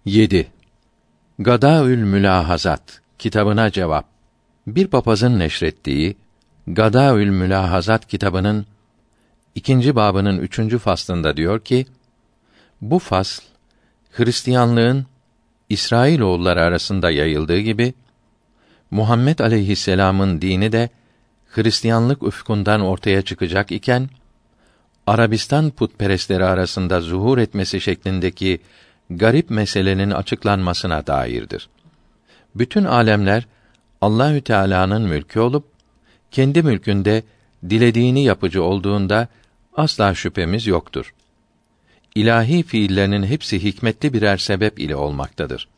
7. Gadaül Mülahazat kitabına cevap. Bir papazın neşrettiği Gadaül Mülahazat kitabının 2. babının 3. faslında diyor ki, bu fasl Hristiyanlığın İsrailoğulları arasında yayıldığı gibi Muhammed aleyhisselam'ın dini de Hristiyanlık ufkundan ortaya çıkacak iken Arabistan putperestleri arasında zuhur etmesi şeklindeki garip meselenin açıklanmasına dairdir. Bütün âlemler Allahü Teala'nın mülkü olup kendi mülkünde dilediğini yapıcı olduğunda asla şüphemiz yoktur. İlahi fiillerinin hepsi hikmetli birer sebep ile olmaktadır.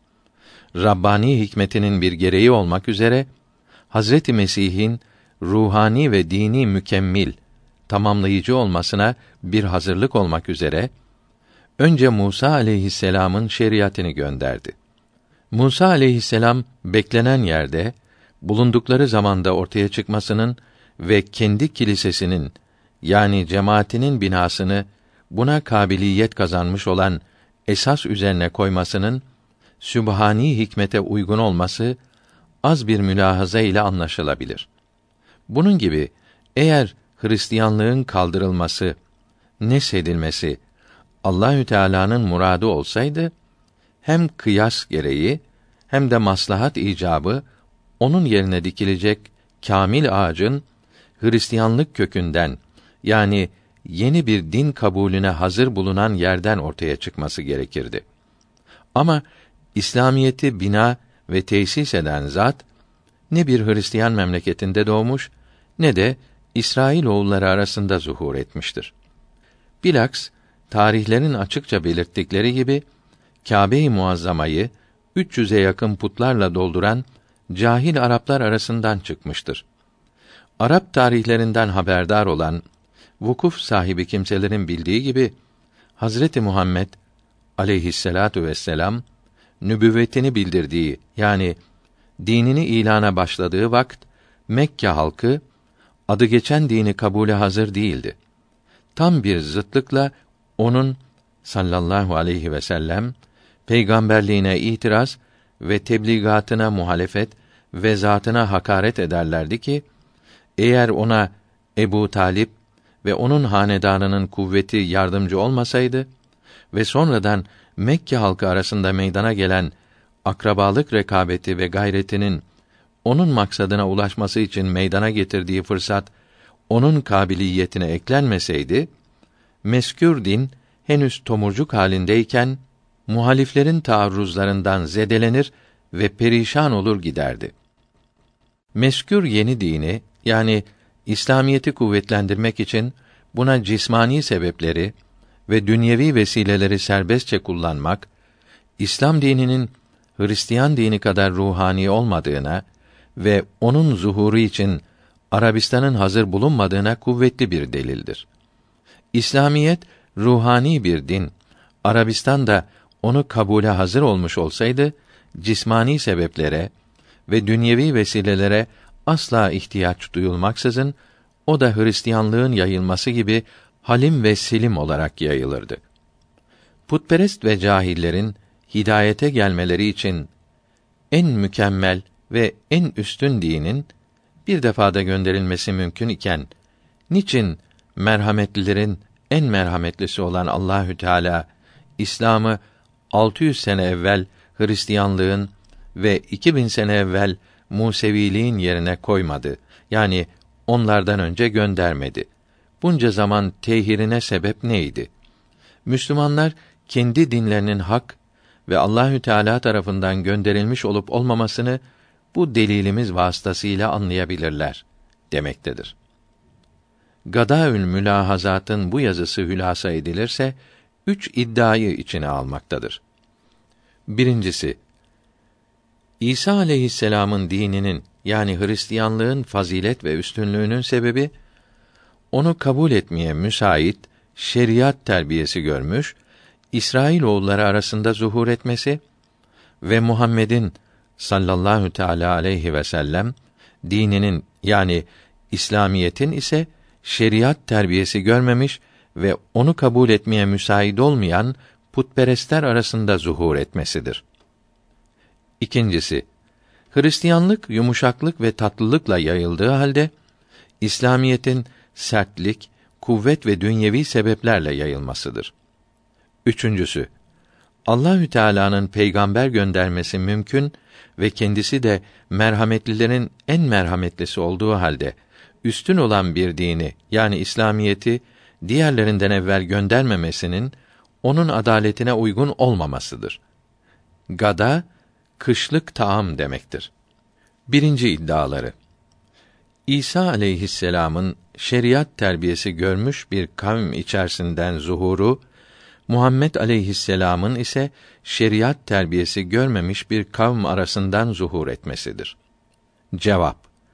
Rabbani hikmetinin bir gereği olmak üzere Hazreti Mesih'in ruhani ve dini mükemmel, tamamlayıcı olmasına bir hazırlık olmak üzere önce Musa aleyhisselam'ın şeriatını gönderdi. Musa aleyhisselam beklenen yerde, bulundukları zamanda ortaya çıkmasının ve kendi kilisesinin yani cemaatinin binasını buna kabiliyet kazanmış olan esas üzerine koymasının sübhani hikmete uygun olması az bir mülahaza ile anlaşılabilir. Bunun gibi eğer Hristiyanlığın kaldırılması, nesedilmesi Allahü Teala'nın muradı olsaydı, hem kıyas gereği hem de maslahat icabı onun yerine dikilecek kâmil ağacın Hristiyanlık kökünden yani yeni bir din kabulüne hazır bulunan yerden ortaya çıkması gerekirdi. Ama İslamiyeti bina ve tesis eden zat ne bir Hristiyan memleketinde doğmuş ne de İsrailoğulları arasında zuhur etmiştir. Bilaks tarihlerin açıkça belirttikleri gibi Kâbe-i Muazzama'yı 300'e yakın putlarla dolduran cahil Araplar arasından çıkmıştır. Arap tarihlerinden haberdar olan vukuf sahibi kimselerin bildiği gibi Hazreti Muhammed aleyhisselatu vesselam nübüvvetini bildirdiği yani dinini ilana başladığı vakit Mekke halkı adı geçen dini kabule hazır değildi. Tam bir zıtlıkla onun sallallahu aleyhi ve sellem peygamberliğine itiraz ve tebliğatına muhalefet ve zatına hakaret ederlerdi ki eğer ona Ebu Talip ve onun hanedanının kuvveti yardımcı olmasaydı ve sonradan Mekke halkı arasında meydana gelen akrabalık rekabeti ve gayretinin onun maksadına ulaşması için meydana getirdiği fırsat onun kabiliyetine eklenmeseydi, meskûr din henüz tomurcuk halindeyken muhaliflerin taarruzlarından zedelenir ve perişan olur giderdi. Meskûr yeni dini yani İslamiyeti kuvvetlendirmek için buna cismani sebepleri ve dünyevi vesileleri serbestçe kullanmak, İslam dininin Hristiyan dini kadar ruhani olmadığına ve onun zuhuru için Arabistan'ın hazır bulunmadığına kuvvetli bir delildir. İslamiyet ruhani bir din, Arabistan da onu kabule hazır olmuş olsaydı, cismani sebeplere ve dünyevi vesilelere asla ihtiyaç duyulmaksızın, o da Hristiyanlığın yayılması gibi halim ve selim olarak yayılırdı. Putperest ve cahillerin hidayete gelmeleri için en mükemmel ve en üstün dinin bir defada gönderilmesi mümkün iken niçin merhametlilerin en merhametlisi olan Allahü Teala İslam'ı 600 sene evvel Hristiyanlığın ve 2000 sene evvel Museviliğin yerine koymadı? Yani onlardan önce göndermedi. Bunca zaman tehirine sebep neydi? Müslümanlar kendi dinlerinin hak ve Allahü Teala tarafından gönderilmiş olup olmamasını bu delilimiz vasıtasıyla anlayabilirler demektedir. Gadaül Mülahazat'ın bu yazısı hülasa edilirse 3 iddiayı içine almaktadır. Birincisi, İsa aleyhisselam'ın dininin yani Hristiyanlığın fazilet ve üstünlüğünün sebebi onu kabul etmeye müsait şeriat terbiyesi görmüş İsrailoğulları arasında zuhur etmesi ve Muhammed'in sallallahu teala aleyhi ve sellem dininin yani İslamiyetin ise şeriat terbiyesi görmemiş ve onu kabul etmeye müsait olmayan putperestler arasında zuhur etmesidir. İkincisi, Hristiyanlık yumuşaklık ve tatlılıkla yayıldığı halde İslamiyetin sertlik, kuvvet ve dünyevi sebeplerle yayılmasıdır. Üçüncüsü, Allahü Teala'nın peygamber göndermesi mümkün ve kendisi de merhametlilerin en merhametlisi olduğu halde üstün olan bir dini, yani İslamiyeti diğerlerinden evvel göndermemesinin onun adaletine uygun olmamasıdır. Gada, kışlık taam demektir. Birinci iddiaları: İsa aleyhisselam'ın şeriat terbiyesi görmüş bir kavm içerisinden zuhuru, Muhammed aleyhisselam'ın ise şeriat terbiyesi görmemiş bir kavm arasından zuhur etmesidir. Cevap: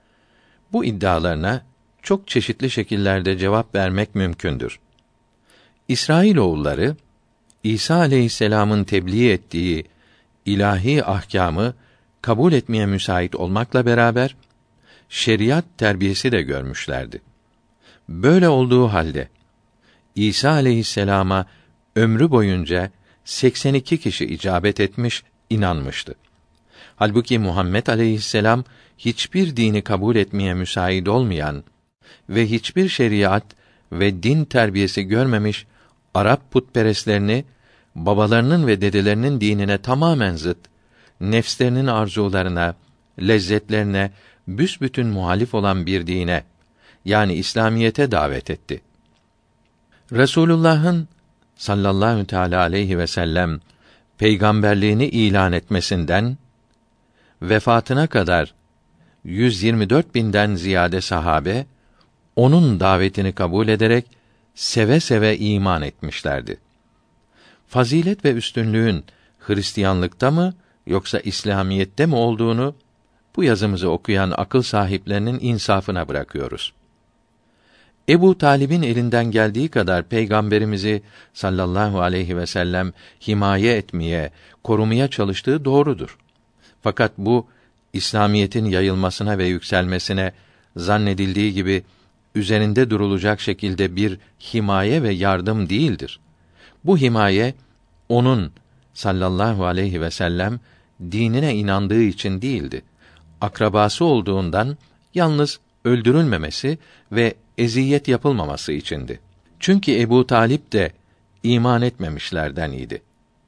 Bu iddialarına çok çeşitli şekillerde cevap vermek mümkündür. İsrailoğulları, İsa aleyhisselam'ın tebliğ ettiği ilahi ahkâmı kabul etmeye müsait olmakla beraber, şeriat terbiyesi de görmüşlerdi. Böyle olduğu halde, İsa aleyhisselama ömrü boyunca 82 kişi icabet etmiş, inanmıştı. Halbuki Muhammed aleyhisselam, hiçbir dini kabul etmeye müsait olmayan ve hiçbir şeriat ve din terbiyesi görmemiş Arap putperestlerini, babalarının ve dedelerinin dinine tamamen zıt, nefslerinin arzularına, lezzetlerine büsbütün muhalif olan bir dine, yani İslamiyete davet etti. Resulullah'ın sallallahu teâlâ aleyhi ve sellem peygamberliğini ilan etmesinden vefatına kadar 124.000'den ziyade sahabe onun davetini kabul ederek seve seve iman etmişlerdi. Fazilet ve üstünlüğün Hristiyanlıkta mı yoksa İslamiyette mi olduğunu bu yazımızı okuyan akıl sahiplerinin insafına bırakıyoruz. Ebu Talib'in elinden geldiği kadar peygamberimizi sallallahu aleyhi ve sellem himaye etmeye, korumaya çalıştığı doğrudur. Fakat bu İslamiyetin yayılmasına ve yükselmesine zannedildiği gibi üzerinde durulacak şekilde bir himaye ve yardım değildir. Bu himaye onun sallallahu aleyhi ve sellem dinine inandığı için değildi. Akrabası olduğundan yalnız öldürülmemesi ve eziyet yapılmaması içindi. Çünkü Ebu Talip de iman etmemişlerden idi.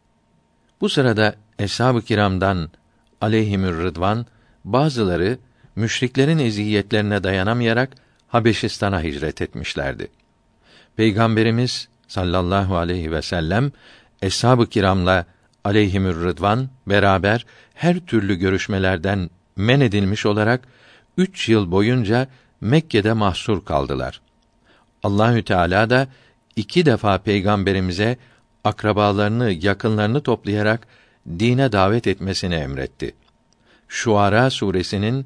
Bu sırada eshab-ı kiramdan aleyhimür rıdvan bazıları müşriklerin eziyetlerine dayanamayarak Habeşistan'a hicret etmişlerdi. Peygamberimiz sallallahu aleyhi ve sellem eshab-ı kiramla aleyhimür rıdvan beraber her türlü görüşmelerden men edilmiş olarak 3 yıl boyunca Mekke'de mahsur kaldılar. Allahü Teala da 2 defa peygamberimize akrabalarını, yakınlarını toplayarak dine davet etmesini emretti. Şuara suresinin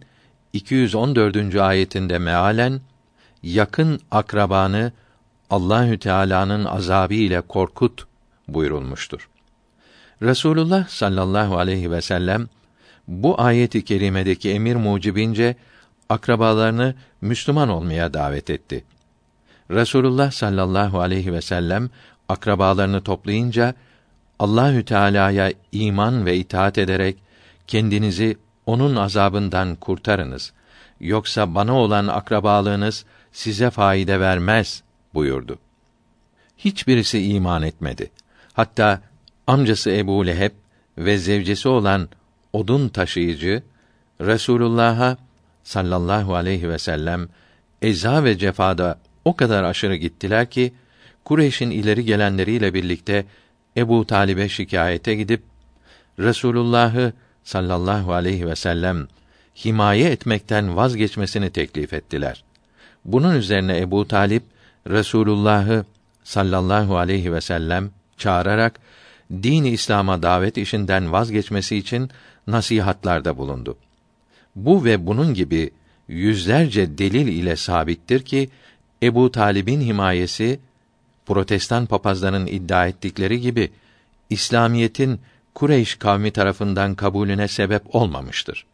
214. ayetinde mealen yakın akrabanı Allahü Teala'nın azabı ile korkut buyurulmuştur. Resulullah sallallahu aleyhi ve sellem bu ayet-i kerimedeki emir mucibince akrabalarını Müslüman olmaya davet etti. Resulullah sallallahu aleyhi ve sellem akrabalarını toplayınca Allahü Teala'ya iman ve itaat ederek kendinizi onun azabından kurtarınız. Yoksa bana olan akrabalığınız size faide vermez buyurdu. Hiçbirisi iman etmedi. Hatta amcası Ebu Leheb ve zevcesi olan odun taşıyıcı Resulullah'a sallallahu aleyhi ve sellem eza ve cefada o kadar aşırı gittiler ki Kureyş'in ileri gelenleriyle birlikte Ebu Talib'e şikayete gidip Resulullah'ı sallallahu aleyhi ve sellem himaye etmekten vazgeçmesini teklif ettiler. Bunun üzerine Ebu Talib Resulullah'ı sallallahu aleyhi ve sellem çağırarak din-i İslam'a davet işinden vazgeçmesi için nasihatlarda bulundu. Bu ve bunun gibi yüzlerce delil ile sabittir ki Ebu Talib'in himayesi Protestan papazların iddia ettikleri gibi İslamiyetin Kureyş kavmi tarafından kabulüne sebep olmamıştır.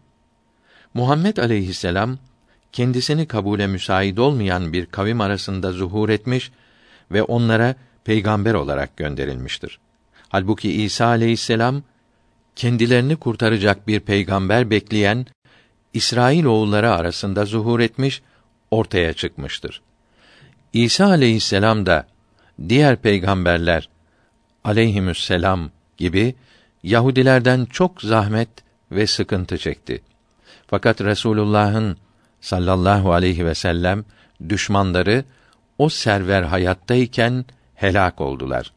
Muhammed aleyhisselam kendisini kabule müsait olmayan bir kavim arasında zuhur etmiş ve onlara peygamber olarak gönderilmiştir. Halbuki İsa aleyhisselam kendilerini kurtaracak bir peygamber bekleyen İsrailoğulları arasında zuhur etmiş, ortaya çıkmıştır. İsa aleyhisselam da diğer peygamberler aleyhisselam gibi Yahudilerden çok zahmet ve sıkıntı çekti. Fakat Resulullah'ın sallallahu aleyhi ve sellem düşmanları o server hayattayken helak oldular.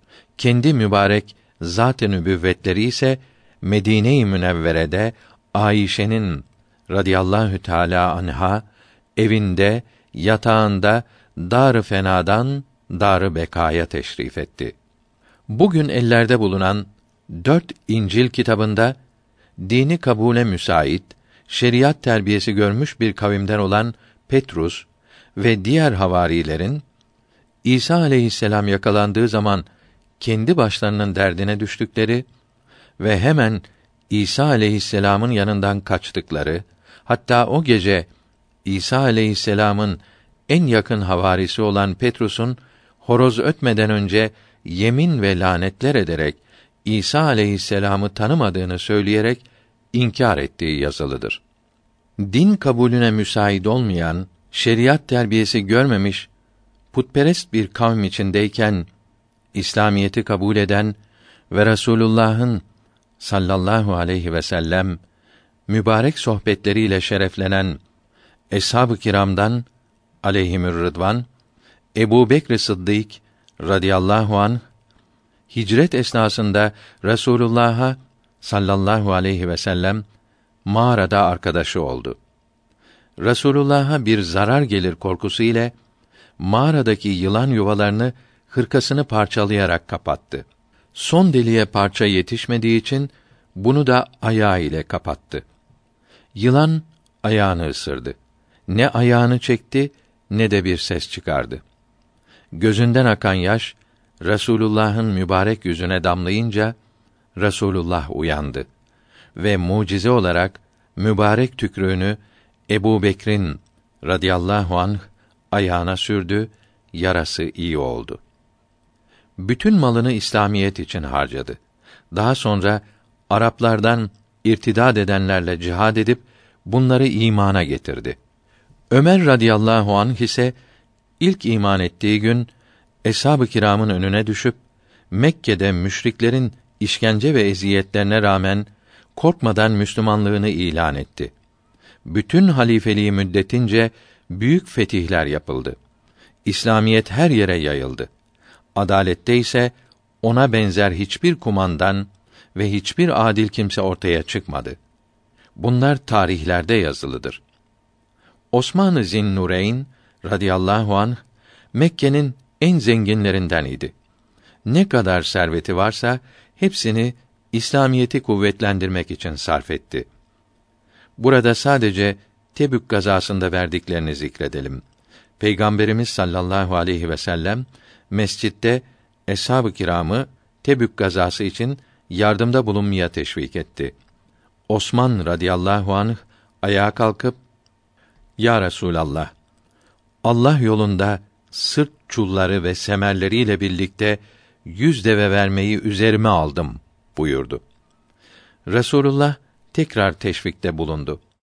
Kendi mübarek zat-ı nübüvvetleri ise Medine-i Münevvere'de Ayşe'nin radıyallahu teâlâ anha evinde, yatağında dar-ı fenadan dar-ı bekaya teşrif etti. Bugün ellerde bulunan 4 İncil kitabında dini kabule müsait, şeriat terbiyesi görmüş bir kavimden olan Petrus ve diğer havarilerin İsa aleyhisselam yakalandığı zaman kendi başlarının derdine düştükleri ve hemen İsa aleyhisselamın yanından kaçtıkları, hatta o gece İsa aleyhisselamın en yakın havarisi olan Petrus'un horoz ötmeden önce yemin ve lanetler ederek İsa aleyhisselamı tanımadığını söyleyerek inkar ettiği yazılıdır. Din kabulüne müsait olmayan, şeriat terbiyesi görmemiş, putperest bir kavm içindeyken İslamiyeti kabul eden ve Resulullah'ın sallallahu aleyhi ve sellem mübarek sohbetleriyle şereflenen eshab-ı kiramdan aleyhimür rıdvan, Ebu Bekr Sıddık radıyallahu anh, hicret esnasında Resulullah'a sallallahu aleyhi ve sellem mağarada arkadaşı oldu. Resulullah'a bir zarar gelir korkusu ile mağaradaki yılan yuvalarını hırkasını parçalayarak kapattı. Son deliğe parça yetişmediği için bunu da ayağı ile kapattı. Yılan ayağını ısırdı. Ne ayağını çekti ne de bir ses çıkardı. Gözünden akan yaş Resulullah'ın mübarek yüzüne damlayınca Resulullah uyandı ve mucize olarak mübarek tükrüğünü Ebu Bekr'in radıyallahu anh ayağına sürdü, yarası iyi oldu. Bütün malını İslamiyet için harcadı. Daha sonra Araplardan irtidad edenlerle cihad edip bunları imana getirdi. Ömer radıyallahu anh ise ilk iman ettiği gün eshab-ı kiramın önüne düşüp Mekke'de müşriklerin işkence ve eziyetlerine rağmen korkmadan Müslümanlığını ilan etti. Bütün halifeliği müddetince büyük fetihler yapıldı. İslamiyet her yere yayıldı. Adalette ise ona benzer hiçbir kumandan ve hiçbir adil kimse ortaya çıkmadı. Bunlar tarihlerde yazılıdır. Osman-ı Zinnureyn radıyallahu anh Mekke'nin en zenginlerinden idi. Ne kadar serveti varsa hepsini İslamiyeti kuvvetlendirmek için sarf etti. Burada sadece Tebük gazasında verdiklerini zikredelim. Peygamberimiz sallallahu aleyhi ve sellem mescitte eshab-ı kiramı Tebük gazası için yardımda bulunmaya teşvik etti. Osman radıyallahu anh ayağa kalkıp "Ya Resulallah, Allah yolunda sırt çulları ve semerleriyle birlikte 100 deve vermeyi üzerime aldım" buyurdu. Resulullah tekrar teşvikte bulundu.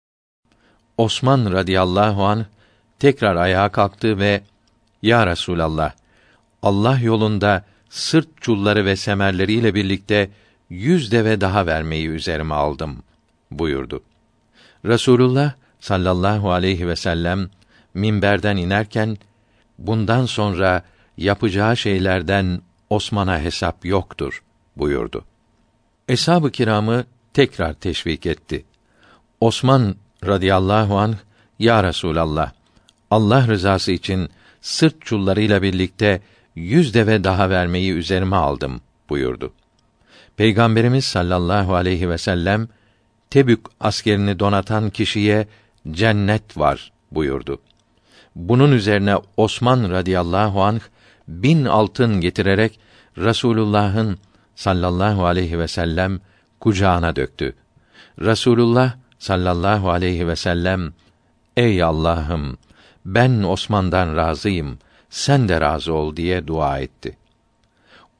Osman radıyallahu anh tekrar ayağa kalktı ve "Ya Resulallah, Allah yolunda sırt çulları ve semerleriyle birlikte 100 deve daha vermeyi üzerime aldım" buyurdu. Resulullah sallallahu aleyhi ve sellem minberden inerken bundan sonra yapacağı şeylerden Osman'a hesap yoktur buyurdu. Eshab-ı kiramı tekrar teşvik etti. Osman radıyallahu anh, "Ya Resulallah, Allah rızası için sırt çullarıyla birlikte 100 deve daha vermeyi üzerime aldım" buyurdu. Peygamberimiz sallallahu aleyhi ve sellem Tebük askerini donatan kişiye cennet var buyurdu. Bunun üzerine Osman radıyallahu anh 1000 altın getirerek Resulullah'ın sallallahu aleyhi ve sellem kucağına döktü. Resulullah sallallahu aleyhi ve sellem "Ey Allah'ım, ben Osman'dan razıyım, sen de razı ol" diye dua etti.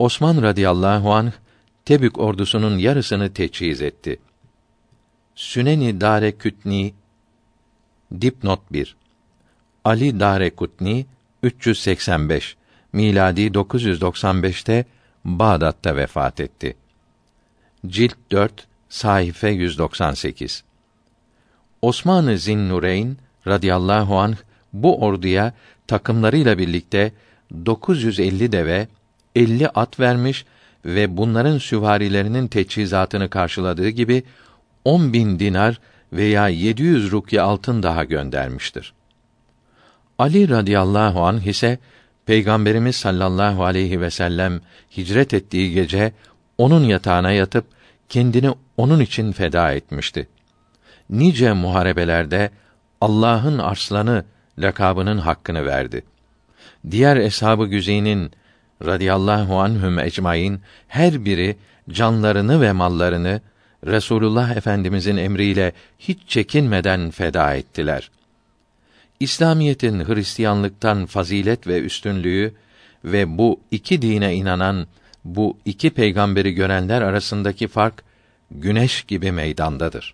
Osman radıyallahu anh Tebük ordusunun yarısını teçhiz etti. Süneni Darekütni dipnot 1. Ali Darekutni 385 miladi 995'te Bağdat'ta vefat etti. Cilt 4 sayfa 198. Osman-ı Zinnureyn radıyallahu anh bu orduya takımlarıyla birlikte 950 deve, 50 at vermiş ve bunların süvarilerinin teçhizatını karşıladığı gibi 10.000 dinar veya 700 rukye altın daha göndermiştir. Ali radıyallahu anh ise Peygamberimiz sallallahu aleyhi ve sellem hicret ettiği gece onun yatağına yatıp kendini onun için feda etmişti. Nice muharebelerde Allah'ın arslanı lakabının hakkını verdi. Diğer eshab-ı güzinin radıyallahu anhum ecmaîn her biri canlarını ve mallarını Resulullah Efendimizin emriyle hiç çekinmeden feda ettiler. İslamiyetin Hristiyanlıktan fazilet ve üstünlüğü ve bu iki dine inanan bu iki peygamberi görenler arasındaki fark güneş gibi meydandadır.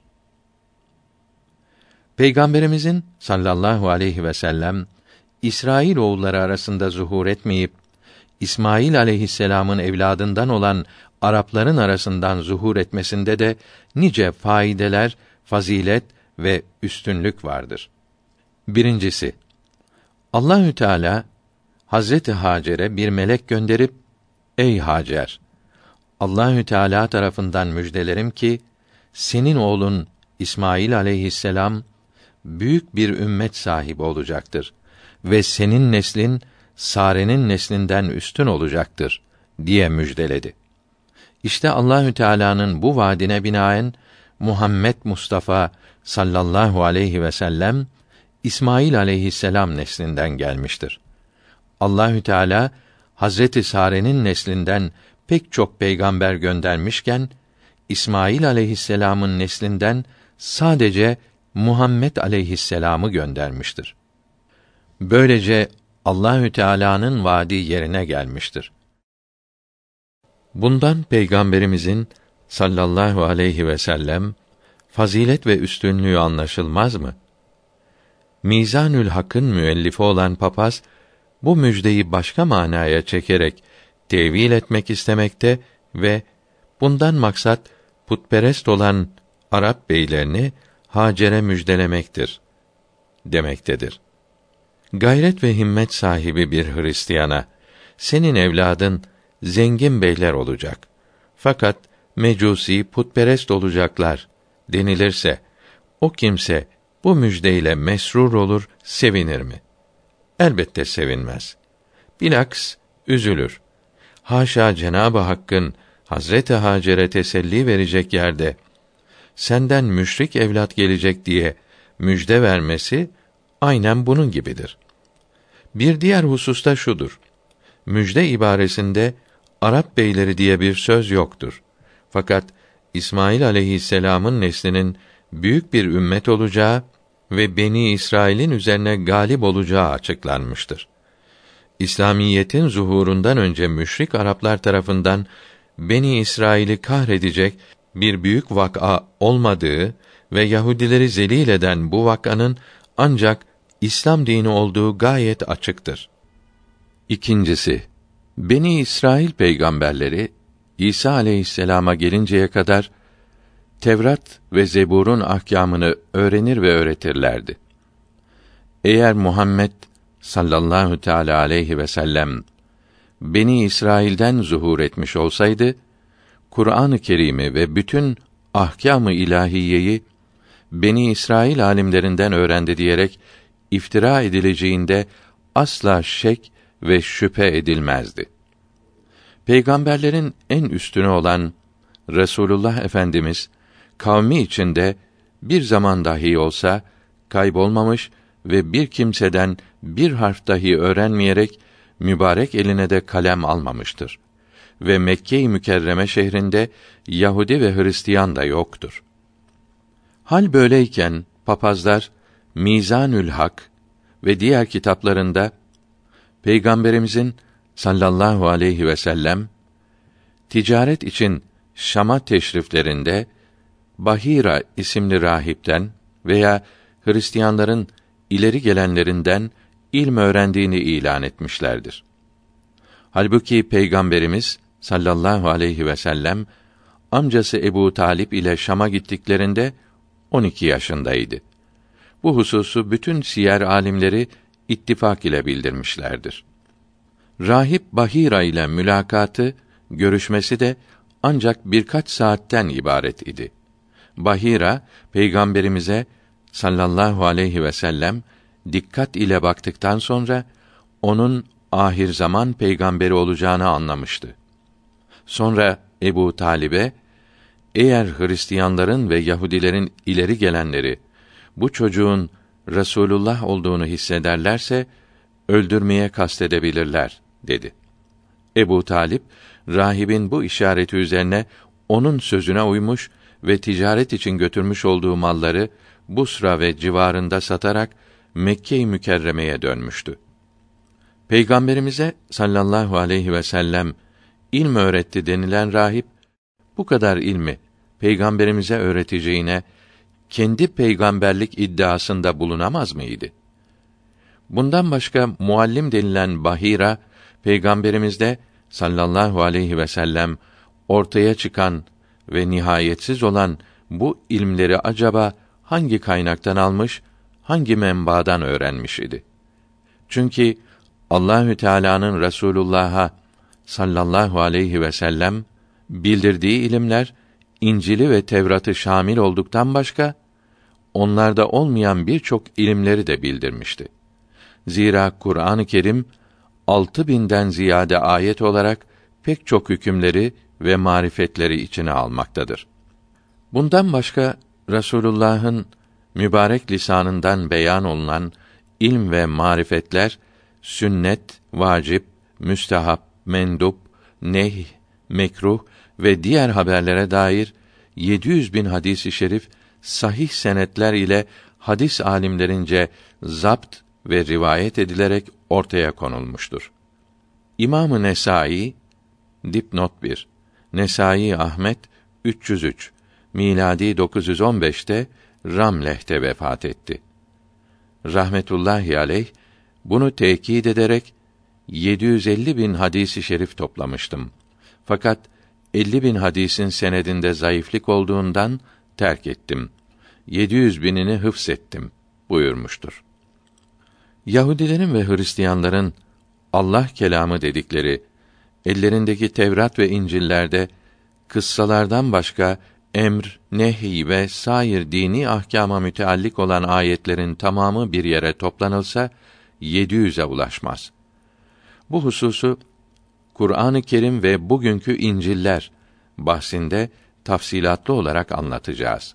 Peygamberimizin sallallahu aleyhi ve sellem İsrail oğulları arasında zuhur etmeyip İsmail aleyhisselam'ın evladından olan Arapların arasından zuhur etmesinde de nice faydeler, fazilet ve üstünlük vardır. Birincisi, Allahü Teala Hazreti Hacer'e bir melek gönderip, ey Hacer, Allahü Teala tarafından müjdelerim ki senin oğlun İsmail aleyhisselam büyük bir ümmet sahibi olacaktır ve senin neslin Sare'nin neslinden üstün olacaktır diye müjdeledi. İşte Allahü Teala'nın bu vaadine binaen Muhammed Mustafa sallallahu aleyhi ve sellem İsmail aleyhisselam neslinden gelmiştir. Allahü Teala Hazreti Sare'nin neslinden pek çok peygamber göndermişken İsmail aleyhisselam'ın neslinden sadece Muhammed aleyhisselam'ı göndermiştir. Böylece Allahü Teala'nın vaadi yerine gelmiştir. Bundan Peygamberimizin sallallahu aleyhi ve sellem fazilet ve üstünlüğü anlaşılmaz mı? Mizanül Hak'ın müellifi olan papaz bu müjdeyi başka manaya çekerek tevil etmek istemekte ve bundan maksat putperest olan Arap beylerini Hacer'e müjdelemektir demektedir. Gayret ve himmet sahibi bir Hristiyana senin evladın zengin beyler olacak. Fakat mecusi putperest olacaklar denilirse o kimse bu müjdeyle mesrur olur, sevinir mi? Elbette sevinmez. Bilaks üzülür. Haşa Cenab-ı Hakk'ın Hazreti Hacer'e teselli verecek yerde senden müşrik evlat gelecek diye müjde vermesi aynen bunun gibidir. Bir diğer hususta şudur. Müjde ibaresinde Arap beyleri diye bir söz yoktur. Fakat İsmail aleyhisselam'ın neslinin büyük bir ümmet olacağı ve Beni İsrail'in üzerine galip olacağı açıklanmıştır. İslamiyetin zuhurundan önce müşrik Araplar tarafından Beni İsrail'i kahredecek bir büyük vak'a olmadığı ve Yahudileri zelil eden bu vak'anın ancak İslam dini olduğu gayet açıktır. İkincisi, Beni İsrail peygamberleri İsa aleyhisselama gelinceye kadar Tevrat ve Zebur'un ahkâmını öğrenir ve öğretirlerdi. Eğer Muhammed sallallahu teâlâ aleyhi ve sellem Beni İsrail'den zuhur etmiş olsaydı, Kur'an-ı Kerim'i ve bütün ahkâm-ı ilahiyeyi Beni İsrail alimlerinden öğrendi diyerek iftira edileceğinde asla şek ve şüphe edilmezdi. Peygamberlerin en üstünü olan Resulullah Efendimiz kavmi içinde bir zaman dahi olsa kaybolmamış ve bir kimseden bir harf dahi öğrenmeyerek mübarek eline de kalem almamıştır. Ve Mekke-i Mükerreme şehrinde Yahudi ve Hristiyan da yoktur. Hal böyleyken papazlar Mizanül Hak ve diğer kitaplarında Peygamberimizin sallallahu aleyhi ve sellem ticaret için Şam'a teşriflerinde Bahira isimli rahipten veya Hristiyanların ileri gelenlerinden ilm öğrendiğini ilan etmişlerdir. Halbuki Peygamberimiz sallallahu aleyhi ve sellem amcası Ebu Talip ile Şam'a gittiklerinde 12 yaşındaydı. Bu hususu bütün siyer alimleri ittifak ile bildirmişlerdir. Rahip Bahira ile mülakatı, görüşmesi de ancak birkaç saatten ibaret idi. Bahira, Peygamberimize sallallahu aleyhi ve sellem dikkat ile baktıktan sonra onun ahir zaman peygamberi olacağını anlamıştı. Sonra Ebu Talib'e, eğer Hristiyanların ve Yahudilerin ileri gelenleri bu çocuğun Resulullah olduğunu hissederlerse öldürmeye kastedebilirler dedi. Ebu Talip, rahibin bu işareti üzerine onun sözüne uymuş ve ticaret için götürmüş olduğu malları Busra ve civarında satarak Mekke-i Mükerreme'ye dönmüştü. Peygamberimize sallallahu aleyhi ve sellem ilm öğretti denilen rahip, bu kadar ilmi Peygamberimize öğreteceğine kendi peygamberlik iddiasında bulunamaz mıydı? Bundan başka muallim denilen Bahira, Peygamberimizde sallallahu aleyhi ve sellem ortaya çıkan ve nihayetsiz olan bu ilmleri acaba hangi kaynaktan almış, hangi menbaadan öğrenmiş idi? Çünkü Allahü Teala'nın Resulullah'a sallallahu aleyhi ve sellem bildirdiği ilimler İncil'i ve Tevrat'ı şamil olduktan başka onlarda olmayan birçok ilimleri de bildirmişti. Zira Kur'an-ı Kerim 6000'den ziyade ayet olarak pek çok hükümleri ve marifetleri içine almaktadır. Bundan başka Resulullah'ın mübarek lisanından beyan olunan ilm ve marifetler sünnet, vacip, müstehap, mendup, nehy, mekruh ve diğer haberlere dair 700.000 hadis-i şerif sahih senetler ile hadis alimlerince zapt ve rivayet edilerek ortaya konulmuştur. İmam-ı Nesai dipnot 1. Nesai Ahmet 303 miladi 915'te Ramleh'te vefat etti. Rahmetullahi aleyh bunu tekid ederek 750.000 hadis-i şerif toplamıştım. Fakat 50.000 hadisin senedinde zayıflık olduğundan terk ettim. 700.000'ini hıfzettim buyurmuştur. Yahudilerin ve Hristiyanların Allah kelamı dedikleri ellerindeki Tevrat ve İncil'lerde kıssalardan başka emr, nehy ve sair dini ahkâma müteallik olan ayetlerin tamamı bir yere toplanılsa 700'e ulaşmaz. Bu hususu Kur'an-ı Kerim ve bugünkü İncil'ler bahsinde tafsilatlı olarak anlatacağız.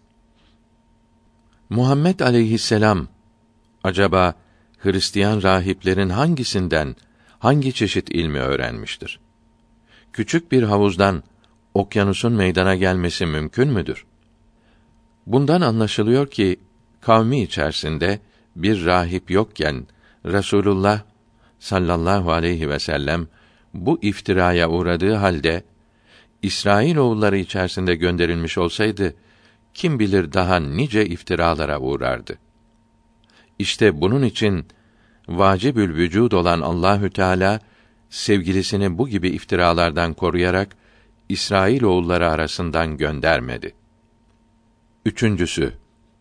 Muhammed aleyhisselam acaba Hristiyan rahiplerin hangisinden hangi çeşit ilmi öğrenmiştir? Küçük bir havuzdan okyanusun meydana gelmesi mümkün müdür? Bundan anlaşılıyor ki kavmi içerisinde bir rahip yokken Resulullah sallallahu aleyhi ve sellem bu iftiraya uğradığı halde İsrailoğulları içerisinde gönderilmiş olsaydı kim bilir daha nice iftiralara uğrardı. İşte bunun için vacibül vücud olan Allahü Teala sevgilisini bu gibi iftiralardan koruyarak İsrailoğulları arasından göndermedi. Üçüncüsü,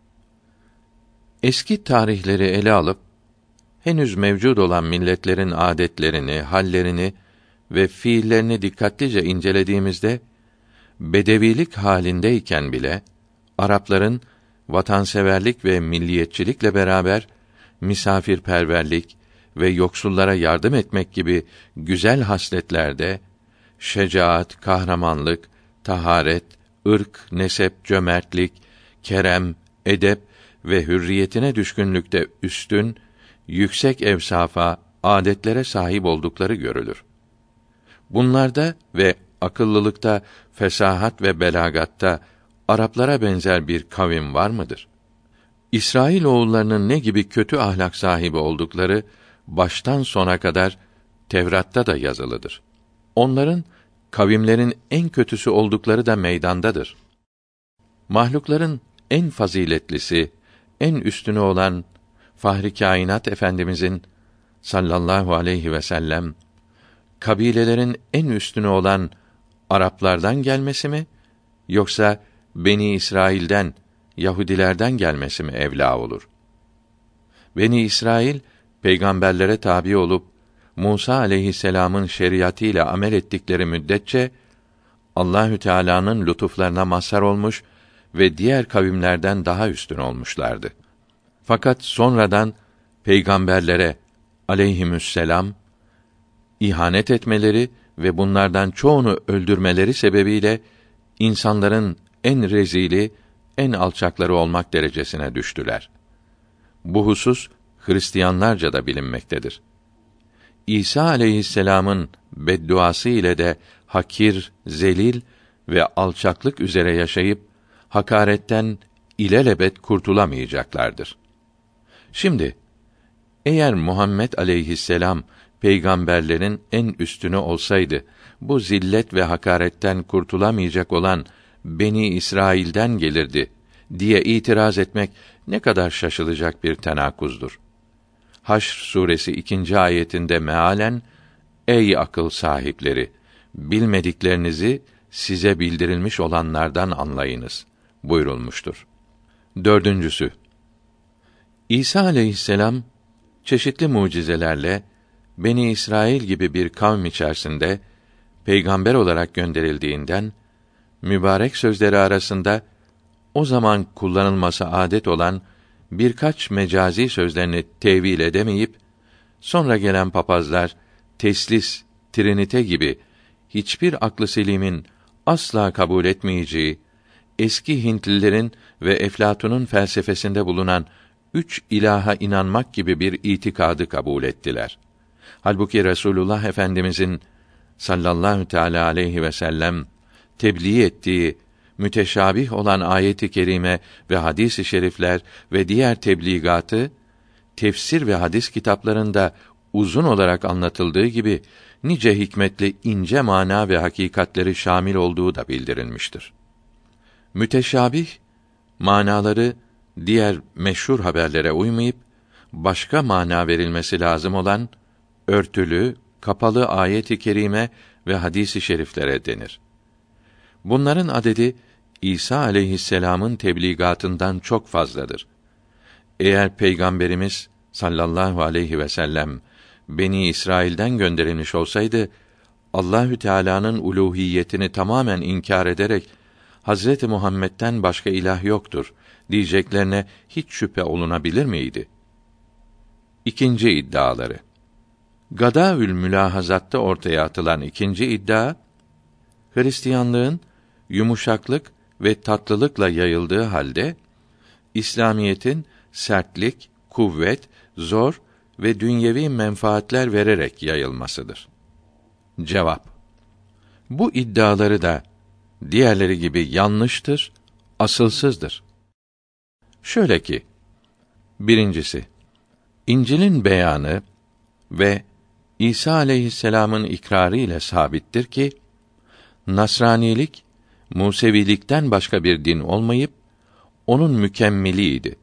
eski tarihleri ele alıp henüz mevcud olan milletlerin adetlerini, hallerini ve fiillerini dikkatlice incelediğimizde bedevilik halindeyken bile Arapların vatanseverlik ve milliyetçilikle beraber misafirperverlik ve yoksullara yardım etmek gibi güzel hasletlerde şecaat, kahramanlık, taharet, ırk, nesep, cömertlik, kerem, edep ve hürriyetine düşkünlükte üstün, yüksek evsafa, adetlere sahip oldukları görülür. Bunlarda ve akıllılıkta, fesahat ve belagatta Araplara benzer bir kavim var mıdır? İsrailoğullarının ne gibi kötü ahlak sahibi oldukları baştan sona kadar Tevrat'ta da yazılıdır. Onların kavimlerin en kötüsü oldukları da meydandadır. Mahlukların en faziletlisi, en üstünü olan Fahri Kainat Efendimizin sallallahu aleyhi ve sellem kabilelerin en üstünü olan Araplardan gelmesi mi, yoksa Beni İsrail'den, Yahudilerden gelmesi mi evlâ olur? Beni İsrail peygamberlere tabi olup Musa aleyhisselam'ın şeriatıyla amel ettikleri müddetçe Allahü Teala'nın lütuflarına mazhar olmuş ve diğer kavimlerden daha üstün olmuşlardı. Fakat sonradan peygamberlere aleyhisselam ihanet etmeleri ve bunlardan çoğunu öldürmeleri sebebiyle insanların en rezili, en alçakları olmak derecesine düştüler. Bu husus Hristiyanlarca da bilinmektedir. İsa aleyhisselam'ın bedduası ile de hakir, zelil ve alçaklık üzere yaşayıp hakaretten ilelebet kurtulamayacaklardır. Şimdi eğer Muhammed aleyhisselam peygamberlerin en üstünü olsaydı, bu zillet ve hakaretten kurtulamayacak olan Beni İsrail'den gelirdi diye itiraz etmek ne kadar şaşılacak bir tenakuzdur. Haşr suresi 2. ayetinde mealen, ey akıl sahipleri, bilmediklerinizi size bildirilmiş olanlardan anlayınız buyurulmuştur. Dördüncüsü, İsa aleyhisselam çeşitli mucizelerle Beni İsrail gibi bir kavm içerisinde peygamber olarak gönderildiğinden mübarek sözleri arasında o zaman kullanılması adet olan birkaç mecazi sözlerini tevil edemeyip sonra gelen papazlar teslis, trinite gibi hiçbir aklı selimin asla kabul etmeyeceği eski Hintlilerin ve Eflatun'un felsefesinde bulunan 3 ilaha inanmak gibi bir itikadı kabul ettiler. Halbuki Resulullah Efendimizin sallallahu teala aleyhi ve sellem tebliğ ettiği müteşabih olan ayet-i kerime ve hadis-i şerifler ve diğer tebliğatı tefsir ve hadis kitaplarında uzun olarak anlatıldığı gibi nice hikmetli ince mana ve hakikatleri şamil olduğu da bildirilmiştir. Müteşabih manaları diğer meşhur haberlere uymayıp başka mana verilmesi lazım olan örtülü, kapalı ayet-i kerime ve hadis-i şeriflere denir. Bunların adedi İsa aleyhisselam'ın tebliğatından çok fazladır. Eğer Peygamberimiz sallallahu aleyhi ve sellem Beni İsrail'den gönderilmiş olsaydı, Allahü Teala'nın uluhiyetini tamamen inkar ederek Hazreti Muhammed'den başka ilah yoktur diyeceklerine hiç şüphe olunabilir miydi? İkinci iddiaları. Gadaül Mülahazat'ta ortaya atılan ikinci iddia, Hristiyanlığın yumuşaklık ve tatlılıkla yayıldığı halde İslamiyetin sertlik, kuvvet, zor ve dünyevi menfaatler vererek yayılmasıdır. Cevap: Bu iddiaları da diğerleri gibi yanlıştır, asılsızdır. Şöyle ki, birincisi, İncil'in beyanı ve İsa aleyhisselam'ın ikrarı ile sabittir ki, Nasranilik, Musevilikten başka bir din olmayıp, onun mükemmeliydi.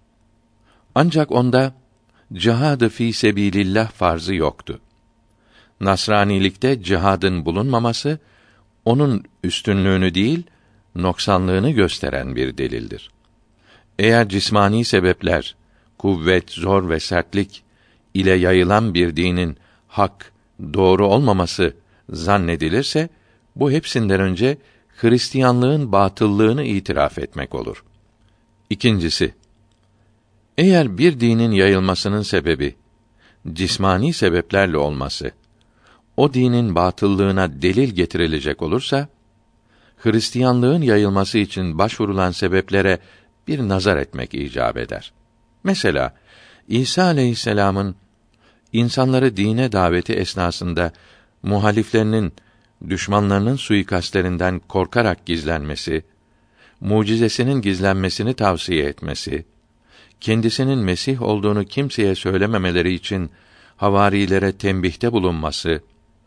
Ancak onda, cihad-ı fî sebîlillah farzı yoktu. Nasranilikte cihadın bulunmaması, onun üstünlüğünü değil, noksanlığını gösteren bir delildir. Eğer cismani sebepler, kuvvet, zor ve sertlik ile yayılan bir dinin hak, doğru olmaması zannedilirse, bu hepsinden önce Hristiyanlığın batıllığını itiraf etmek olur. İkincisi, eğer bir dinin yayılmasının sebebi cismani sebeplerle olması, o dinin batıllığına delil getirilecek olursa, Hristiyanlığın yayılması için başvurulan sebeplere bir nazar etmek icap eder. Mesela İsa aleyhisselam'ın insanları dine daveti esnasında muhaliflerinin, düşmanlarının suikastlerinden korkarak gizlenmesi, mucizesinin gizlenmesini tavsiye etmesi, kendisinin Mesih olduğunu kimseye söylememeleri için havarilere tembihte bulunması,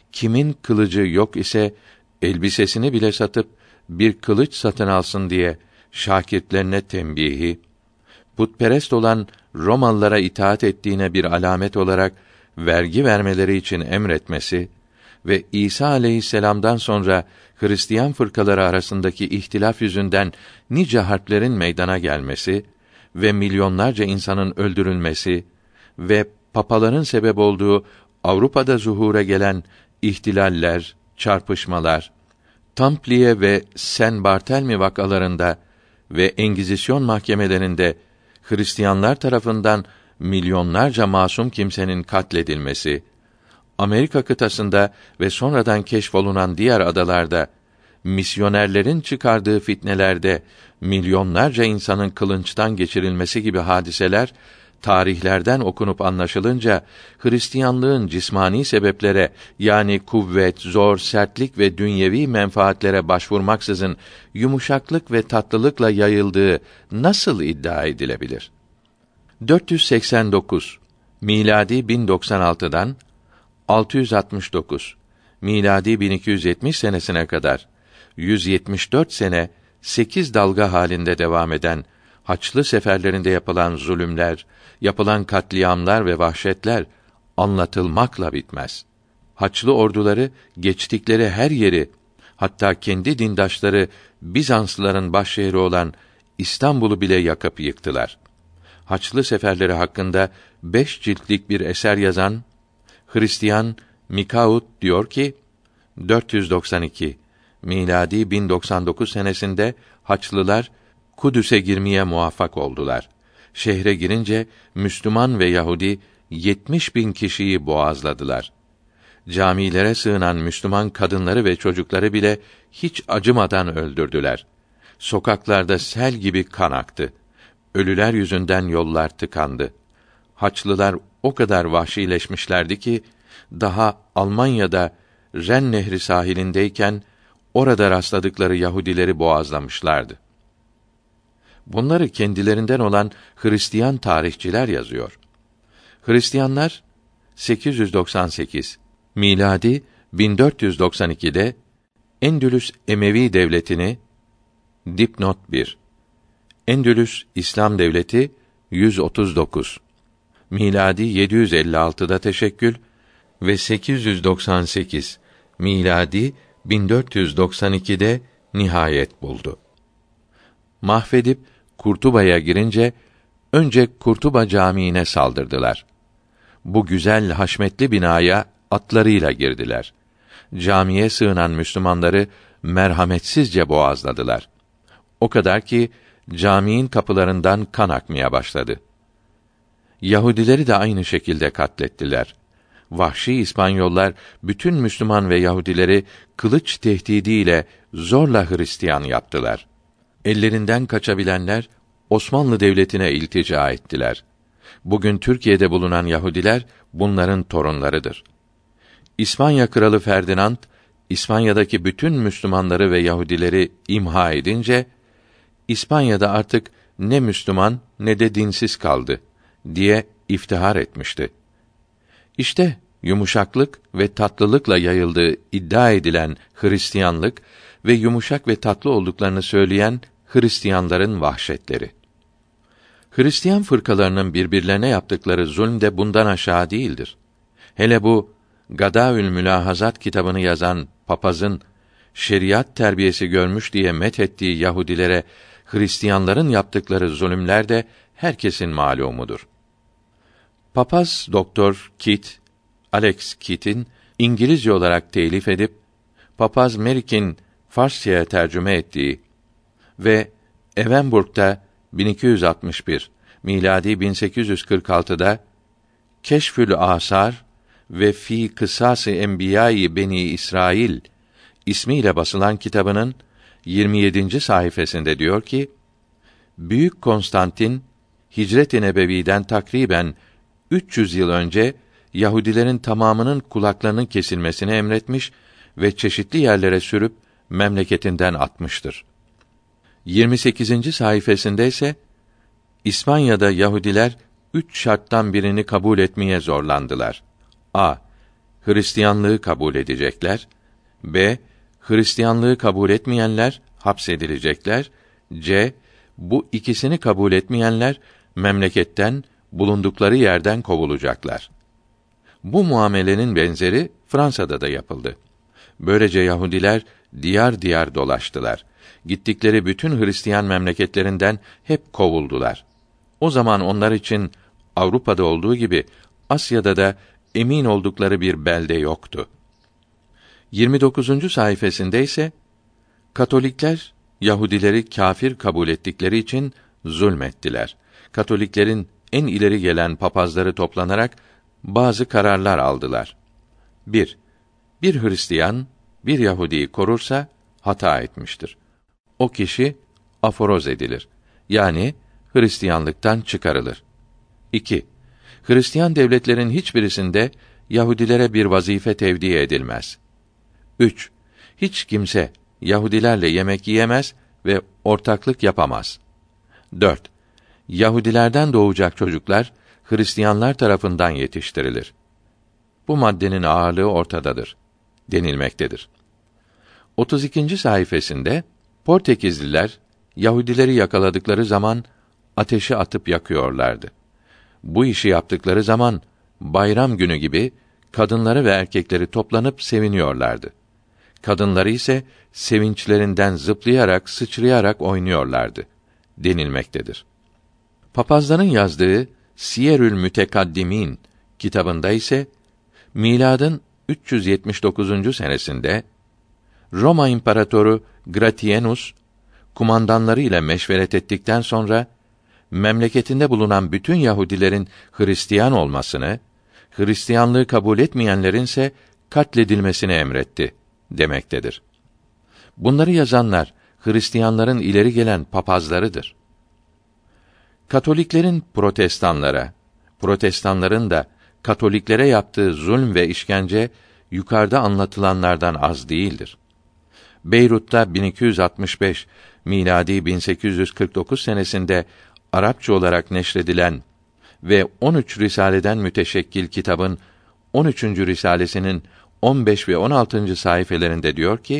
kimin kılıcı yok ise elbisesini bile satıp bir kılıç satın alsın diye şakirtlerine tembihi, putperest olan Romalılara itaat ettiğine bir alamet olarak vergi vermeleri için emretmesi ve İsa aleyhisselam'dan sonra Hristiyan fırkaları arasındaki ihtilaf yüzünden nice harplerin meydana gelmesi ve milyonlarca insanın öldürülmesi ve papaların sebep olduğu Avrupa'da zuhura gelen ihtilaller, çarpışmalar, Tampliye ve Sen Bartelmi vakalarında ve Engizisyon mahkemelerinde Hristiyanlar tarafından milyonlarca masum kimsenin katledilmesi, Amerika kıtasında ve sonradan keşfolunan diğer adalarda misyonerlerin çıkardığı fitnelerde milyonlarca insanın kılınçtan geçirilmesi gibi hadiseler tarihlerden okunup anlaşılınca Hristiyanlığın cismani sebeplere yani kuvvet, zor, sertlik ve dünyevi menfaatlere başvurmaksızın yumuşaklık ve tatlılıkla yayıldığı nasıl iddia edilebilir? 489 miladi 1096'dan 669 miladi 1270 senesine kadar 174 sene 8 dalga halinde devam eden Haçlı seferlerinde yapılan zulümler, yapılan katliamlar ve vahşetler anlatılmakla bitmez. Haçlı orduları geçtikleri her yeri, hatta kendi dindaşları Bizanslıların başşehri olan İstanbul'u bile yakıp yıktılar. Haçlı seferleri hakkında 5 ciltlik bir eser yazan Hristiyan Mikaut diyor ki 492 miladi 1099 senesinde Haçlılar Kudüs'e girmeye muvaffak oldular. Şehre girince Müslüman ve Yahudi 70.000 kişiyi boğazladılar. Camilere sığınan Müslüman kadınları ve çocukları bile hiç acımadan öldürdüler. Sokaklarda sel gibi kan aktı. Ölüler yüzünden yollar tıkandı. Haçlılar o kadar vahşileşmişlerdi ki daha Almanya'da Ren Nehri sahilindeyken orada rastladıkları Yahudileri boğazlamışlardı. Bunları kendilerinden olan Hristiyan tarihçiler yazıyor. Hristiyanlar 898 miladi 1492'de Endülüs Emevi devletini dipnot 1 Endülüs İslam devleti 139 miladi 756'da teşekkül ve 898 miladi 1492'de nihayet buldu. Mahvedip Kurtuba'ya girince önce Kurtuba Camii'ne saldırdılar. Bu güzel haşmetli binaya atlarıyla girdiler. Camiye sığınan Müslümanları merhametsizce boğazladılar. O kadar ki caminin kapılarından kan akmaya başladı. Yahudileri de aynı şekilde katlettiler. Vahşi İspanyollar bütün Müslüman ve Yahudileri kılıç tehdidiyle zorla Hristiyan yaptılar. Ellerinden kaçabilenler Osmanlı Devleti'ne iltica ettiler. Bugün Türkiye'de bulunan Yahudiler bunların torunlarıdır. İspanya kralı Ferdinand İspanya'daki bütün Müslümanları ve Yahudileri imha edince İspanya'da artık ne Müslüman ne de dinsiz kaldı diye iftihar etmişti. İşte yumuşaklık ve tatlılıkla yayıldığı iddia edilen Hristiyanlık ve yumuşak ve tatlı olduklarını söyleyen Hristiyanların vahşetleri. Hristiyan fırkalarının birbirlerine yaptıkları zulm de bundan aşağı değildir. Hele bu Gadaül Mülahazat kitabını yazan papazın şeriat terbiyesi görmüş diye methettiği Yahudilere Hristiyanların yaptıkları zulümler de herkesin malumudur. Papaz Doktor Kit, Alex Kit'in İngilizce olarak telif edip Papaz Merik'in Farsçaya tercüme ettiği ve Evenburg'da 1261 miladi 1846'da Keşfül Asar ve Fi Kısas-ı Enbiya-i Beni İsrail ismiyle basılan kitabının 27. sayfasında diyor ki: Büyük Konstantin Hicret-i Nebevi'den takriben 300 yıl önce Yahudilerin tamamının kulaklarının kesilmesini emretmiş ve çeşitli yerlere sürüp memleketinden atmıştır. 28. sayfasında ise İspanya'da Yahudiler 3 şarttan birini kabul etmeye zorlandılar. A. Hristiyanlığı kabul edecekler. B. Hristiyanlığı kabul etmeyenler hapsedilecekler. C. Bu ikisini kabul etmeyenler memleketten, bulundukları yerden kovulacaklar. Bu muamelenin benzeri Fransa'da da yapıldı. Böylece Yahudiler diyar diyar dolaştılar. Gittikleri bütün Hristiyan memleketlerinden hep kovuldular. O zaman onlar için Avrupa'da olduğu gibi Asya'da da emin oldukları bir belde yoktu. 29. sayfasında ise Katolikler Yahudileri kâfir kabul ettikleri için zulmettiler. Katoliklerin en ileri gelen papazları toplanarak bazı kararlar aldılar. 1. Bir Hristiyan bir Yahudiyi korursa hata etmiştir. O kişi aforoz edilir. Yani Hristiyanlıktan çıkarılır. 2. Hristiyan devletlerin hiçbirisinde Yahudilere bir vazife tevdi edilmez. 3. Hiç kimse Yahudilerle yemek yiyemez ve ortaklık yapamaz. 4. Yahudilerden doğacak çocuklar Hristiyanlar tarafından yetiştirilir. Bu maddenin ağırlığı ortadadır denilmektedir. 32. sayfasında Portekizliler Yahudileri yakaladıkları zaman ateşe atıp yakıyorlardı. Bu işi yaptıkları zaman bayram günü gibi kadınları ve erkekleri toplanıp seviniyorlardı. Kadınları ise sevinçlerinden zıplayarak, sıçrayarak oynuyorlardı denilmektedir. Papazların yazdığı Siyerül Mütekaddimin kitabında ise miladın 379. senesinde Roma İmparatoru Gratienus kumandanları ile meşveret ettikten sonra memleketinde bulunan bütün Yahudilerin Hristiyan olmasını, Hristiyanlığı kabul etmeyenlerin ise katledilmesini emretti demektedir. Bunları yazanlar Hristiyanların ileri gelen papazlarıdır. Katoliklerin protestanlara, protestanların da Katoliklere yaptığı zulm ve işkence yukarıda anlatılanlardan az değildir. Beyrut'ta 1265 miladi 1849 senesinde Arapça olarak neşredilen ve 13 risaleden müteşekkil kitabın 13. risalesinin 15 ve 16. sayfelerinde diyor ki: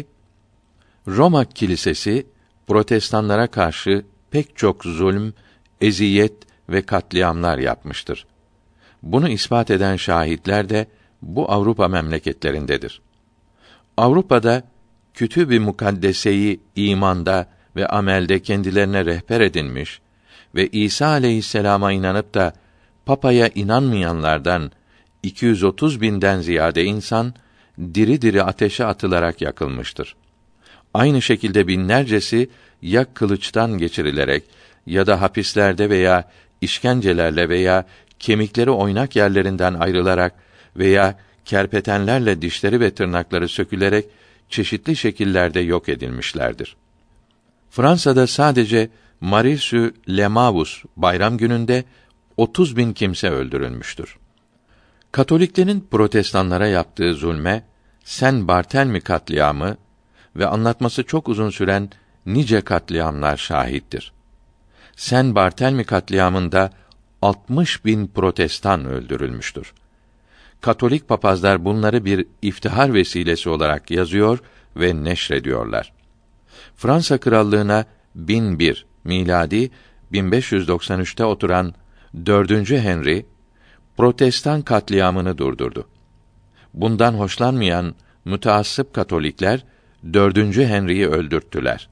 Roma Kilisesi protestanlara karşı pek çok zulm, eziyet ve katliamlar yapmıştır. Bunu ispat eden şahitler de bu Avrupa memleketlerindedir. Avrupa'da Kütüb-i Mukaddese'yi imanda ve amelde kendilerine rehber edinmiş ve İsa aleyhisselama inanıp da Papa'ya inanmayanlardan 230.000'den ziyade insan diri diri ateşe atılarak yakılmıştır. Aynı şekilde binlercesi ya kılıçtan geçirilerek ya da hapislerde veya işkencelerle veya kemikleri oynak yerlerinden ayrılarak veya kerpetenlerle dişleri ve tırnakları sökülerek çeşitli şekillerde yok edilmişlerdir. Fransa'da sadece Marie Le Mavus bayram gününde 30.000 kimse öldürülmüştür. Katoliklerin protestanlara yaptığı zulme Saint Barthélemy katliamı ve anlatması çok uzun süren nice katliamlar şahittir. Saint Barthélemy katliamında 60.000 protestan öldürülmüştür. Katolik papazlar bunları bir iftihar vesilesi olarak yazıyor ve neşrediyorlar. Fransa krallığına 1001 miladi 1593'te oturan 4. Henry protestan katliamını durdurdu. Bundan hoşlanmayan müteassıp Katolikler 4. Henry'yi öldürttüler.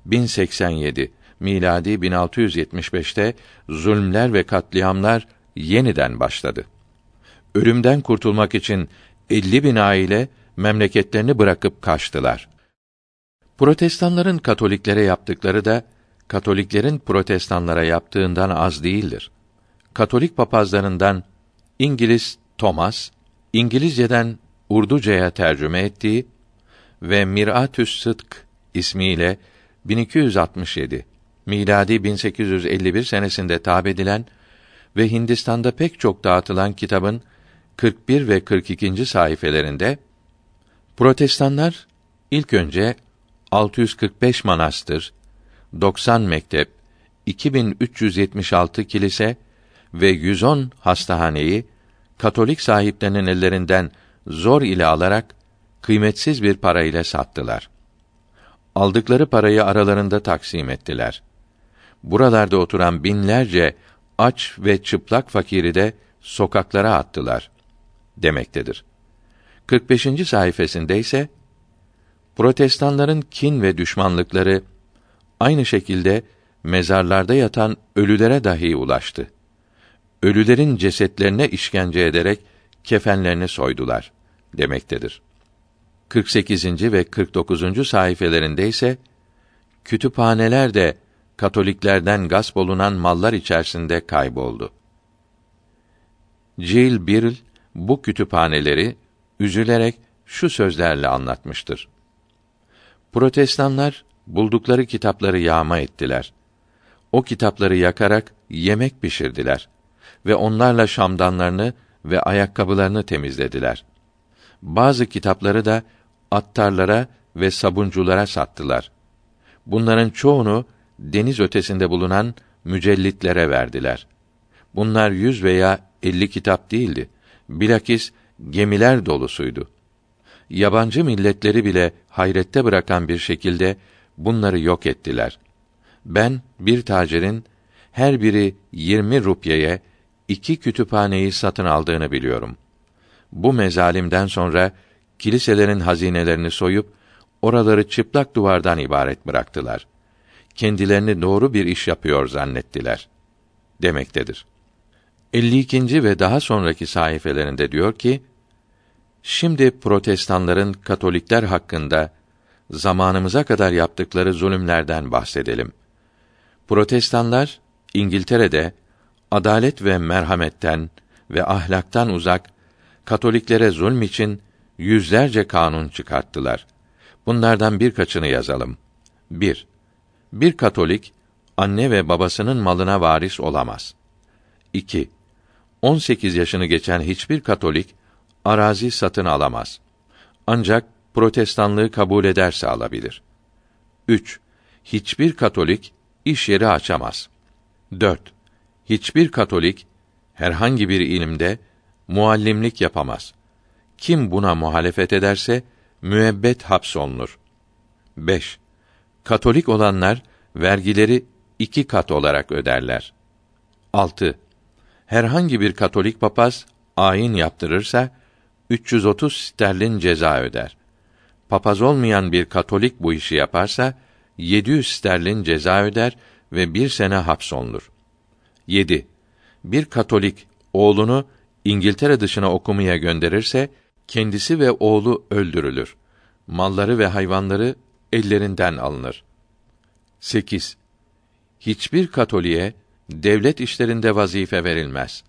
1087 miladi 1675'te zulmler ve katliamlar yeniden başladı. Ölümden kurtulmak için 50.000 aile memleketlerini bırakıp kaçtılar. Protestanların Katoliklere yaptıkları da Katoliklerin protestanlara yaptığından az değildir. Katolik papazlarından İngiliz Thomas, İngilizceden Urduca'ya tercüme ettiği ve Mir'atü's Sıdk ismiyle 1267 miladi 1851 senesinde tâb edilen ve Hindistan'da pek çok dağıtılan kitabın 41 ve 42. sayfelerinde protestanlar ilk önce 645 manastır, 90 mektep, 2376 kilise ve 110 hastahaneyi Katolik sahiplerinin ellerinden zor ile alarak kıymetsiz bir para ile sattılar. Aldıkları parayı aralarında taksim ettiler. Buralarda oturan binlerce aç ve çıplak fakiri de sokaklara attılar demektedir. 45. sayfasında ise Protestanların kin ve düşmanlıkları aynı şekilde mezarlarda yatan ölülere dahi ulaştı. Ölülerin cesetlerine işkence ederek kefenlerini soydular demektedir. 48. ve 49. sayfelerinde ise kütüphaneler de Katoliklerden gasp olunan mallar içerisinde kayboldu. Gilles Birel bu kütüphaneleri üzülerek şu sözlerle anlatmıştır. Protestanlar buldukları kitapları yağma ettiler. O kitapları yakarak yemek pişirdiler ve onlarla şamdanlarını ve ayakkabılarını temizlediler. Bazı kitapları da attarlara ve sabunculara sattılar. Bunların çoğunu deniz ötesinde bulunan mücellitlere verdiler. Bunlar 100 veya 50 kitap değildi. Bilakis gemiler dolusuydu. Yabancı milletleri bile hayrette bırakan bir şekilde bunları yok ettiler. Ben bir tacirin her biri 20 rupyeye 2 kütüphaneyi satın aldığını biliyorum. Bu mezalimden sonra kiliselerin hazinelerini soyup oraları çıplak duvardan ibaret bıraktılar. Kendilerini doğru bir iş yapıyor zannettiler demektedir. 52. ve daha sonraki sayfelerinde diyor ki: Şimdi Protestanların Katolikler hakkında zamanımıza kadar yaptıkları zulümlerden bahsedelim. Protestanlar İngiltere'de adalet ve merhametten ve ahlaktan uzak Katoliklere zulm için yüzlerce kanun çıkarttılar. Bunlardan birkaçını yazalım. 1. Bir Katolik anne ve babasının malına varis olamaz. 2. 18 yaşını geçen hiçbir Katolik arazi satın alamaz. Ancak Protestanlığı kabul ederse alabilir. 3. Hiçbir Katolik iş yeri açamaz. 4. Hiçbir Katolik herhangi bir ilimde muallimlik yapamaz. Kim buna muhalefet ederse müebbet hapsolunur. 5. Katolik olanlar vergileri 2 kat olarak öderler. 6. Herhangi bir Katolik papaz ayin yaptırırsa 330 sterlin ceza öder. Papaz olmayan bir Katolik bu işi yaparsa 700 sterlin ceza öder ve 1 sene hapsolunur. 7. Bir Katolik oğlunu İngiltere dışına okumaya gönderirse kendisi ve oğlu öldürülür. Malları ve hayvanları ellerinden alınır. 8. Hiçbir Katoliğe devlet işlerinde vazife verilmez.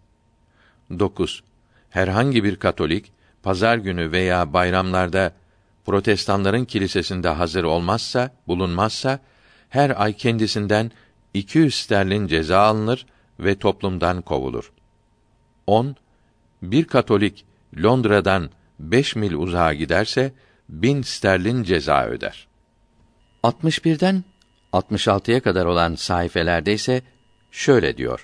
9. Herhangi bir Katolik pazar günü veya bayramlarda Protestanların kilisesinde hazır bulunmazsa her ay kendisinden 200 sterlin ceza alınır ve toplumdan kovulur. 10. Bir Katolik Londra'dan 5 mil uzağa giderse 1000 sterlin ceza öder. 61'den 66'ya kadar olan sayfelerde ise şöyle diyor: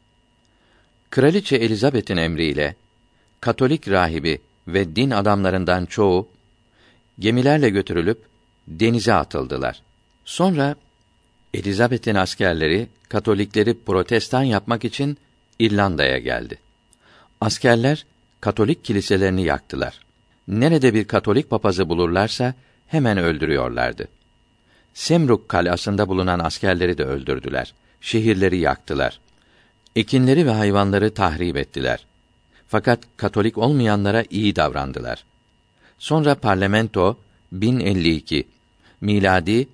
Kraliçe Elizabeth'in emriyle Katolik rahibi ve din adamlarından çoğu gemilerle götürülüp denize atıldılar. Sonra Elizabeth'in askerleri Katolikleri Protestan yapmak için İrlanda'ya geldi. Askerler Katolik kiliselerini yaktılar. Nerede bir Katolik papazı bulurlarsa hemen öldürüyorlardı. Semruk kalasında bulunan askerleri de öldürdüler. Şehirleri yaktılar. Ekinleri ve hayvanları tahrip ettiler. Fakat Katolik olmayanlara iyi davrandılar. Sonra parlamento 1052 miladi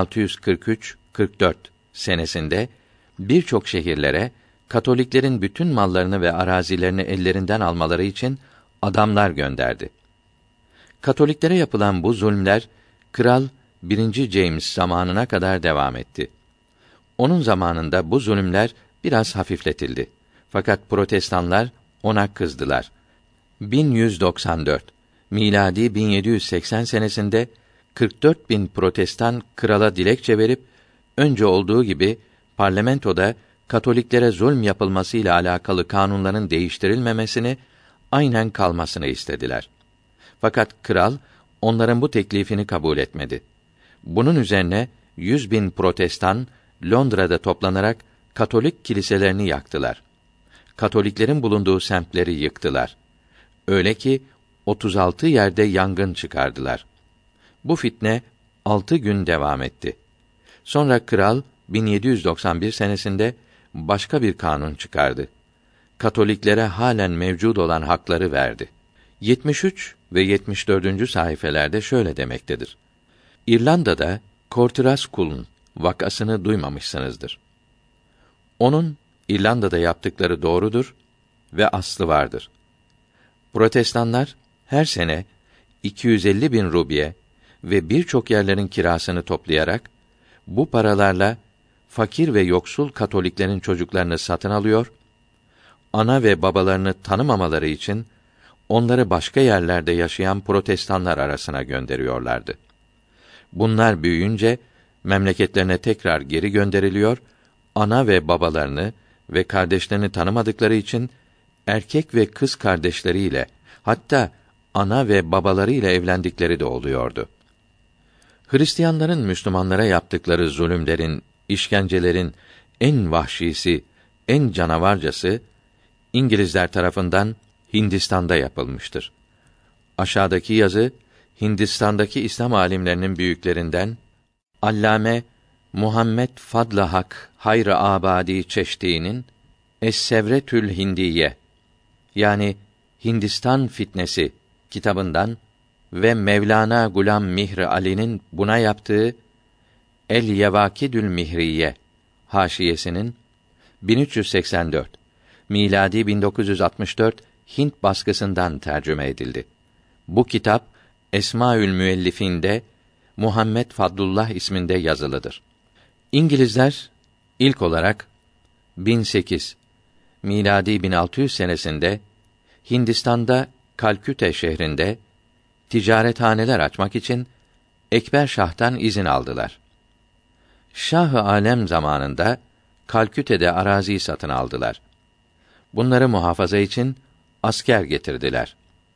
1643-44 senesinde birçok şehirlere Katoliklerin bütün mallarını ve arazilerini ellerinden almaları için adamlar gönderdi. Katoliklere yapılan bu zulmler Kral 1. James zamanına kadar devam etti. Onun zamanında bu zulümler biraz hafifletildi. Fakat Protestanlar ona kızdılar. 1194 miladi 1780 senesinde 44.000 Protestan krala dilekçe verip önce olduğu gibi parlamentoda Katoliklere zulm yapılması ile alakalı kanunların değiştirilmemesini, aynen kalmasını istediler. Fakat kral onların bu teklifini kabul etmedi. Bunun üzerine 100.000 Protestan Londra'da toplanarak Katolik kiliselerini yaktılar. Katoliklerin bulunduğu semtleri yıktılar. Öyle ki 36 yerde yangın çıkardılar. Bu fitne 6 gün devam etti. Sonra kral 1791 senesinde başka bir kanun çıkardı. Katoliklere halen mevcud olan hakları verdi. 73 ve 74. sayfelerde şöyle demektedir. İrlanda'da Courtras Kul'un vakasını duymamışsınızdır. Onun İrlanda'da yaptıkları doğrudur ve aslı vardır. Protestanlar her sene 250.000 rubiye ve birçok yerlerin kirasını toplayarak bu paralarla fakir ve yoksul Katoliklerin çocuklarını satın alıyor, ana ve babalarını tanımamaları için onları başka yerlerde yaşayan Protestanlar arasına gönderiyorlardı. Bunlar büyüyünce memleketlerine tekrar geri gönderiliyor, ana ve babalarını ve kardeşlerini tanımadıkları için erkek ve kız kardeşleriyle, hatta ana ve babalarıyla evlendikleri de oluyordu. Hristiyanların Müslümanlara yaptıkları zulümlerin, işkencelerin en vahşisi, en canavarcası İngilizler tarafından Hindistan'da yapılmıştır. Aşağıdaki yazı Hindistan'daki İslam alimlerinin büyüklerinden Allame Muhammed Fadl-ı Hak Hayr-ı Abadi Çeşti'nin Es-Sevretül Hindiye yani Hindistan Fitnesi kitabından ve Mevlana Gulam Mihr Ali'nin buna yaptığı El-Yevakidül Mihriye haşiyesinin 1384 miladi 1964 Hint baskısından tercüme edildi. Bu kitap Esmaül Müellifinde Muhammed Fadlullah isminde yazılıdır. İngilizler ilk olarak 1008 miladi 1600 senesinde Hindistan'da Kalküte şehrinde ticarethaneler açmak için Ekber Şah'tan izin aldılar. Şah-ı Alem zamanında Kalküte'de arazi satın aldılar. Bunları muhafaza için asker getirdiler.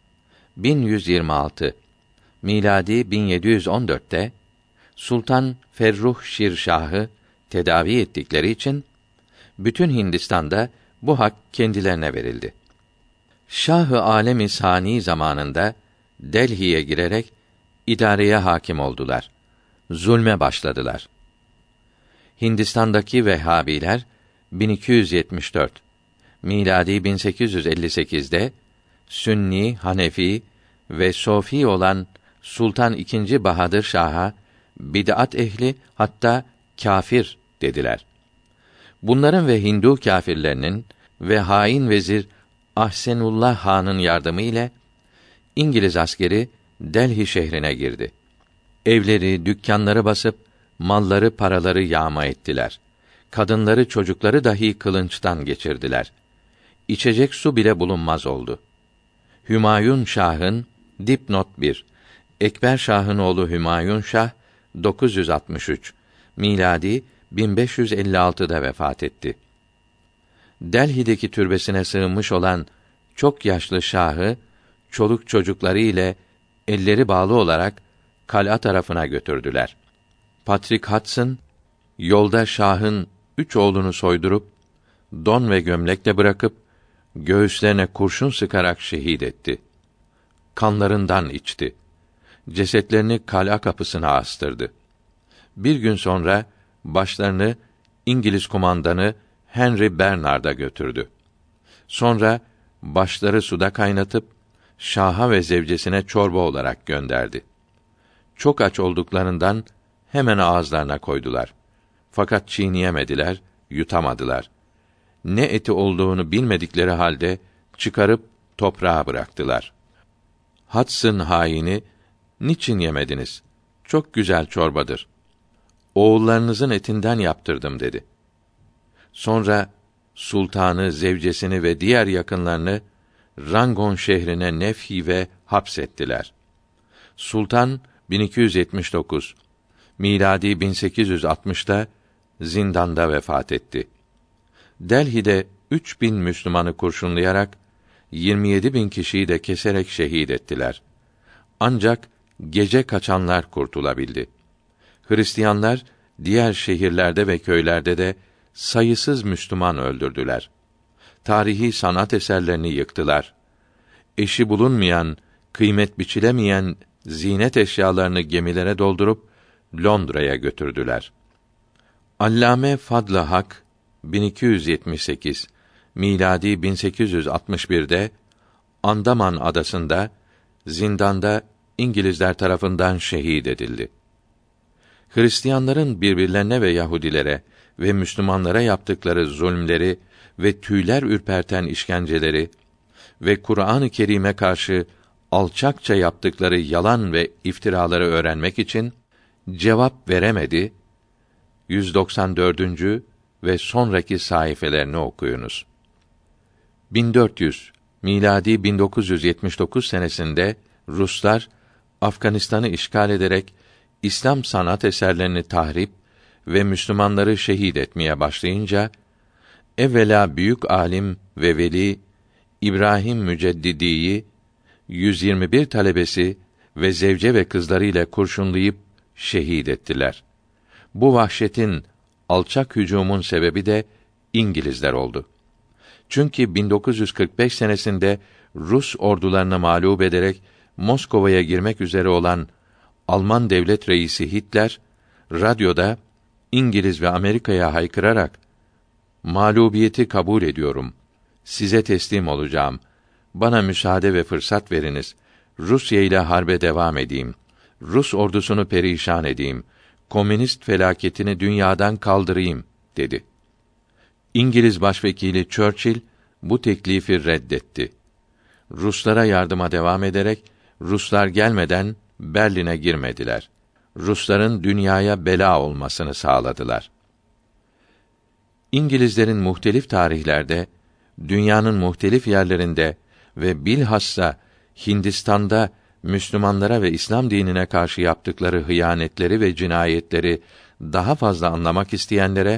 1126 miladi 1714'te Sultan Ferruh Şir Şah'ı tedavi ettikleri için bütün Hindistan'da bu hak kendilerine verildi. Şah-ı Alem-i Sani zamanında Delhi'ye girerek idareye hakim oldular. Zulme başladılar. Hindistan'daki Vehhabiler 1274 miladi 1858'de Sünni, Hanefi ve Sofi olan Sultan II. Bahadır Şah'a bid'at ehli hatta kâfir dediler. Bunların ve Hindu kâfirlerinin ve hain vezir Ahsenullah Han'ın yardımı ile İngiliz askeri Delhi şehrine girdi. Evleri, dükkanları basıp malları, paraları yağma ettiler. Kadınları, çocukları dahi kılınçtan geçirdiler. İçecek su bile bulunmaz oldu. Hümayun Şah'ın dipnot 1 Ekber Şah'ın oğlu Hümayun Şah 963 miladi 1556'da vefat etti. Delhi'deki türbesine sığınmış olan çok yaşlı şahı çoluk çocukları ile elleri bağlı olarak kal'a tarafına götürdüler. Patrick Hudson yolda şahın 3 oğlunu soydurup don ve gömlekle bırakıp göğüslerine kurşun sıkarak şehit etti. Kanlarından içti. Cesetlerini kal'a kapısına astırdı. Bir gün sonra başlarını İngiliz kumandanı Henry Bernard'a götürdü. Sonra başları suda kaynatıp şaha ve zevcesine çorba olarak gönderdi. Çok aç olduklarından hemen ağızlarına koydular. Fakat çiğneyemediler, yutamadılar. Ne eti olduğunu bilmedikleri halde çıkarıp toprağa bıraktılar. Hudson haini, niçin yemediniz? Çok güzel çorbadır. Oğullarınızın etinden yaptırdım dedi. Sonra sultanı, zevcesini ve diğer yakınlarını Rangon şehrine nefhi ve hapsettiler. Sultan 1279 miladi 1860'da zindanda vefat etti. Delhi'de 3000 Müslümanı kurşunlayarak 27.000 kişiyi de keserek şehit ettiler. Ancak gece kaçanlar kurtulabildi. Hristiyanlar diğer şehirlerde ve köylerde de sayısız Müslüman öldürdüler. Tarihi sanat eserlerini yıktılar. Eşi bulunmayan, kıymet biçilemeyen zinet eşyalarını gemilere doldurup Londra'ya götürdüler. Allame Fadl-ı Hak 1278 miladi 1861'de Andaman adasında zindanda İngilizler tarafından şehit edildi. Hristiyanların birbirlerine ve Yahudilere ve Müslümanlara yaptıkları zulmleri ve tüyler ürperten işkenceleri ve Kur'an-ı Kerim'e karşı alçakça yaptıkları yalan ve iftiraları öğrenmek için cevap veremedi. 194. ve sonraki sayfelerini okuyunuz. 1400 miladi 1979 senesinde Ruslar Afganistan'ı işgal ederek İslam sanat eserlerini tahrip ve Müslümanları şehit etmeye başlayınca evvela büyük alim ve veli İbrahim Müceddidi'yi 121 talebesi ve zevce ve kızları ile kurşunlayıp şehit ettiler. Bu vahşetin, alçak hücumun sebebi de İngilizler oldu. Çünkü 1945 senesinde Rus ordularını mağlup ederek Moskova'ya girmek üzere olan Alman devlet reisi Hitler, radyoda İngiliz ve Amerika'ya haykırarak, "Mağlubiyeti kabul ediyorum. Size teslim olacağım. Bana müsaade ve fırsat veriniz. Rusya ile harbe devam edeyim. Rus ordusunu perişan edeyim. Komünist felaketini dünyadan kaldırayım," dedi. İngiliz Başvekili Churchill bu teklifi reddetti. Ruslara yardıma devam ederek Ruslar gelmeden Berlin'e girmediler. Rusların dünyaya bela olmasını sağladılar. İngilizlerin muhtelif tarihlerde dünyanın muhtelif yerlerinde ve bilhassa Hindistan'da Müslümanlara ve İslam dinine karşı yaptıkları hıyanetleri ve cinayetleri daha fazla anlamak isteyenlere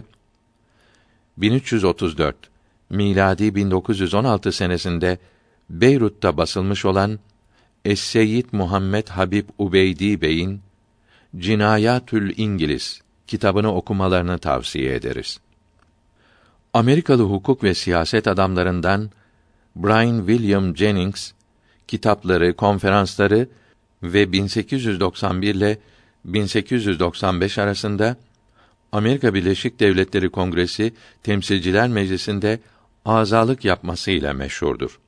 1334 miladi 1916 senesinde Beyrut'ta basılmış olan Es-Seyyid Muhammed Habib Ubeydi Bey'in Cinayatül İngiliz kitabını okumalarını tavsiye ederiz. Amerikalı hukuk ve siyaset adamlarından Brian William Jennings kitapları, konferansları ve 1891 ile 1895 arasında Amerika Birleşik Devletleri Kongresi Temsilciler Meclisi'nde azalık yapmasıyla meşhurdur.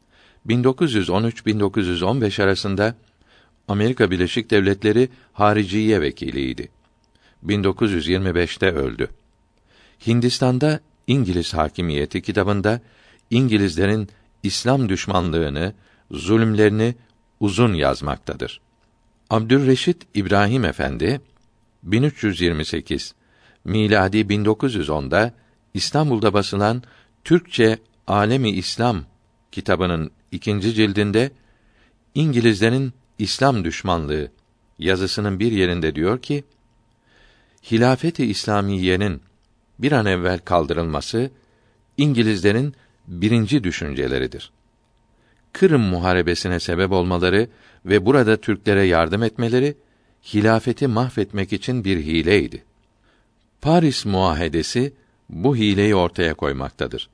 1913-1915 arasında Amerika Birleşik Devletleri Hariciye Vekiliydi. 1925'te öldü. Hindistan'da İngiliz Hakimiyeti kitabında İngilizlerin İslam düşmanlığını, zulümlerini uzun yazmaktadır. Abdülreşit İbrahim Efendi 1328 miladi 1910'da İstanbul'da basılan Türkçe Alemi İslam kitabının 2. cildinde İngilizlerin İslam düşmanlığı yazısının bir yerinde diyor ki, Hilafet-i İslamiye'nin bir an evvel kaldırılması İngilizlerin birinci düşünceleridir. Kırım Muharebesine sebep olmaları ve burada Türklere yardım etmeleri hilafeti mahvetmek için bir hileydi. Paris Muahedesi bu hileyi ortaya koymaktadır.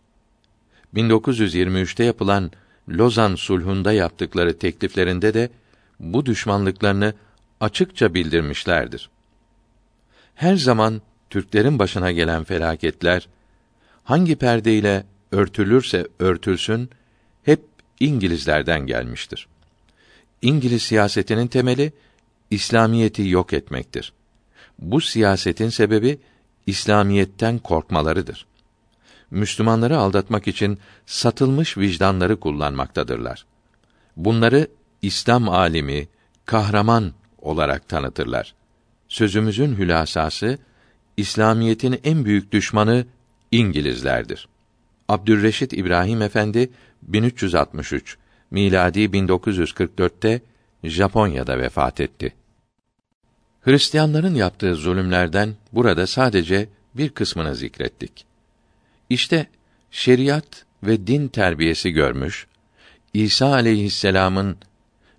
1923'te yapılan Lozan Sulhu'nda yaptıkları tekliflerinde de bu düşmanlıklarını açıkça bildirmişlerdir. Her zaman Türklerin başına gelen felaketler hangi perdeyle örtülürse örtülsün hep İngilizlerden gelmiştir. İngiliz siyasetinin temeli İslamiyeti yok etmektir. Bu siyasetin sebebi İslamiyetten korkmalarıdır. Müslümanları aldatmak için satılmış vicdanları kullanmaktadırlar. Bunları İslam alimi, kahraman olarak tanıtırlar. Sözümüzün hülasası, İslamiyetin en büyük düşmanı İngilizlerdir. Abdülreşit İbrahim Efendi 1363 miladi 1944'te Japonya'da vefat etti. Hristiyanların yaptığı zulümlerden burada sadece bir kısmını zikrettik. İşte şeriat ve din terbiyesi görmüş, İsa aleyhisselam'ın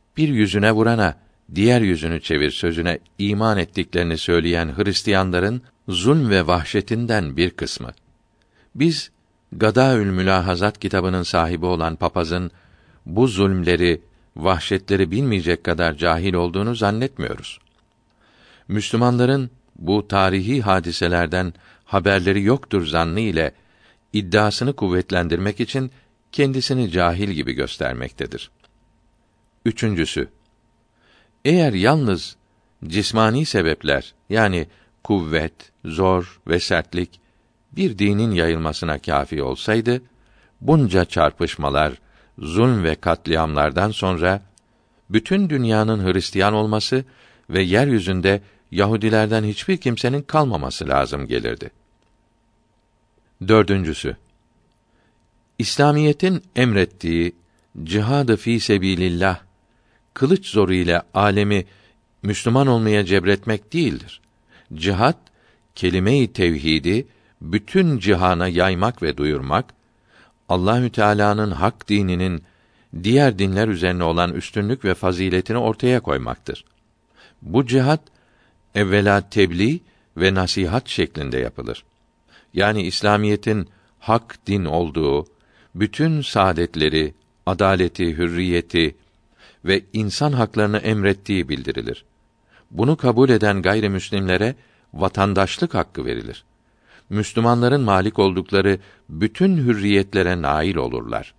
bir yüzüne vurana diğer yüzünü çevir sözüne iman ettiklerini söyleyen Hristiyanların zulm ve vahşetinden bir kısmı. Biz Gadaül Mülahazat kitabının sahibi olan papazın bu zulmleri, vahşetleri bilmeyecek kadar cahil olduğunu zannetmiyoruz. Müslümanların bu tarihi hadiselerden haberleri yoktur zannı ile iddiasını kuvvetlendirmek için kendisini cahil gibi göstermektedir. Üçüncüsü, eğer yalnız cismani sebepler, yani kuvvet, zor ve sertlik bir dinin yayılmasına kâfi olsaydı, bunca çarpışmalar, zulm ve katliamlardan sonra bütün dünyanın Hristiyan olması ve yeryüzünde Yahudilerden hiçbir kimsenin kalmaması lazım gelirdi. Dördüncüsü, İslamiyetin emrettiği cihad-ı fî sebilillah, kılıç zoru ile alemi Müslüman olmaya cebretmek değildir. Cihad, kelime-i tevhidi bütün cihana yaymak ve duyurmak, Allahü Teala'nın hak dininin diğer dinler üzerine olan üstünlük ve faziletini ortaya koymaktır. Bu cihad evvela tebliğ ve nasihat şeklinde yapılır. Yani İslamiyetin hak din olduğu, bütün saadetleri, adaleti, hürriyeti ve insan haklarını emrettiği bildirilir. Bunu kabul eden gayrimüslimlere vatandaşlık hakkı verilir. Müslümanların malik oldukları bütün hürriyetlere nail olurlar.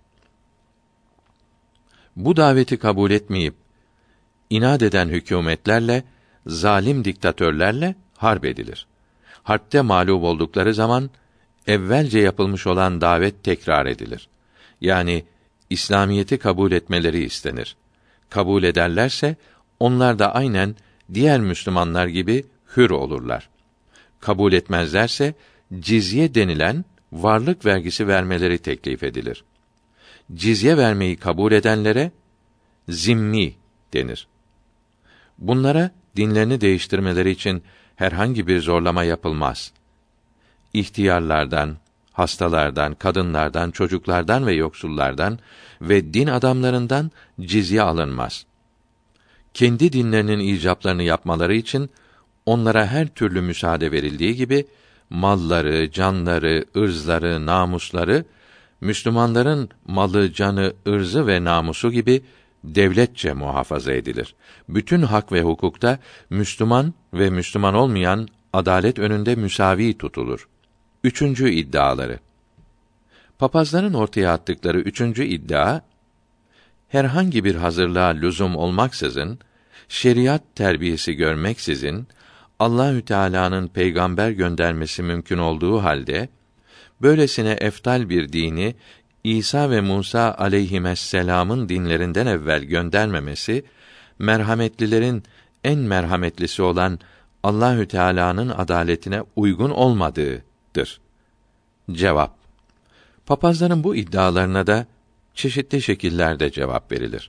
Bu daveti kabul etmeyip inat eden hükûmetlerle, zalim diktatörlerle harp edilir. Harpte mağlup oldukları zaman evvelce yapılmış olan davet tekrar edilir. Yani İslamiyeti kabul etmeleri istenir. Kabul ederlerse onlar da aynen diğer Müslümanlar gibi hür olurlar. Kabul etmezlerse cizye denilen varlık vergisi vermeleri teklif edilir. Cizye vermeyi kabul edenlere zimmi denir. Bunlara dinlerini değiştirmeleri için herhangi bir zorlama yapılmaz. İhtiyarlardan, hastalardan, kadınlardan, çocuklardan ve yoksullardan ve din adamlarından cizye alınmaz. Kendi dinlerinin icaplarını yapmaları için onlara her türlü müsaade verildiği gibi malları, canları, ırzları, namusları Müslümanların malı, canı, ırzı ve namusu gibi devletçe muhafaza edilir. Bütün hak ve hukukta Müslüman ve Müslüman olmayan adalet önünde müsavi tutulur. Üçüncü iddiaları. Papazların ortaya attıkları üçüncü iddia, herhangi bir hazırlığa lüzum olmaksızın, şeriat terbiyesi görmeksizin, Allahü Teala'nın peygamber göndermesi mümkün olduğu halde, böylesine eftal bir dini İsa ve Musa aleyhisselam'ın dinlerinden evvel göndermemesi, merhametlilerin en merhametlisi olan Allahü Teala'nın adaletine uygun olmadığıdır. Cevap: Papazların bu iddialarına da çeşitli şekillerde cevap verilir.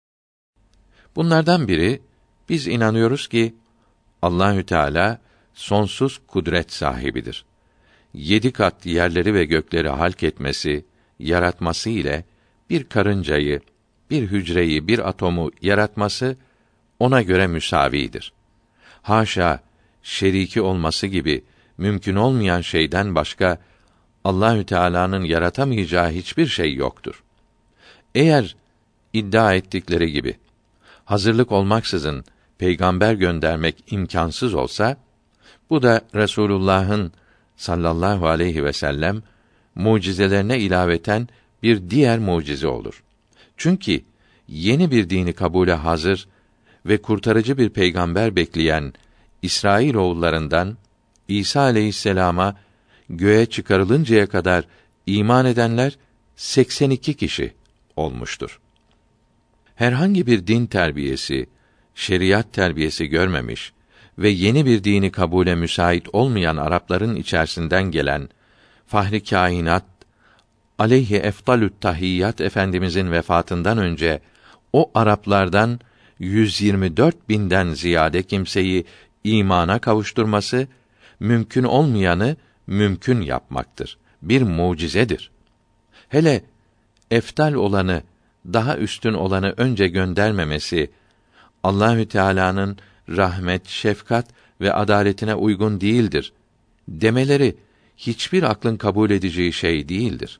Bunlardan biri, biz inanıyoruz ki Allahü Teala sonsuz kudret sahibidir. 7 kat yerleri ve gökleri halk etmesi, yaratması ile bir karıncayı, bir hücreyi, bir atomu yaratması ona göre müsavidir. Haşa, şeriki olması gibi mümkün olmayan şeyden başka Allahü Teala'nın yaratamayacağı hiçbir şey yoktur. Eğer iddia ettikleri gibi hazırlık olmaksızın peygamber göndermek imkansız olsa, bu da Resulullah'ın sallallahu aleyhi ve sellem mucizelerine ilaveten bir diğer mucize olur. Çünkü yeni bir dini kabule hazır ve kurtarıcı bir peygamber bekleyen İsrailoğullarından İsa aleyhisselama göğe çıkarılıncaya kadar iman edenler 82 kişi olmuştur. Herhangi bir din terbiyesi, şeriat terbiyesi görmemiş ve yeni bir dini kabule müsait olmayan Arapların içerisinden gelen Fahri Kainat aleyhi efdalü't tahiyyat Efendimizin vefatından önce o Araplardan 124.000'den ziyade kimseyi imana kavuşturması, mümkün olmayanı mümkün yapmaktır. Bir mucizedir. Hele eftal olanı daha üstün olanı önce göndermemesi Allahü Teala'nın rahmet, şefkat ve adaletine uygun değildir demeleri hiçbir aklın kabul edeceği şey değildir.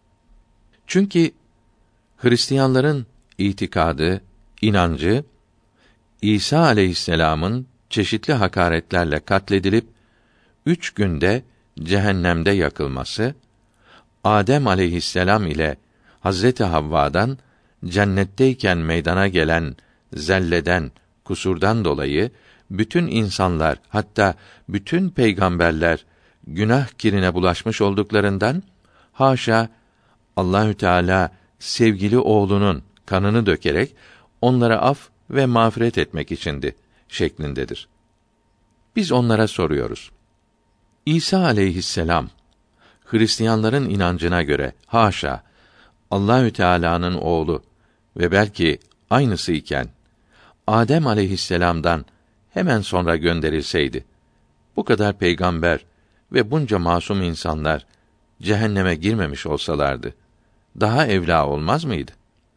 Çünkü Hristiyanların itikadı, inancı İsa aleyhisselam'ın çeşitli hakaretlerle katledilip 3 günde cehennemde yakılması, Adem aleyhisselam ile Hazreti Havva'dan cennetteyken meydana gelen zelleden, kusurdan dolayı bütün insanlar, hatta bütün peygamberler günah kirine bulaşmış olduklarından haşa Allahü Teala sevgili oğlunun kanını dökerek onlara af ve mağfiret etmek içindi şeklindedir. Biz onlara soruyoruz. İsa aleyhisselam Hristiyanların inancına göre haşa Allahü Teala'nın oğlu ve belki aynısı iken Adem aleyhisselam'dan hemen sonra gönderilseydi bu kadar peygamber ve bunca masum insanlar cehenneme girmemiş olsalardı daha evlâ olmaz mıydı?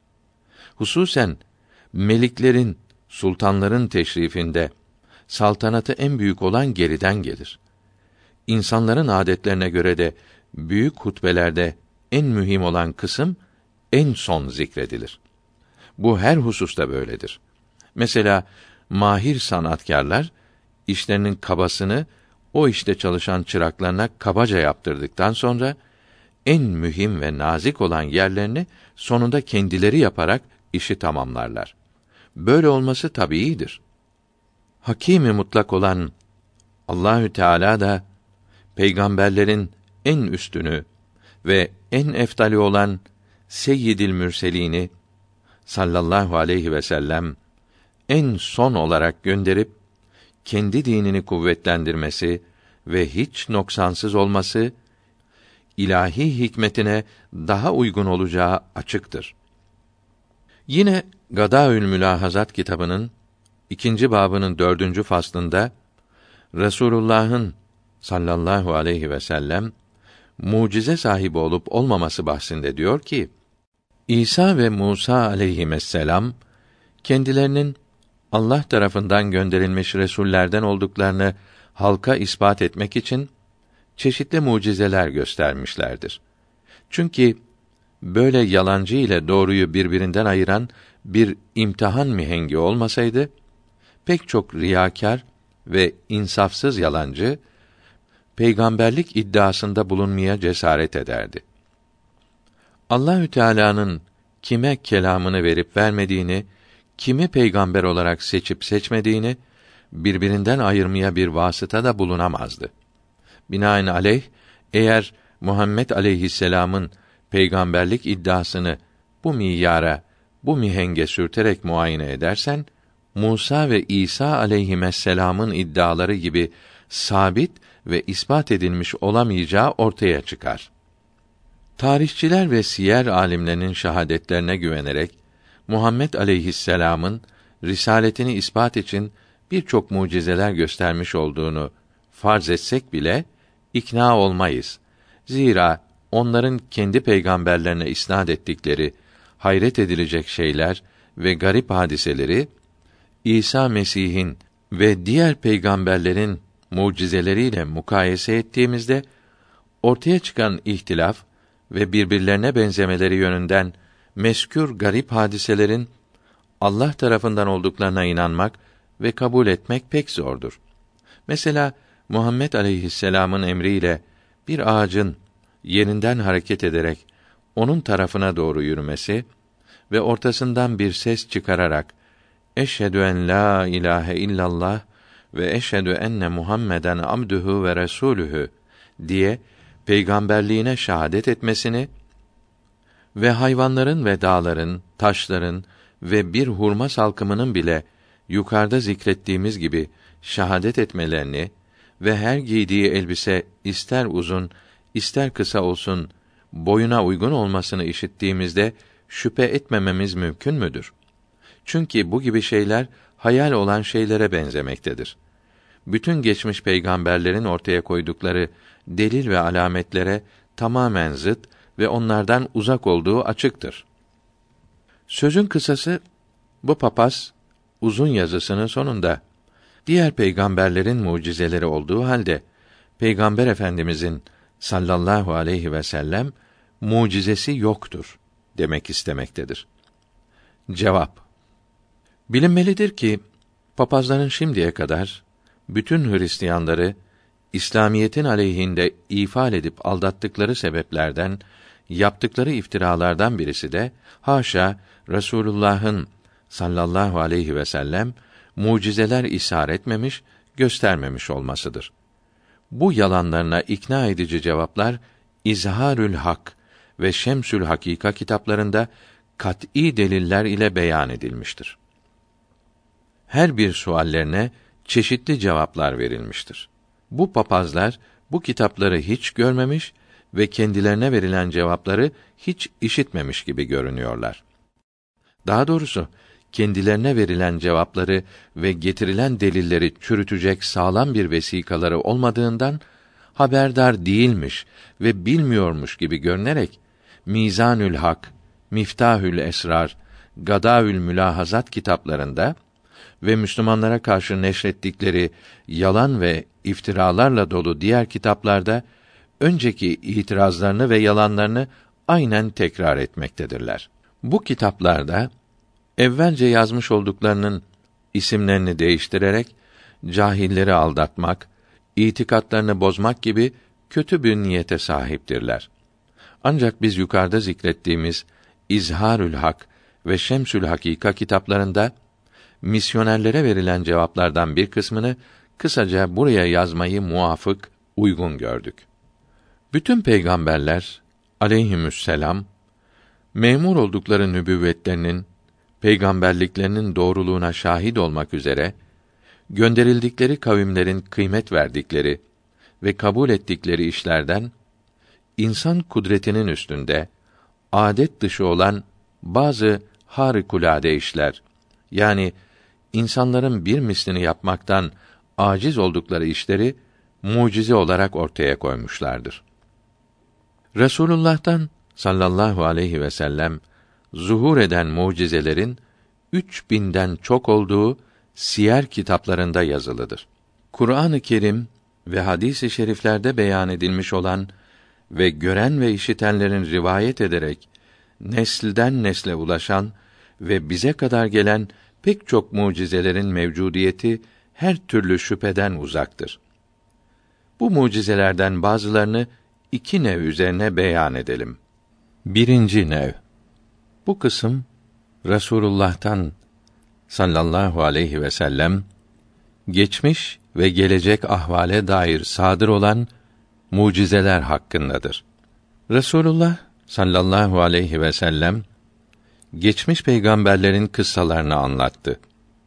Hususen meliklerin, sultanların teşrifinde saltanatı en büyük olan geriden gelir. İnsanların adetlerine göre de büyük hutbelerde en mühim olan kısım en son zikredilir. Bu her hususta böyledir. Mesela mahir sanatkârlar işlerinin kabasını o işte çalışan çıraklarına kabaca yaptırdıktan sonra en mühim ve nazik olan yerlerini sonunda kendileri yaparak işi tamamlarlar. Böyle olması tabiidir. Hakîm-i mutlak olan Allahü Teala da peygamberlerin en üstünü ve en eftali olan Seyyidil Mürselini sallallahu aleyhi ve sellem en son olarak gönderip kendi dinini kuvvetlendirmesi ve hiç noksansız olması ilahi hikmetine daha uygun olacağı açıktır. Yine Gadaül Mülahazat kitabının 2. babının 4. faslında Resulullah'ın sallallahu aleyhi ve sellem mucize sahibi olup olmaması bahsinde diyor ki: İsa ve Musa aleyhisselam kendilerinin Allah tarafından gönderilmiş resullerden olduklarını halka ispat etmek için çeşitli mucizeler göstermişlerdir. Çünkü böyle yalancı ile doğruyu birbirinden ayıran bir imtihan mihengi olmasaydı, pek çok riyakâr ve insafsız yalancı peygamberlik iddiasında bulunmaya cesaret ederdi. Allahü Teala'nın kime kelamını verip vermediğini, kimi peygamber olarak seçip seçmediğini birbirinden ayırmaya bir vasıta da bulunamazdı. Binaenaleyh, eğer Muhammed aleyhisselam'ın peygamberlik iddiasını bu miyara, bu mihenge sürterek muayene edersen, Musa ve İsa aleyhisselam'ın iddiaları gibi sabit ve ispat edilmiş olamayacağı ortaya çıkar. Tarihçiler ve siyer alimlerinin şahadetlerine güvenerek Muhammed aleyhisselam'ın risaletini ispat için birçok mucizeler göstermiş olduğunu farz etsek bile ikna olmayız. Zira onların kendi peygamberlerine isnad ettikleri hayret edilecek şeyler ve garip hadiseleri İsa Mesih'in ve diğer peygamberlerin mucizeleriyle mukayese ettiğimizde ortaya çıkan ihtilaf ve birbirlerine benzemeleri yönünden mezkür garip hadiselerin Allah tarafından olduklarına inanmak ve kabul etmek pek zordur. Mesela Muhammed aleyhisselam'ın emriyle bir ağacın yerinden hareket ederek onun tarafına doğru yürümesi ve ortasından bir ses çıkararak "Eşhedü en la ilahe illallah ve eşhedü enne Muhammeden abduhu ve resulühü" diye peygamberliğine şahadet etmesini ve hayvanların ve dağların, taşların ve bir hurma salkımının bile yukarıda zikrettiğimiz gibi şahadet etmelerini ve her giydiği elbise ister uzun, ister kısa olsun, boyuna uygun olmasını işittiğimizde şüphe etmememiz mümkün müdür? Çünkü bu gibi şeyler hayal olan şeylere benzemektedir. Bütün geçmiş peygamberlerin ortaya koydukları delil ve alametlere tamamen zıt ve onlardan uzak olduğu açıktır. Sözün kısası, bu papaz uzun yazısının sonunda diğer peygamberlerin mucizeleri olduğu halde Peygamber Efendimizin sallallahu aleyhi ve sellem mucizesi yoktur demek istemektedir. Cevap: Bilinmelidir ki papazların şimdiye kadar bütün Hristiyanları İslamiyetin aleyhinde ifade edip aldattıkları sebeplerden yaptıkları iftiralardan birisi de haşa Resulullah'ın sallallahu aleyhi ve sellem mucizeler ishar etmemiş, göstermemiş olmasıdır. Bu yalanlarına ikna edici cevaplar İzharül Hak ve Şemsül Hakika kitaplarında kat'î deliller ile beyan edilmiştir. Her bir suallerine çeşitli cevaplar verilmiştir. Bu papazlar bu kitapları hiç görmemiş ve kendilerine verilen cevapları hiç işitmemiş gibi görünüyorlar. Daha doğrusu kendilerine verilen cevapları ve getirilen delilleri çürütecek sağlam bir vesikaları olmadığından haberdar değilmiş ve bilmiyormuş gibi görünerek Mizanül Hak, Miftahül Esrar, Gadaül Mülahazat kitaplarında ve Müslümanlara karşı neşrettikleri yalan ve iftiralarla dolu diğer kitaplarda önceki itirazlarını ve yalanlarını aynen tekrar etmektedirler. Bu kitaplarda evvelce yazmış olduklarının isimlerini değiştirerek cahilleri aldatmak, itikatlarını bozmak gibi kötü bir niyete sahiptirler. Ancak biz yukarıda zikrettiğimiz İzharül Hak ve Şemsül Hakika kitaplarında misyonerlere verilen cevaplardan bir kısmını kısaca buraya yazmayı muvafık, uygun gördük. Bütün peygamberler aleyhisselam memur oldukları nübüvvetlerinin, peygamberliklerinin doğruluğuna şahit olmak üzere gönderildikleri kavimlerin kıymet verdikleri ve kabul ettikleri işlerden insan kudretinin üstünde âdet dışı olan bazı harikulade işler, yani insanların bir mislini yapmaktan âciz oldukları işleri mucize olarak ortaya koymuşlardır. Resulullah'tan sallallahu aleyhi ve sellem zuhur eden mucizelerin 3000'den çok olduğu siyer kitaplarında yazılıdır. Kur'an-ı Kerim ve hadis-i şeriflerde beyan edilmiş olan ve gören ve işitenlerin rivayet ederek nesilden nesle ulaşan ve bize kadar gelen pek çok mucizelerin mevcudiyeti her türlü şüpheden uzaktır. Bu mucizelerden bazılarını 2 nev üzerine beyan edelim. 1. nev. Bu kısım Resulullah'tan sallallahu aleyhi ve sellem geçmiş ve gelecek ahvale dair sadır olan mucizeler hakkındadır. Resulullah sallallahu aleyhi ve sellem geçmiş peygamberlerin kıssalarını anlattı.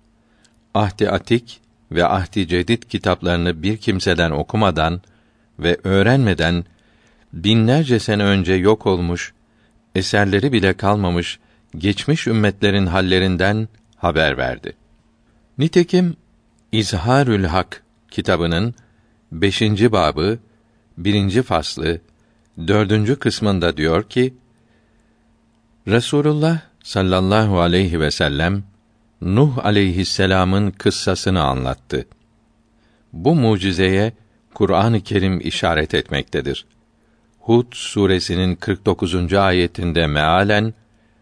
Ahd-i Atik ve Ahd-i Cedid kitaplarını bir kimseden okumadan ve öğrenmeden binlerce sene önce yok olmuş, eserleri bile kalmamış geçmiş ümmetlerin hallerinden haber verdi. Nitekim İzharül Hak kitabının 5. babı 1. faslı 4. kısmında diyor ki: Resulullah sallallahu aleyhi ve sellem Nuh aleyhisselam'ın kıssasını anlattı. Bu mucizeye Kur'an-ı Kerim işaret etmektedir. Hud suresinin 49. ayetinde mealen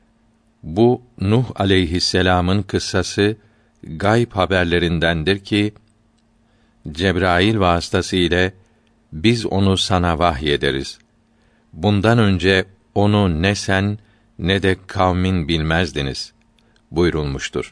bu Nuh aleyhisselam'ın kıssası gayb haberlerindendir ki Cebrail vasıtasıyla biz onu sana vahyederiz. Bundan önce onu ne sen ne de kavmin bilmezdiniz buyurulmuştur.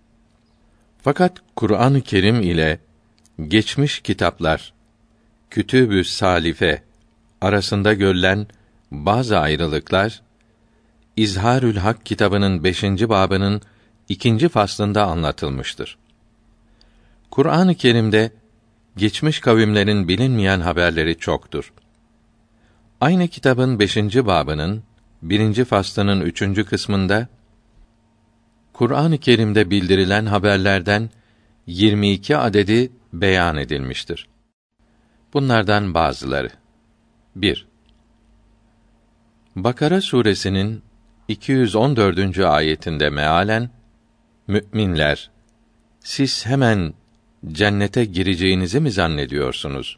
Fakat Kur'an-ı Kerim ile geçmiş kitaplar, Kütüb-ü Salife arasında görülen bazı ayrılıklar İzharül Hak kitabının 5. babının 2. faslında anlatılmıştır. Kur'an-ı Kerim'de geçmiş kavimlerin bilinmeyen haberleri çoktur. Aynı kitabın 5. babının 1. faslının 3. kısmında Kur'an-ı Kerim'de bildirilen haberlerden 22 adedi beyan edilmiştir. Bunlardan bazıları: 1. Bakara suresinin 214. ayetinde mealen, müminler, siz hemen cennete gireceğinizi mi zannediyorsunuz?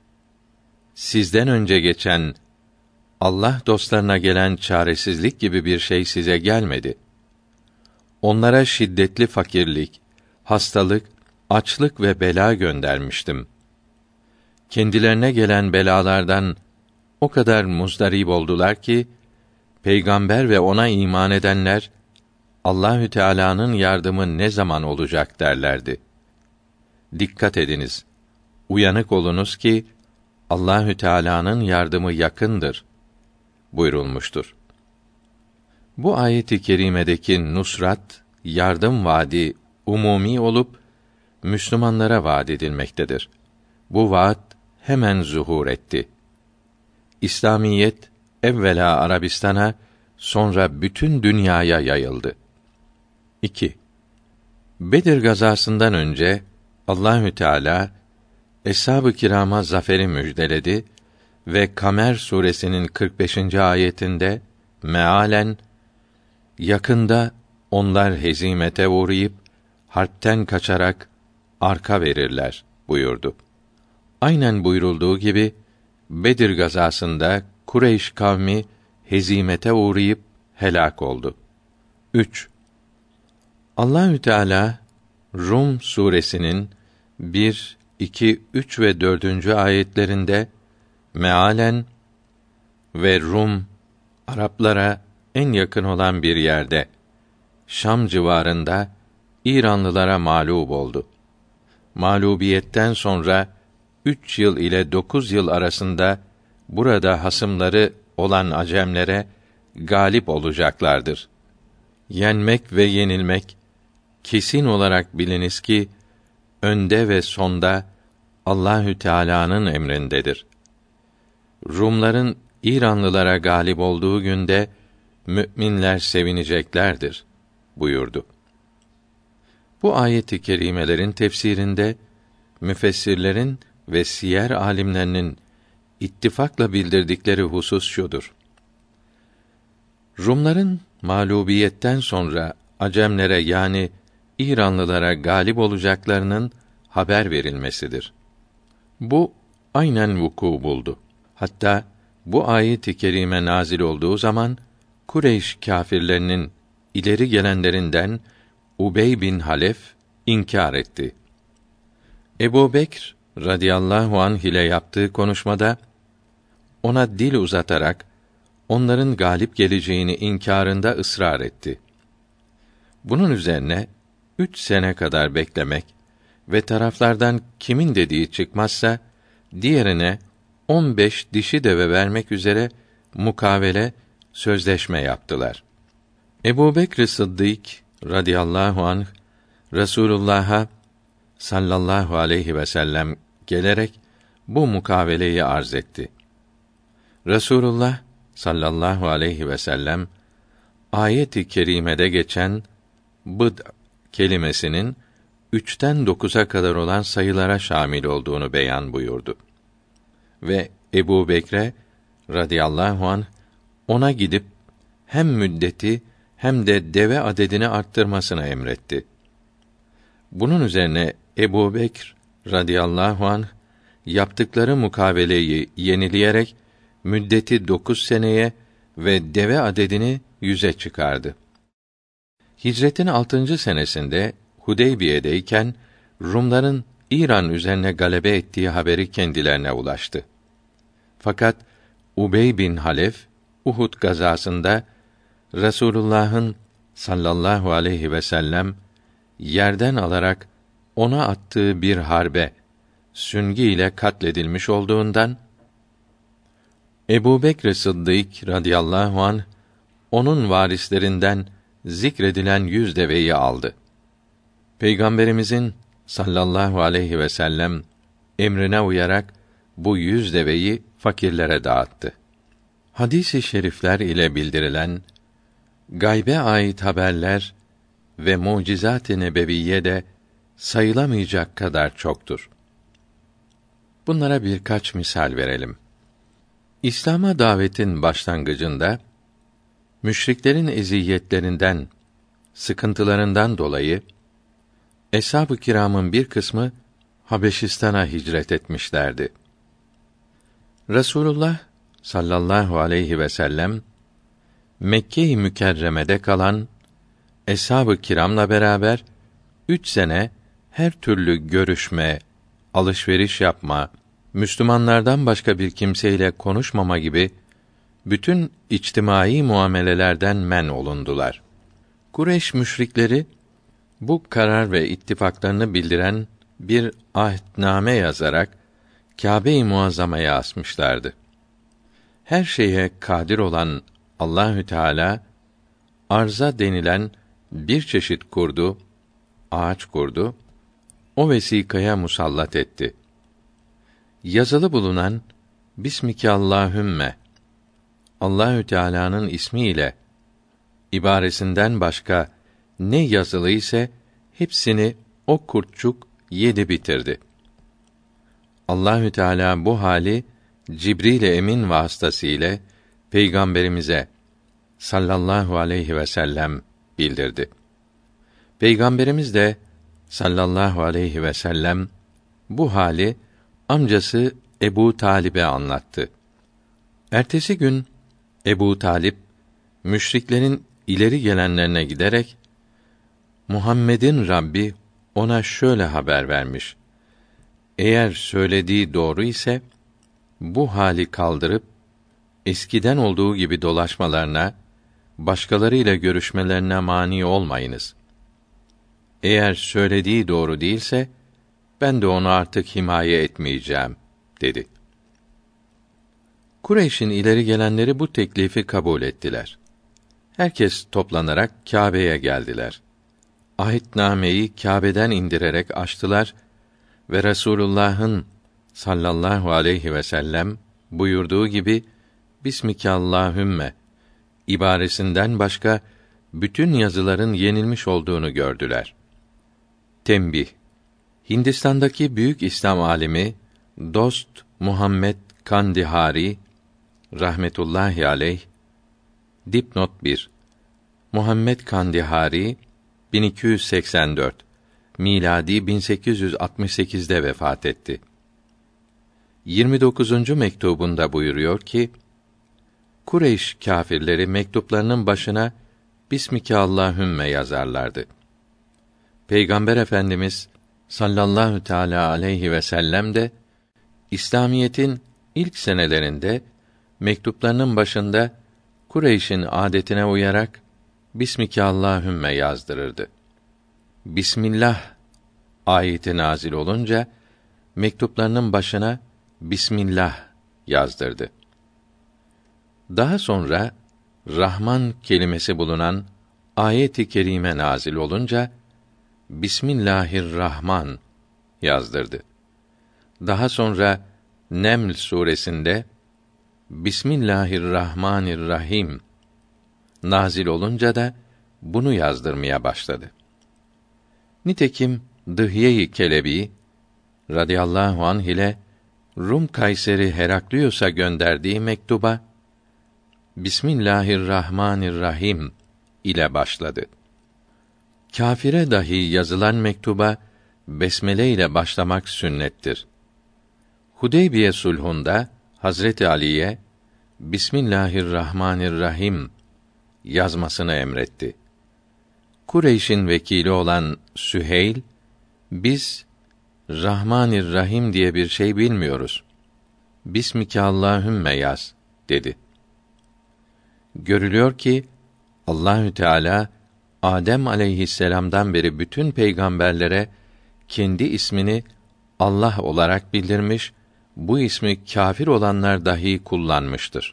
Sizden önce geçen, Allah dostlarına gelen çaresizlik gibi bir şey size gelmedi. Onlara şiddetli fakirlik, hastalık, açlık ve bela göndermiştim. Kendilerine gelen belalardan o kadar muzdarip oldular ki, peygamber ve ona iman edenler, Allahü Teala'nın yardımı ne zaman olacak derlerdi. Dikkat ediniz, uyanık olunuz ki, Allahü Teala'nın yardımı yakındır buyurulmuştur. Bu ayet-i kerimedeki nusrat, yardım vaadi umumi olup Müslümanlara vaad edilmektedir. Bu vaat hemen zuhur etti. İslamiyet evvela Arabistan'a, sonra bütün dünyaya yayıldı. 2. Bedir gazasından önce Allahü Teala Eshab-ı Kirâm'a zaferi müjdeledi ve Kamer suresinin 45. ayetinde mealen, yakında onlar hezimete uğrayıp harpten kaçarak arka verirler buyurdu. Aynen buyurulduğu gibi Bedir gazasında Kureyş kavmi hezimete uğrayıp helak oldu. 3. Allahü Teala Rum suresinin 1, 2, 3 ve 4. ayetlerinde mealen ve Rum Araplara en yakın olan bir yerde Şam civarında İranlılara mağlup oldu. Mağlubiyetten sonra 3 yıl ile 9 yıl arasında burada hasımları olan Acemlere galip olacaklardır. Yenmek ve yenilmek kesin olarak biliniz ki önde ve sonda Allahü Teala'nın emrindedir. Rumların İranlılara galip olduğu günde müminler sevineceklerdir buyurdu. Bu ayet-i kerimelerin tefsirinde müfessirlerin ve siyer alimlerinin ittifakla bildirdikleri husus şudur: Rumların mağlubiyetten sonra Acemlere yani İranlılara galip olacaklarının haber verilmesidir. Bu aynen vuku buldu. Hatta bu ayet-i kerime nazil olduğu zaman Kureyş kâfirlerinin ileri gelenlerinden Ubey bin Halef inkar etti. Ebu Bekr radıyallahu anh ile yaptığı konuşmada ona dil uzatarak onların galip geleceğini inkârında ısrar etti. Bunun üzerine 3 sene kadar beklemek ve taraflardan kimin dediği çıkmazsa diğerine 15 dişi deve vermek üzere mukavele, sözleşme yaptılar. Ebu Bekr Sıddık radıyallahu anh Resulullah'a sallallahu aleyhi ve sellem gelerek bu mukaveleyi arz etti. Resulullah sallallahu aleyhi ve sellem ayet-i kerimede geçen bıd kelimesinin 3'ten 9'a kadar olan sayılara şamil olduğunu beyan buyurdu. Ve Ebu Bekre radıyallahu anh ona gidip hem müddeti hem de deve adedini arttırmasını emretti. Bunun üzerine Ebu Bekr radıyallahu anh yaptıkları mukaveleyi yenileyerek müddeti 9 seneye ve deve adedini 100'e çıkardı. Hicretin 6. senesinde Hudeybiye'deyken Rumların İran üzerine galebe ettiği haberi kendilerine ulaştı. Fakat Ubey bin Halef Uhud gazasında Resulullah'ın sallallahu aleyhi ve sellem yerden alarak ona attığı bir harbe süngü ile katledilmiş olduğundan Ebu Bekr Sıddık radıyallahu anh onun varislerinden zikredilen 100 deveyi aldı. Peygamberimizin sallallahu aleyhi ve sellem emrine uyarak bu 100 deveyi fakirlere dağıttı. Hadis-i şerifler ile bildirilen gaybe ait haberler ve mucizat-ı nebeviyye de sayılamayacak kadar çoktur. Bunlara birkaç misal verelim. İslam'a davetin başlangıcında Müşriklerin eziyetlerinden, sıkıntılarından dolayı eshab-ı kiramın bir kısmı Habeşistan'a hicret etmişlerdi. Resulullah sallallahu aleyhi ve sellem Mekke-i Mükerreme'de kalan eshab-ı kiramla beraber 3 sene her türlü görüşme, alışveriş yapma, Müslümanlardan başka bir kimseyle konuşmama gibi bütün içtimai muamelelerden men olundular. Kureyş müşrikleri bu karar ve ittifaklarını bildiren bir ahdname yazarak Kâbe-i Muazzama'ya asmışlardı. Her şeye kadir olan Allahü Teala arza denilen bir çeşit kurdu, ağaç kurdu, o vesikaya musallat etti. Yazılı bulunan Bismike Allahümme, Allahü Teala'nın ismiyle ibaresinden başka ne yazılı ise hepsini o kurtçuk yedi bitirdi. Allahü Teala bu hali Cibril emin vasıtasıyla Peygamberimize sallallahu aleyhi ve sellem bildirdi. Peygamberimiz de sallallahu aleyhi ve sellem bu hali amcası Ebu Talib'e anlattı. Ertesi gün Ebu Talip müşriklerin ileri gelenlerine giderek Muhammed'in Rabbi ona şöyle haber vermiş: eğer söylediği doğru ise bu hali kaldırıp eskiden olduğu gibi dolaşmalarına, başkalarıyla görüşmelerine mani olmayınız. Eğer söylediği doğru değilse ben de onu artık himaye etmeyeceğim dedi. Kureyş'in ileri gelenleri bu teklifi kabul ettiler. Herkes toplanarak Kâbe'ye geldiler. Ahitnameyi Kâbe'den indirerek açtılar ve Resulullah'ın sallallahu aleyhi ve sellem buyurduğu gibi Bismike Allahümme ibaresinden başka bütün yazıların yenilmiş olduğunu gördüler. Tembih: Hindistan'daki büyük İslam alimi Dost Muhammed Kandihari rahmetullahi aleyh, dipnot 1. Muhammed Kandihari 1284 miladi 1868'de vefat etti. 29. mektubunda buyuruyor ki: Kureyş kâfirleri mektuplarının başına Bismike Allahümme yazarlardı. Peygamber Efendimiz sallallahu teâlâ aleyhi ve sellem de İslamiyetin ilk senelerinde mektuplarının başında Kureyş'in adetine uyarak Bismike Allahümme yazdırırdı. Bismillah ayeti nazil olunca mektuplarının başına Bismillah yazdırdı. Daha sonra Rahman kelimesi bulunan ayet-i kerime nazil olunca Bismillahirrahman yazdırdı. Daha sonra Neml suresinde Bismillahirrahmanirrahim nazil olunca da bunu yazdırmaya başladı. Nitekim Dıhye-i Kelebi radıyallahu anh ile Rum kayseri Heraklius'a gönderdiği mektuba Bismillahirrahmanirrahim ile başladı. Kâfire dahi yazılan mektuba besmele ile başlamak sünnettir. Hudeybiye sulhunda Hazreti Ali'ye Bismillahirrahmanirrahim yazmasını emretti. Kureyş'in vekili olan Süheyl, biz Rahmanirrahim diye bir şey bilmiyoruz. Bismike Allahümme yaz dedi. Görülüyor ki Allahü Teala Adem aleyhisselam'dan beri bütün peygamberlere kendi ismini Allah olarak bildirmiş, bu ismi kâfir olanlar dahi kullanmıştır.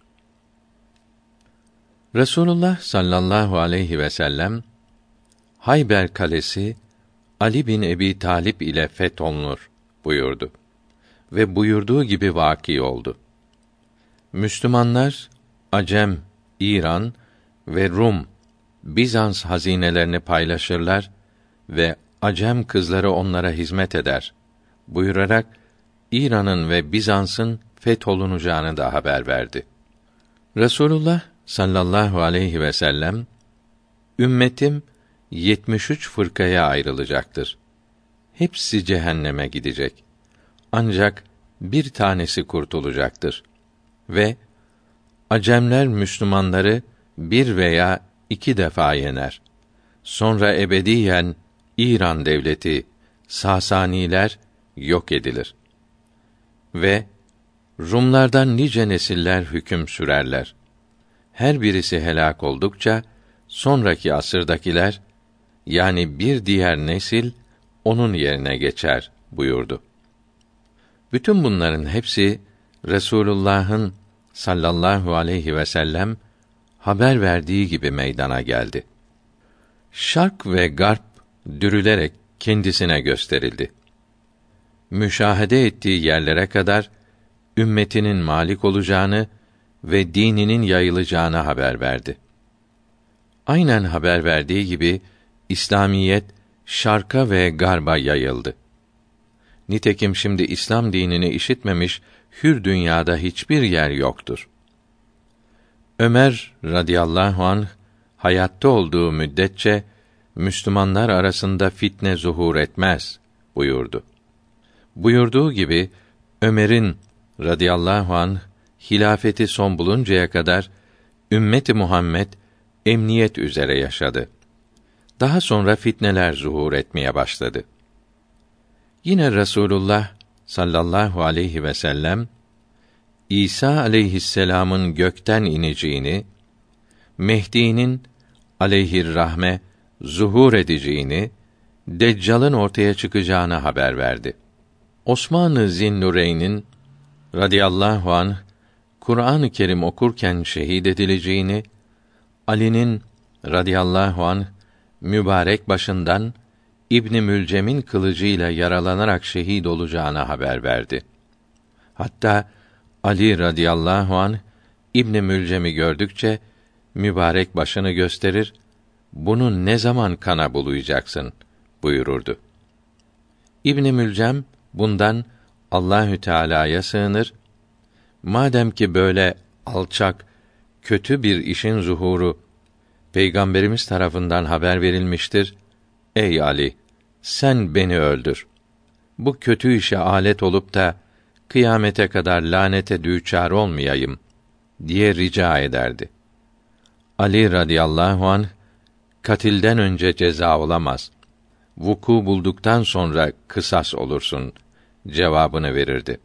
Resulullah sallallahu aleyhi ve sellem Hayber kalesi Ali bin Ebi Talip ile fetholunur buyurdu ve buyurduğu gibi vâki oldu. Müslümanlar Acem, İran ve Rum, Bizans hazinelerini paylaşırlar ve Acem kızları onlara hizmet eder buyurarak İran'ın ve Bizans'ın fetholunacağını da haber verdi. Resulullah sallallahu aleyhi ve sellem, ümmetim 73 fırkaya ayrılacaktır. Hepsi cehenneme gidecek. Ancak bir tanesi kurtulacaktır. Ve Acemler Müslümanları bir veya iki defa yener. Sonra ebediyen İran devleti, Sasaniler yok edilir. Ve Rumlardan nice nesiller hüküm sürerler. Her birisi helak oldukça, sonraki asırdakiler, yani bir diğer nesil, onun yerine geçer buyurdu. Bütün bunların hepsi, Resulullah'ın sallallahu aleyhi ve sellem haber verdiği gibi meydana geldi. Şark ve garp dürülerek kendisine gösterildi. Müşahede ettiği yerlere kadar ümmetinin malik olacağını ve dininin yayılacağını haber verdi. Aynen haber verdiği gibi İslamiyet şarka ve garba yayıldı. Nitekim şimdi İslam dinini işitmemiş hür dünyada hiçbir yer yoktur. Ömer radıyallahu anh hayatta olduğu müddetçe Müslümanlar arasında fitne zuhur etmez buyurdu. Buyurduğu gibi Ömer'in radıyallahu anh hilafeti son buluncaya kadar ümmeti Muhammed emniyet üzere yaşadı. Daha sonra fitneler zuhur etmeye başladı. Yine Resulullah sallallahu aleyhi ve sellem İsa aleyhisselam'ın gökten ineceğini, Mehdi'nin aleyhirrahme zuhur edeceğini, Deccal'ın ortaya çıkacağını haber verdi. Osman-ı Zinnureyn'in radıyallahu anh Kur'an-ı Kerim okurken şehit edileceğini, Ali'nin radıyallahu anh mübarek başından İbn Mülcem'in kılıcıyla yaralanarak şehit olacağını haber verdi. Hatta Ali radıyallahu anh İbn Mülcem'i gördükçe mübarek başını gösterir, "Bunu ne zaman kana bulayacaksın?" buyururdu. İbn Mülcem bundan Allahü Teala'ya sığınır. Madem ki böyle alçak, kötü bir işin zuhuru Peygamberimiz tarafından haber verilmiştir. Ey Ali, sen beni öldür. Bu kötü işe alet olup da kıyamete kadar lanete düçar olmayayım diye rica ederdi. Ali radıyallahu anh katilden önce ceza olamaz. Vuku bulduktan sonra kısas olursun cevabını verirdi.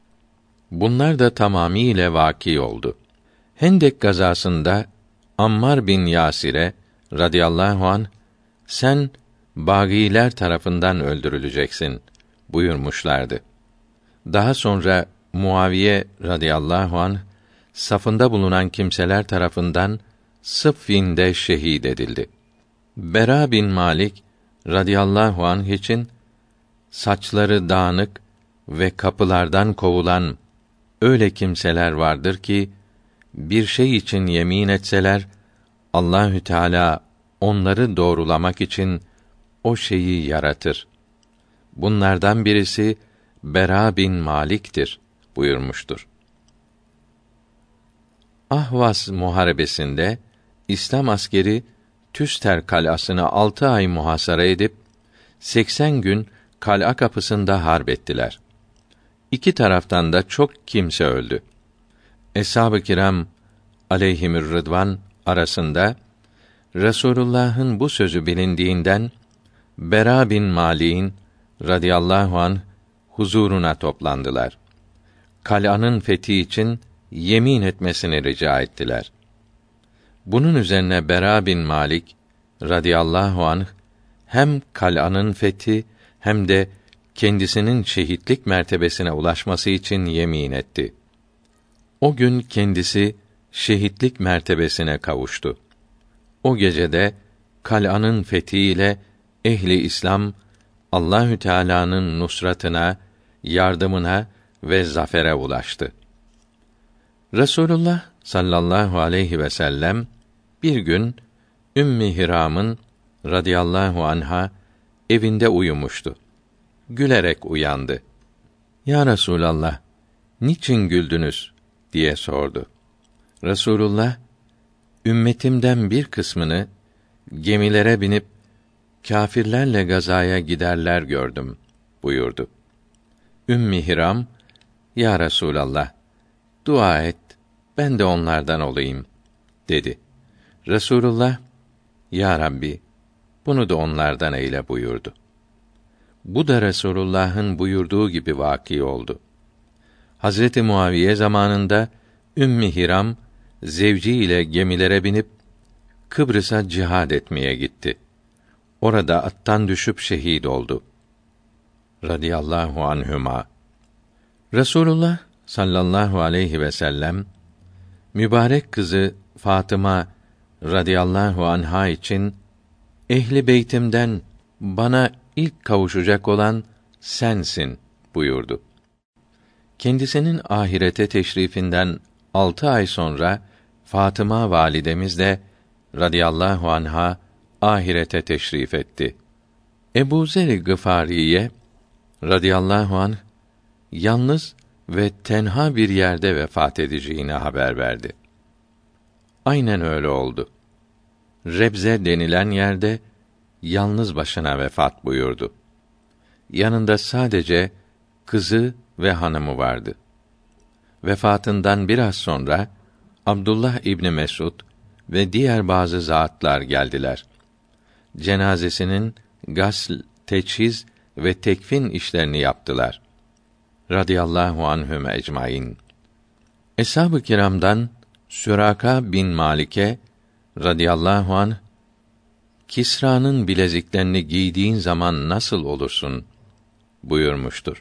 Bunlar da tamamiyle vaki oldu. Hendek gazasında Ammar bin Yasir'e radıyallahu anh sen bâgîler tarafından öldürüleceksin buyurmuşlardı. Daha sonra Muaviye radıyallahu anh safında bulunan kimseler tarafından Sıffin'de şehit edildi. Bera bin Malik radıyallahu anh için saçları dağınık ve kapılardan kovulan öyle kimseler vardır ki bir şey için yemin etseler Allahü Teala onları doğrulamak için o şeyi yaratır. Bunlardan birisi Bera bin Malik'tir buyurmuştur. Ahvaz muharebesinde İslam askeri Tüster kalasını 6 ay muhasara edip 80 gün kala kapısında harp ettiler. İki taraftan da çok kimse öldü. Eshab-ı kiram aleyhimür rıdvan arasında Resulullah'ın bu sözü bilindiğinden Bera bin Malik'in radıyallahu anh huzuruna toplandılar. Kal'anın fethi için yemin etmesini rica ettiler. Bunun üzerine Bera bin Malik radıyallahu anh hem kal'anın fethi hem de kendisinin şehitlik mertebesine ulaşması için yemin etti. O gün kendisi şehitlik mertebesine kavuştu. O gecede kal'anın fethiyle ehli İslam Allahü Teala'nın nusratına, yardımına ve zafere ulaştı. Resulullah sallallahu aleyhi ve sellem bir gün Ümmü Hiram'ın radıyallahu anha evinde uyumuştu. Gülerek uyandı. Ya Resulallah, niçin güldünüz diye sordu. Resulullah, ümmetimden bir kısmını gemilere binip kâfirlerle gazaya giderler gördüm buyurdu. Ümmü Hiram, ya Resulallah, dua et, ben de onlardan olayım dedi. Resulullah, ya Rabbi, bunu da onlardan eyle buyurdu. Bu da Resulullah'ın buyurduğu gibi vâkî oldu. Hazreti Muaviye zamanında Ümmü Hiram zevci ile gemilere binip Kıbrıs'a cihad etmeye gitti. Orada attan düşüp şehit oldu. Radiyallahu anhuma. Resulullah sallallahu aleyhi ve sellem mübarek kızı Fatıma radıyallahu anha için ehli beytimden bana ilk kavuşacak olan sensin buyurdu. Kendisinin ahirete teşrifinden 6 ay sonra Fatıma validemiz de radıyallahu anha ahirete teşrif etti. Ebu Zer Gıfariye radıyallahu anh yalnız ve tenha bir yerde vefat edeceğini haber verdi. Aynen öyle oldu. Rebze denilen yerde yalnız başına vefat buyurdu. Yanında sadece kızı ve hanımı vardı. Vefatından biraz sonra Abdullah İbni Mesud ve diğer bazı zatlar geldiler. Cenazesinin gasl, teçhiz ve tekfin işlerini yaptılar. Radiyallahu anhum ecmaîn. Eshab-ı kiramdan Süraka bin Malik'e radıyallahu anh, Kisra'nın bileziklerini giydiğin zaman nasıl olursun buyurmuştur.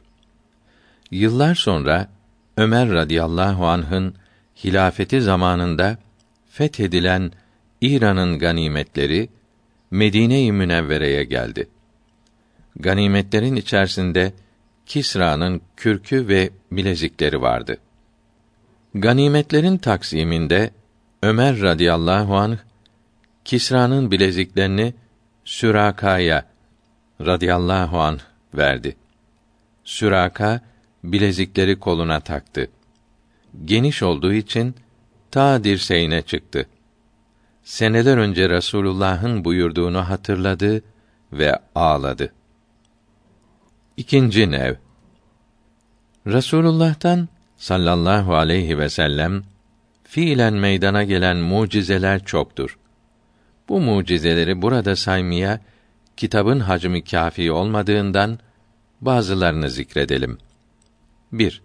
Yıllar sonra Ömer radıyallahu anh'ın hilafeti zamanında fethedilen İran'ın ganimetleri Medine-i Münevvere'ye geldi. Ganimetlerin içerisinde Kisra'nın kürkü ve bilezikleri vardı. Ganimetlerin taksiminde Ömer radıyallahu anh Kisra'nın bileziklerini Süraka'ya radıyallahu anh verdi. Süraka bilezikleri koluna taktı. Geniş olduğu için ta dirseğine çıktı. Seneler önce Resulullah'ın buyurduğunu hatırladı ve ağladı. İkinci nev. Resulullah'tan sallallahu aleyhi ve sellem fiilen meydana gelen mucizeler çoktur. Bu mucizeleri burada saymaya kitabın hacmi kâfi olmadığından bazılarını zikredelim. 1.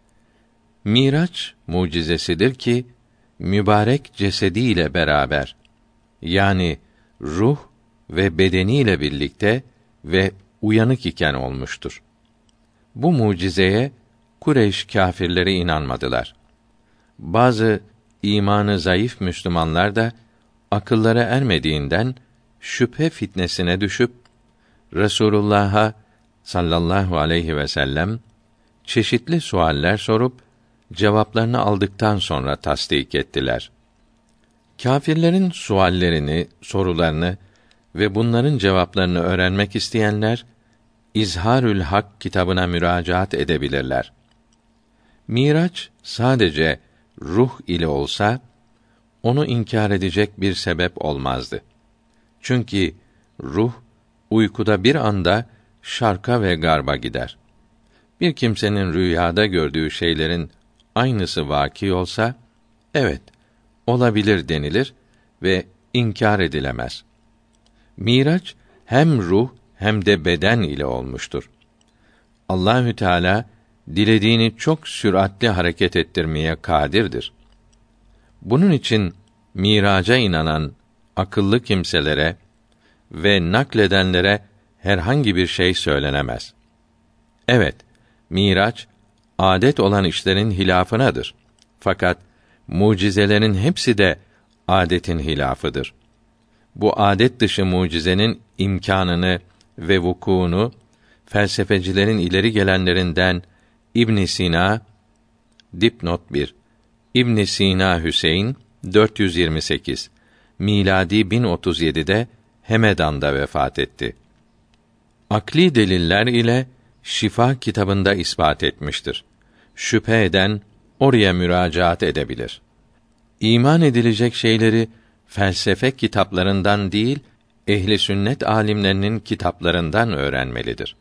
Miraç mucizesidir ki mübarek cesediyle beraber, yani ruh ve bedeniyle birlikte ve uyanık iken olmuştur. Bu mucizeye Kureyş kâfirleri inanmadılar. Bazı imanı zayıf Müslümanlar da akıllara ermediğinden şüphe fitnesine düşüp Resulullah'a sallallahu aleyhi ve sellem çeşitli sualler sorup cevaplarını aldıktan sonra tasdik ettiler. Kâfirlerin suallerini, sorularını ve bunların cevaplarını öğrenmek isteyenler İzharül Hak kitabına müracaat edebilirler. Miraç sadece ruh ile olsa onu inkar edecek bir sebep olmazdı. Çünkü ruh uykuda bir anda şarka ve garba gider. Bir kimsenin rüyada gördüğü şeylerin aynısı vâkî olsa, evet, olabilir denilir ve inkar edilemez. Miraç hem ruh hem de beden ile olmuştur. Allahü Teala dilediğini çok süratli hareket ettirmeye kâdirdir. Bunun için miraca inanan akıllı kimselere ve nakledenlere herhangi bir şey söylenemez. Evet, miraç âdet olan işlerin hilafınadır. Fakat mucizelerin hepsi de âdetin hilafıdır. Bu âdet dışı mucizenin imkânını ve vukuunu felsefecilerin ileri gelenlerinden İbn Sina dipnot 1 İbn Sina Hüseyin 428 miladi 1037'de Hemedan'da vefat etti. Akli deliller ile Şifa kitabında ispat etmiştir. Şüphe eden oraya müracaat edebilir. İman edilecek şeyleri felsefe kitaplarından değil, ehli sünnet alimlerinin kitaplarından öğrenmelidir.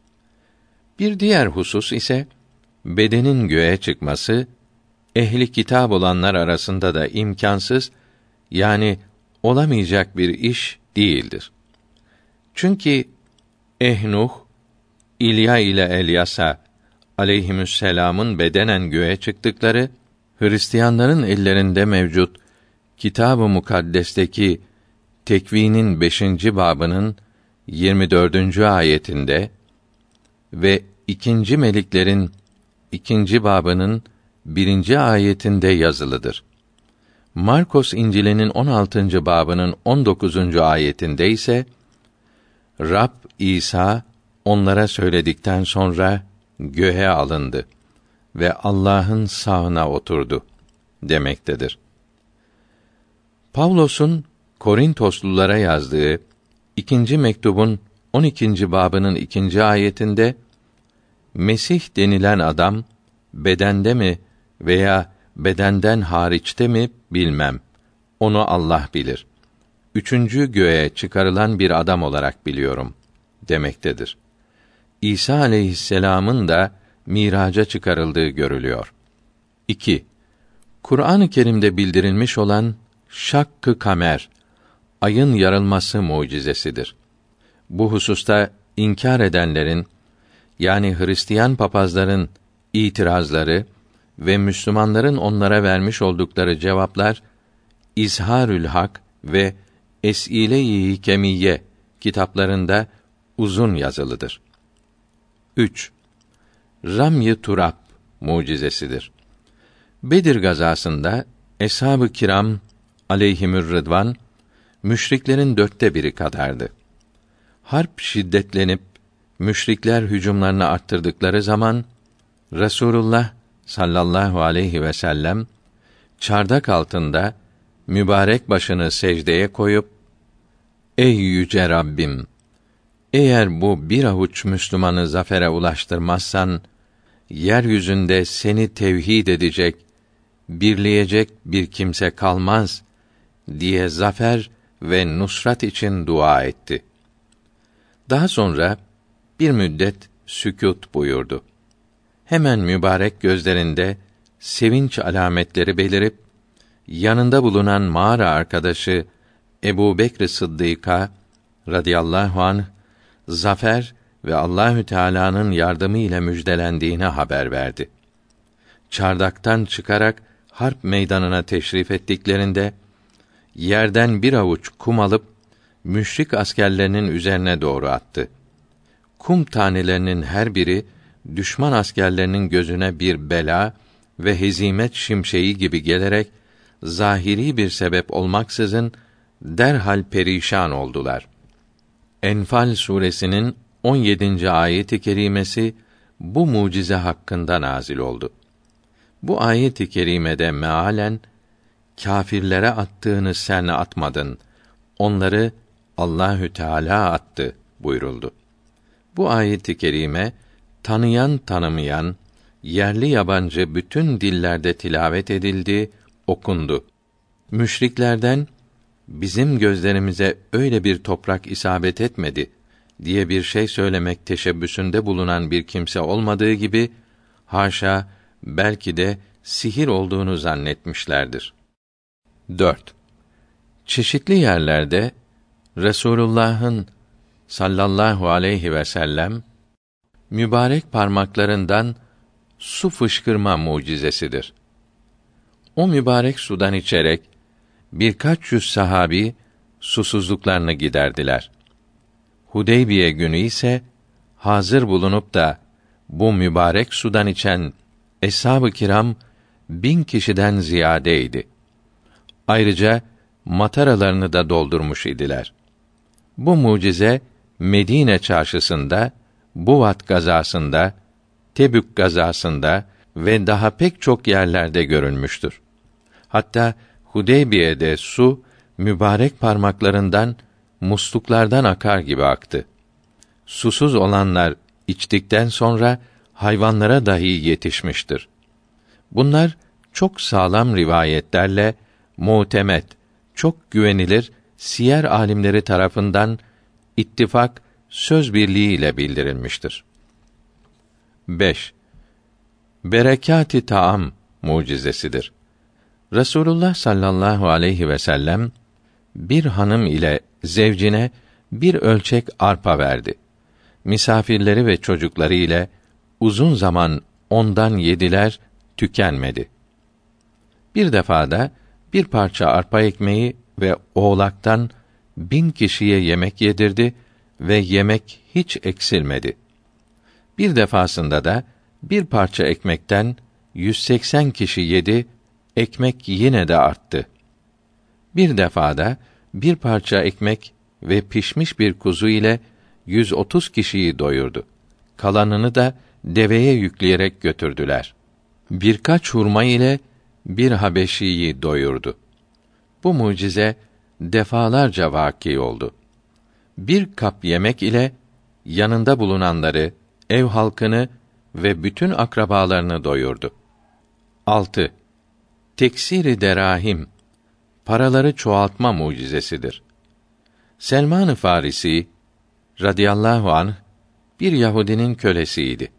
Bir diğer husus ise bedenin göğe çıkması ehli kitap olanlar arasında da imkansız, yani olamayacak bir iş değildir. Çünkü Nuh, İlya ile Elyasa aleyhisselam'ın bedenen göğe çıktıkları, Hristiyanların ellerinde mevcut Kitab-ı Mukaddes'teki Tekvîn'in 5. babının 24. ayetinde ve 2. Meliklerin 2. babının 1. ayetinde yazılıdır. Markos İncil'inin 16. babının 19. ayetinde ise Rab İsa onlara söyledikten sonra göğe alındı ve Allah'ın sağına oturdu demektedir. Pavlos'un Korintoslulara yazdığı 2. mektubun 12. babının 2. ayetinde Mesih denilen adam bedende mi veya bedenden hariçte mi bilmem. Onu Allah bilir. 3. göğe çıkarılan bir adam olarak biliyorum demektedir. İsa aleyhisselam'ın da miraca çıkarıldığı görülüyor. 2. Kur'an-ı Kerim'de bildirilmiş olan şakkı kamer, ayın yarılması mucizesidir. Bu hususta inkar edenlerin, yani Hristiyan papazların itirazları ve Müslümanların onlara vermiş oldukları cevaplar İzharül Hak ve Es'île-i Hikemiyye kitaplarında uzun yazılıdır. 3. Ram-yı Turab mucizesidir. Bedir gazasında eshab-ı kiram aleyhimür rıdvan müşriklerin 1/4 kadardı. Harp şiddetlenip müşrikler hücumlarını arttırdıkları zaman Resulullah sallallahu aleyhi ve sellem çardak altında mübarek başını secdeye koyup "Ey yüce Rabbim, eğer bu bir avuç Müslümanı zafere ulaştırmazsan yeryüzünde seni tevhid edecek, birleyecek bir kimse kalmaz" diye zafer ve nusrat için dua etti. Daha sonra bir müddet sükût buyurdu. Hemen mübarek gözlerinde sevinç alametleri belirip yanında bulunan mağara arkadaşı Ebu Bekr Sıddık'a radıyallahu anh zafer ve Allahü Teala'nın yardımı ile müjdelendiğine haber verdi. Çardaktan çıkarak harp meydanına teşrif ettiklerinde yerden bir avuç kum alıp müşrik askerlerinin üzerine doğru attı. Kum tanelerinin her biri düşman askerlerinin gözüne bir bela ve hezimet şimşeği gibi gelerek zahiri bir sebep olmaksızın derhal perişan oldular. Enfal suresinin 17. ayet-i kerimesi bu mucize hakkında nazil oldu. Bu ayet-i kerimede mealen kâfirlere attığını sen atmadın, onları Allahü Teala attı buyuruldu. Bu ayet-i kerime tanıyan tanımayan, yerli yabancı bütün dillerde tilavet edildi, okundu. Müşriklerden bizim gözlerimize öyle bir toprak isabet etmedi diye bir şey söylemek teşebbüsünde bulunan bir kimse olmadığı gibi haşa belki de sihir olduğunu zannetmişlerdir. 4. Çeşitli yerlerde Resulullah'ın sallallahu aleyhi ve sellem mübarek parmaklarından su fışkırma mucizesidir. O mübarek sudan içerek birkaç yüz sahabi susuzluklarını giderdiler. Hudeybiye günü ise hazır bulunup da bu mübarek sudan içen eshab-ı kiram 1000 kişiden ziyadeydi. Ayrıca mataralarını da doldurmuş idiler. Bu mucize Medine çarşısında, Buvat gazasında, Tebük gazasında ve daha pek çok yerlerde görülmüştür. Hatta Hudeybiye'de su mübarek parmaklarından, musluklardan akar gibi aktı. Susuz olanlar içtikten sonra hayvanlara dahi yetişmiştir. Bunlar çok sağlam rivayetlerle mutemet, çok güvenilir siyer alimleri tarafından ittifak söz birliği ile bildirilmiştir. 5. Berekât-i taam mucizesidir. Resulullah sallallahu aleyhi ve sellem bir hanım ile zevcine bir ölçek arpa verdi. Misafirleri ve çocukları ile uzun zaman ondan yediler, tükenmedi. Bir defada bir parça arpa ekmeği ve oğlaktan 1000 kişiye yemek yedirdi ve yemek hiç eksilmedi. Bir defasında da bir parça ekmekten 180 kişi yedi, ekmek yine de arttı. Bir defada bir parça ekmek ve pişmiş bir kuzu ile 130 kişiyi doyurdu. Kalanını da deveye yükleyerek götürdüler. Birkaç hurma ile bir Habeşiyi doyurdu. Bu mucize defalarca vâki oldu. Bir kap yemek ile yanında bulunanları, ev halkını ve bütün akrabalarını doyurdu. 6. Teksir-i derahim, paraları çoğaltma mucizesidir. Selman-ı Farisi radıyallahu anh bir Yahudinin kölesiydi.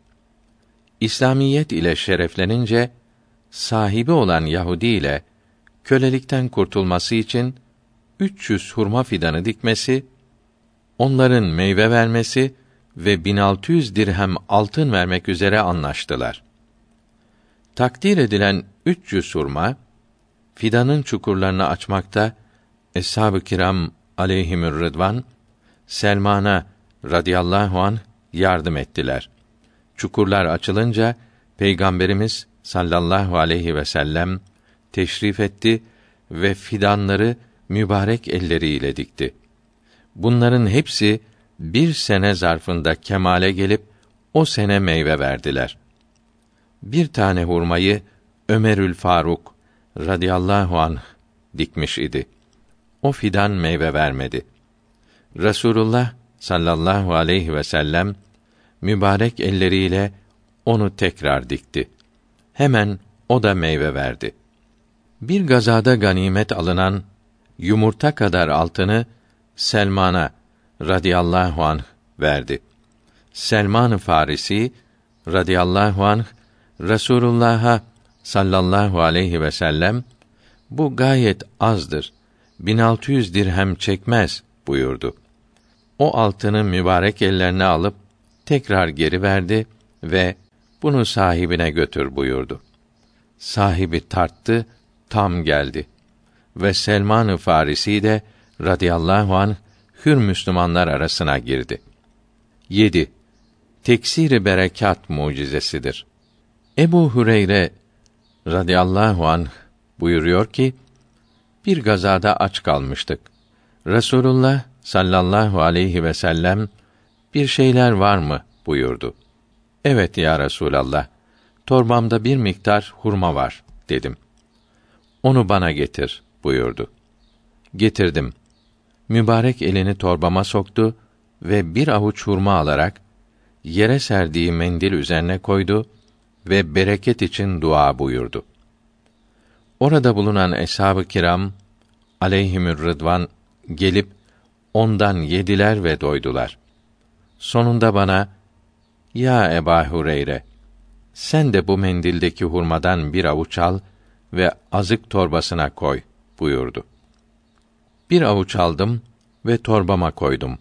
İslamiyet ile şereflenince sahibi olan Yahudi ile kölelikten kurtulması için 300 hurma fidanı dikmesi, onların meyve vermesi ve 1600 dirhem altın vermek üzere anlaştılar. Takdir edilen 300 hurma fidanın çukurlarını açmakta eshab-ı kiram aleyhimür rıdvan Selman'a radıyallahu anh yardım ettiler. Çukurlar açılınca Peygamberimiz sallallahu aleyhi ve sellem teşrif etti ve fidanları mübarek elleriyle dikti. Bunların hepsi bir sene zarfında kemale gelip o sene meyve verdiler. Bir tane hurmayı Ömerül Faruk radıyallahu anh dikmiş idi. O fidan meyve vermedi. Resulullah sallallahu aleyhi ve sellem mübarek elleriyle onu tekrar dikti. Hemen o da meyve verdi. Bir gazada ganimet alınan yumurta kadar altını Selman'a radıyallahu anh verdi. Selman-ı Farisi radıyallahu anh Resulullah'a sallallahu aleyhi ve sellem bu gayet azdır. 1600 dirhem çekmez buyurdu. O altını mübarek ellerine alıp tekrar geri verdi ve bunu sahibine götür buyurdu. Sahibi tarttı, tam geldi. Ve Selman-ı Farisi de radıyallahu anh hür Müslümanlar arasına girdi. 7. Teksir-i berekat mucizesidir. Ebu Hureyre radıyallahu anh buyuruyor ki, bir gazada aç kalmıştık. Resulullah sallallahu aleyhi ve sellem bir şeyler var mı buyurdu. Evet ya Resulallah, torbamda bir miktar hurma var dedim. Onu bana getir buyurdu. Getirdim. Mübarek elini torbama soktu ve bir avuç hurma alarak yere serdiği mendil üzerine koydu ve bereket için dua buyurdu. Orada bulunan eshab-ı kiram aleyhimür rıdvan gelip ondan yediler ve doydular. Sonunda bana, ya Ebu Hureyre, sen de bu mendildeki hurmadan bir avuç al ve azık torbasına koy buyurdu. Bir avuç aldım ve torbama koydum.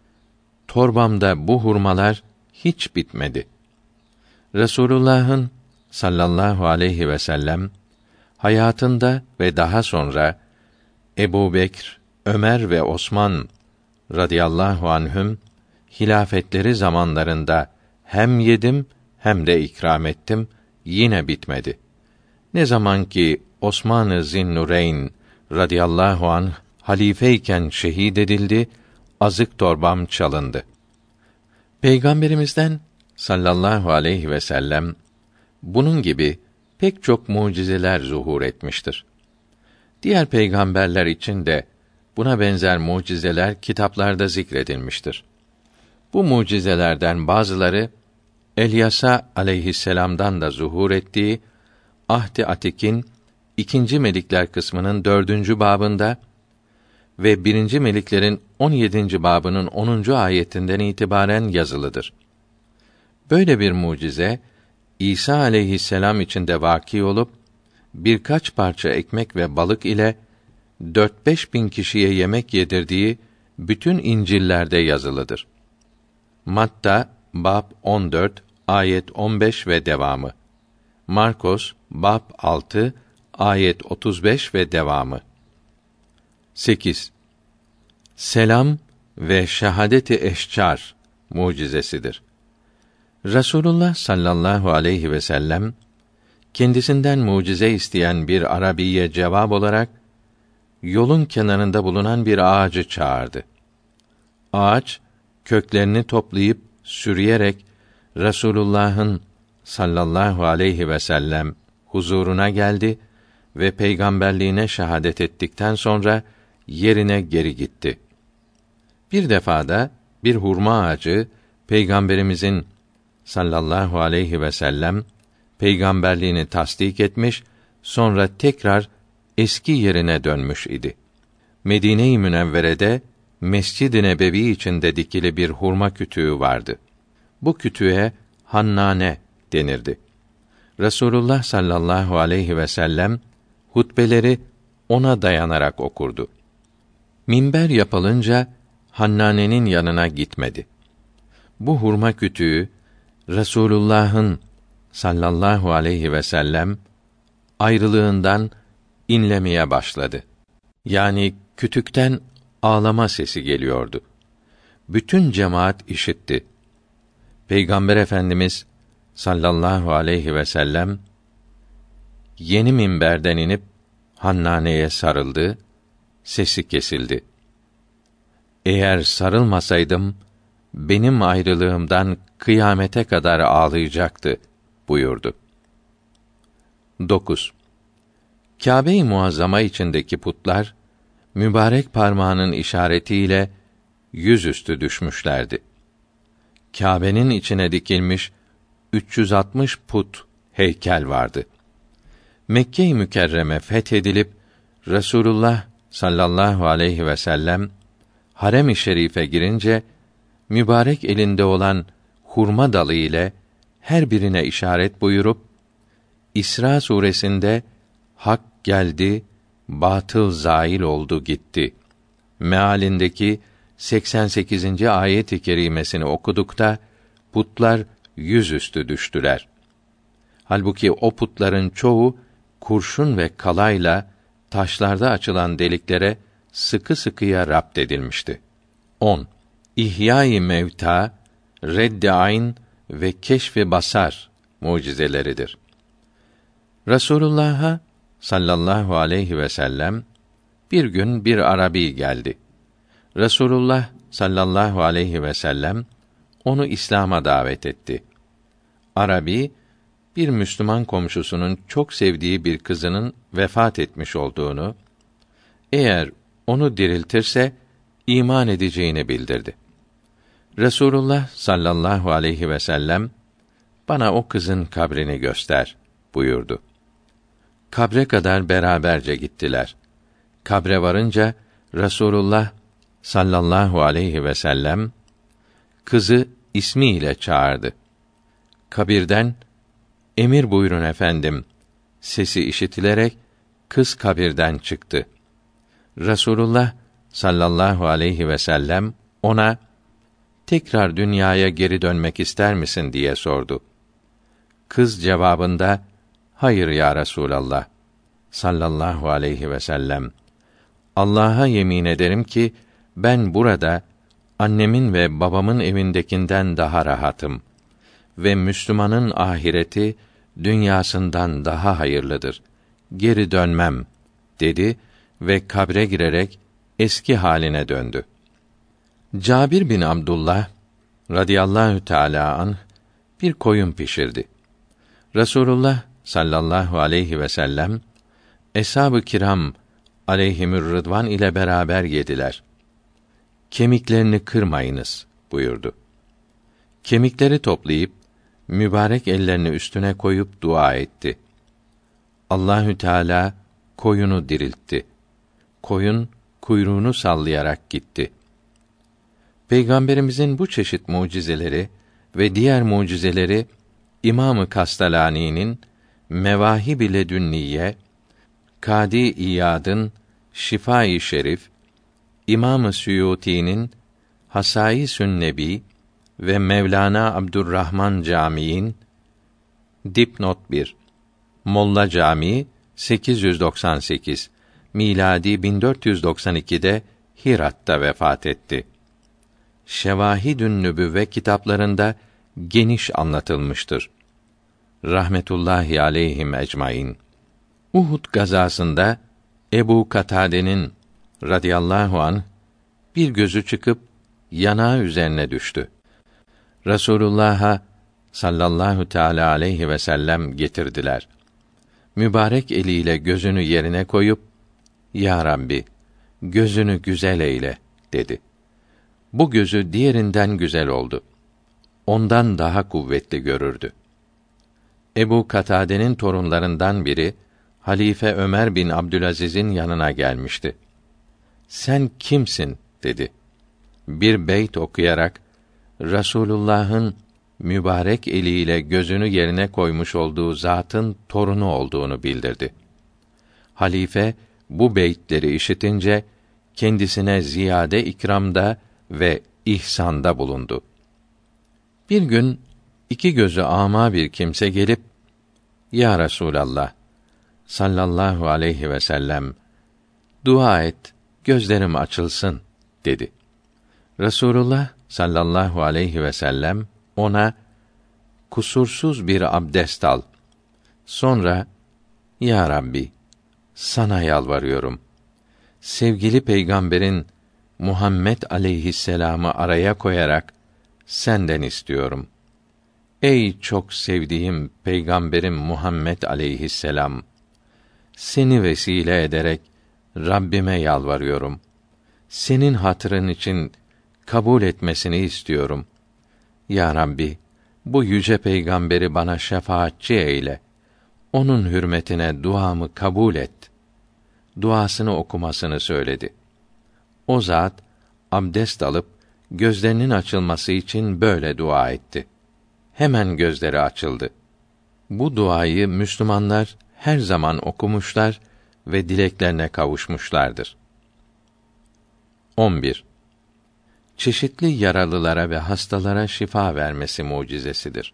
Torbamda bu hurmalar hiç bitmedi. Resulullah'ın sallallahu aleyhi ve sellem hayatında ve daha sonra Ebu Bekr, Ömer ve Osman radıyallahu anhüm hilafetleri zamanlarında hem yedim hem de ikram ettim, yine bitmedi. Ne zaman ki Osman-ı Zinnureyn radıyallahu anh halifeyken şehit edildi, azık torbam çalındı. Peygamberimizden sallallahu aleyhi ve sellem bunun gibi pek çok mucizeler zuhur etmiştir. Diğer peygamberler için de buna benzer mucizeler kitaplarda zikredilmiştir. Bu mucizelerden bazıları Elyas'a aleyhisselam'dan da zuhur ettiği Ahd-i Atik'in 2. Melikler kısmının 4. babında ve 1. Meliklerin 17. babının 10. ayetinden itibaren yazılıdır. Böyle bir mucize İsa aleyhisselam için de vâki olup birkaç parça ekmek ve balık ile 4-5 bin kişiye yemek yedirdiği bütün İncil'lerde yazılıdır. Matta bab 14 ayet 15 ve devamı. Markos bab 6 ayet 35 ve devamı. 8. Selam ve şehadeti eşcar mucizesidir. Resulullah sallallahu aleyhi ve sellem kendisinden mucize isteyen bir Arabiye cevap olarak yolun kenarında bulunan bir ağacı çağırdı. Ağaç köklerini toplayıp sürüyerek Resulullah'ın sallallahu aleyhi ve sellem huzuruna geldi ve peygamberliğine şehadet ettikten sonra yerine geri gitti. Bir defada bir hurma ağacı peygamberimizin sallallahu aleyhi ve sellem peygamberliğini tasdik etmiş, sonra tekrar eski yerine dönmüş idi. Medine-i Münevvere'de Mescid-i Nebevi içinde dikili bir hurma kütüğü vardı. Bu kütüğe Hannane denirdi. Resulullah sallallahu aleyhi ve sellem hutbeleri ona dayanarak okurdu. Minber yapılınca Hannane'nin yanına gitmedi. Bu hurma kütüğü Resulullah'ın sallallahu aleyhi ve sellem ayrılığından inlemeye başladı. Yani kütükten ağlama sesi geliyordu. Bütün cemaat işitti. Peygamber Efendimiz sallallahu aleyhi ve sellem yeni minberden inip Hannane'ye sarıldı, sesi kesildi. Eğer sarılmasaydım benim ayrılığımdan kıyamete kadar ağlayacaktı buyurdu. 9. Kâbe-i Muazzama içindeki putlar mübarek parmağının işaretiyle yüzüstü düşmüşlerdi. Kâbe'nin içine dikilmiş 360 put heykel vardı. Mekke-i Mükerreme fethedilip Resulullah sallallahu aleyhi ve sellem harem-i şerife girince mübarek elinde olan hurma dalı ile her birine işaret buyurup İsra suresinde hak geldi, batıl zail oldu gitti mealindeki 88. ayet-i kerimesini okudukta putlar yüzüstü düştüler. Halbuki o putların çoğu kurşun ve kalayla taşlarda açılan deliklere sıkı sıkıya rapt edilmişti. 10. İhya-i mevta, redd-i ayn ve keşf-i basar mucizeleridir. Resulullah'a sallallahu aleyhi ve sellem bir gün bir Arabi geldi. Resulullah sallallahu aleyhi ve sellem onu İslam'a davet etti. Arabi bir Müslüman komşusunun çok sevdiği bir kızının vefat etmiş olduğunu, eğer onu diriltirse iman edeceğini bildirdi. Resulullah sallallahu aleyhi ve sellem bana o kızın kabrini göster buyurdu. Kabre kadar beraberce gittiler. Kabre varınca Resulullah sallallahu aleyhi ve sellem kızı ismiyle çağırdı. Kabirden emir buyurun efendim sesi işitilerek kız kabirden çıktı. Resulullah sallallahu aleyhi ve sellem ona tekrar dünyaya geri dönmek ister misin diye sordu. Kız cevabında hayır ya Resulallah sallallahu aleyhi ve sellem, Allah'a yemin ederim ki ben burada annemin ve babamın evindekinden daha rahatım ve Müslümanın ahireti dünyasından daha hayırlıdır. Geri dönmem dedi ve kabre girerek eski haline döndü. Cabir bin Abdullah radıyallahu teâlâ anh bir koyun pişirdi. Resulullah sallallahu aleyhi ve sellem eshab-ı kiram aleyhimür rıdvan ile beraber yediler. Kemiklerini kırmayınız buyurdu. Kemikleri toplayıp mübarek ellerini üstüne koyup dua etti. Allahü Teala koyunu diriltti. Koyun kuyruğunu sallayarak gitti. Peygamberimizin bu çeşit mucizeleri ve diğer mucizeleri İmam-ı Kastalani'nin Mevâhib-i Ledünniye, Kâdi İyad'ın Şifâ-i Şerif, İmam-ı Suyûti'nin Hasâisün Nebî ve Mevlana Abdurrahman Câmii'nin Dipnot 1. Molla Camii 898 miladi 1492'de Hirat'ta vefat etti. Şevâhidün Nübüvve kitaplarında geniş anlatılmıştır. Rahmetullahi aleyhim ecmaîn. Uhud gazasında Ebu Katade'nin radıyallahu anh bir gözü çıkıp yanağı üzerine düştü. Resulullah'a sallallahu teâlâ aleyhi ve sellem getirdiler. Mübarek eliyle gözünü yerine koyup, "Ya Rabbi, gözünü güzel eyle," dedi. Bu gözü diğerinden güzel oldu. Ondan daha kuvvetli görürdü. Ebu Katade'nin torunlarından biri, Halife Ömer bin Abdülaziz'in yanına gelmişti. "Sen kimsin?" dedi. Bir beyt okuyarak, Rasulullah'ın mübarek eliyle gözünü yerine koymuş olduğu zatın torunu olduğunu bildirdi. Halife bu beytleri işitince kendisine ziyade ikramda ve ihsanda bulundu. Bir gün iki gözü âmâ bir kimse gelip, "Ya Resulallah sallallahu aleyhi ve sellem, dua et, gözlerim açılsın," dedi. Resulullah sallallahu aleyhi ve sellem ona kusursuz bir abdest al. Sonra, "Ya Rabbi, sana yalvarıyorum. Sevgili peygamberin Muhammed aleyhisselam'ı araya koyarak senden istiyorum. Ey çok sevdiğim peygamberim Muhammed aleyhisselam, seni vesile ederek Rabbime yalvarıyorum. Senin hatırın için kabul etmesini istiyorum. Ya Rabbi, bu yüce peygamberi bana şefaatçi eyle. Onun hürmetine duamı kabul et." Duasını okumasını söyledi. O zat abdest alıp gözlerinin açılması için böyle dua etti. Hemen gözleri açıldı. Bu duayı Müslümanlar her zaman okumuşlar ve dileklerine kavuşmuşlardır. 11. Çeşitli yaralılara ve hastalara şifa vermesi mucizesidir.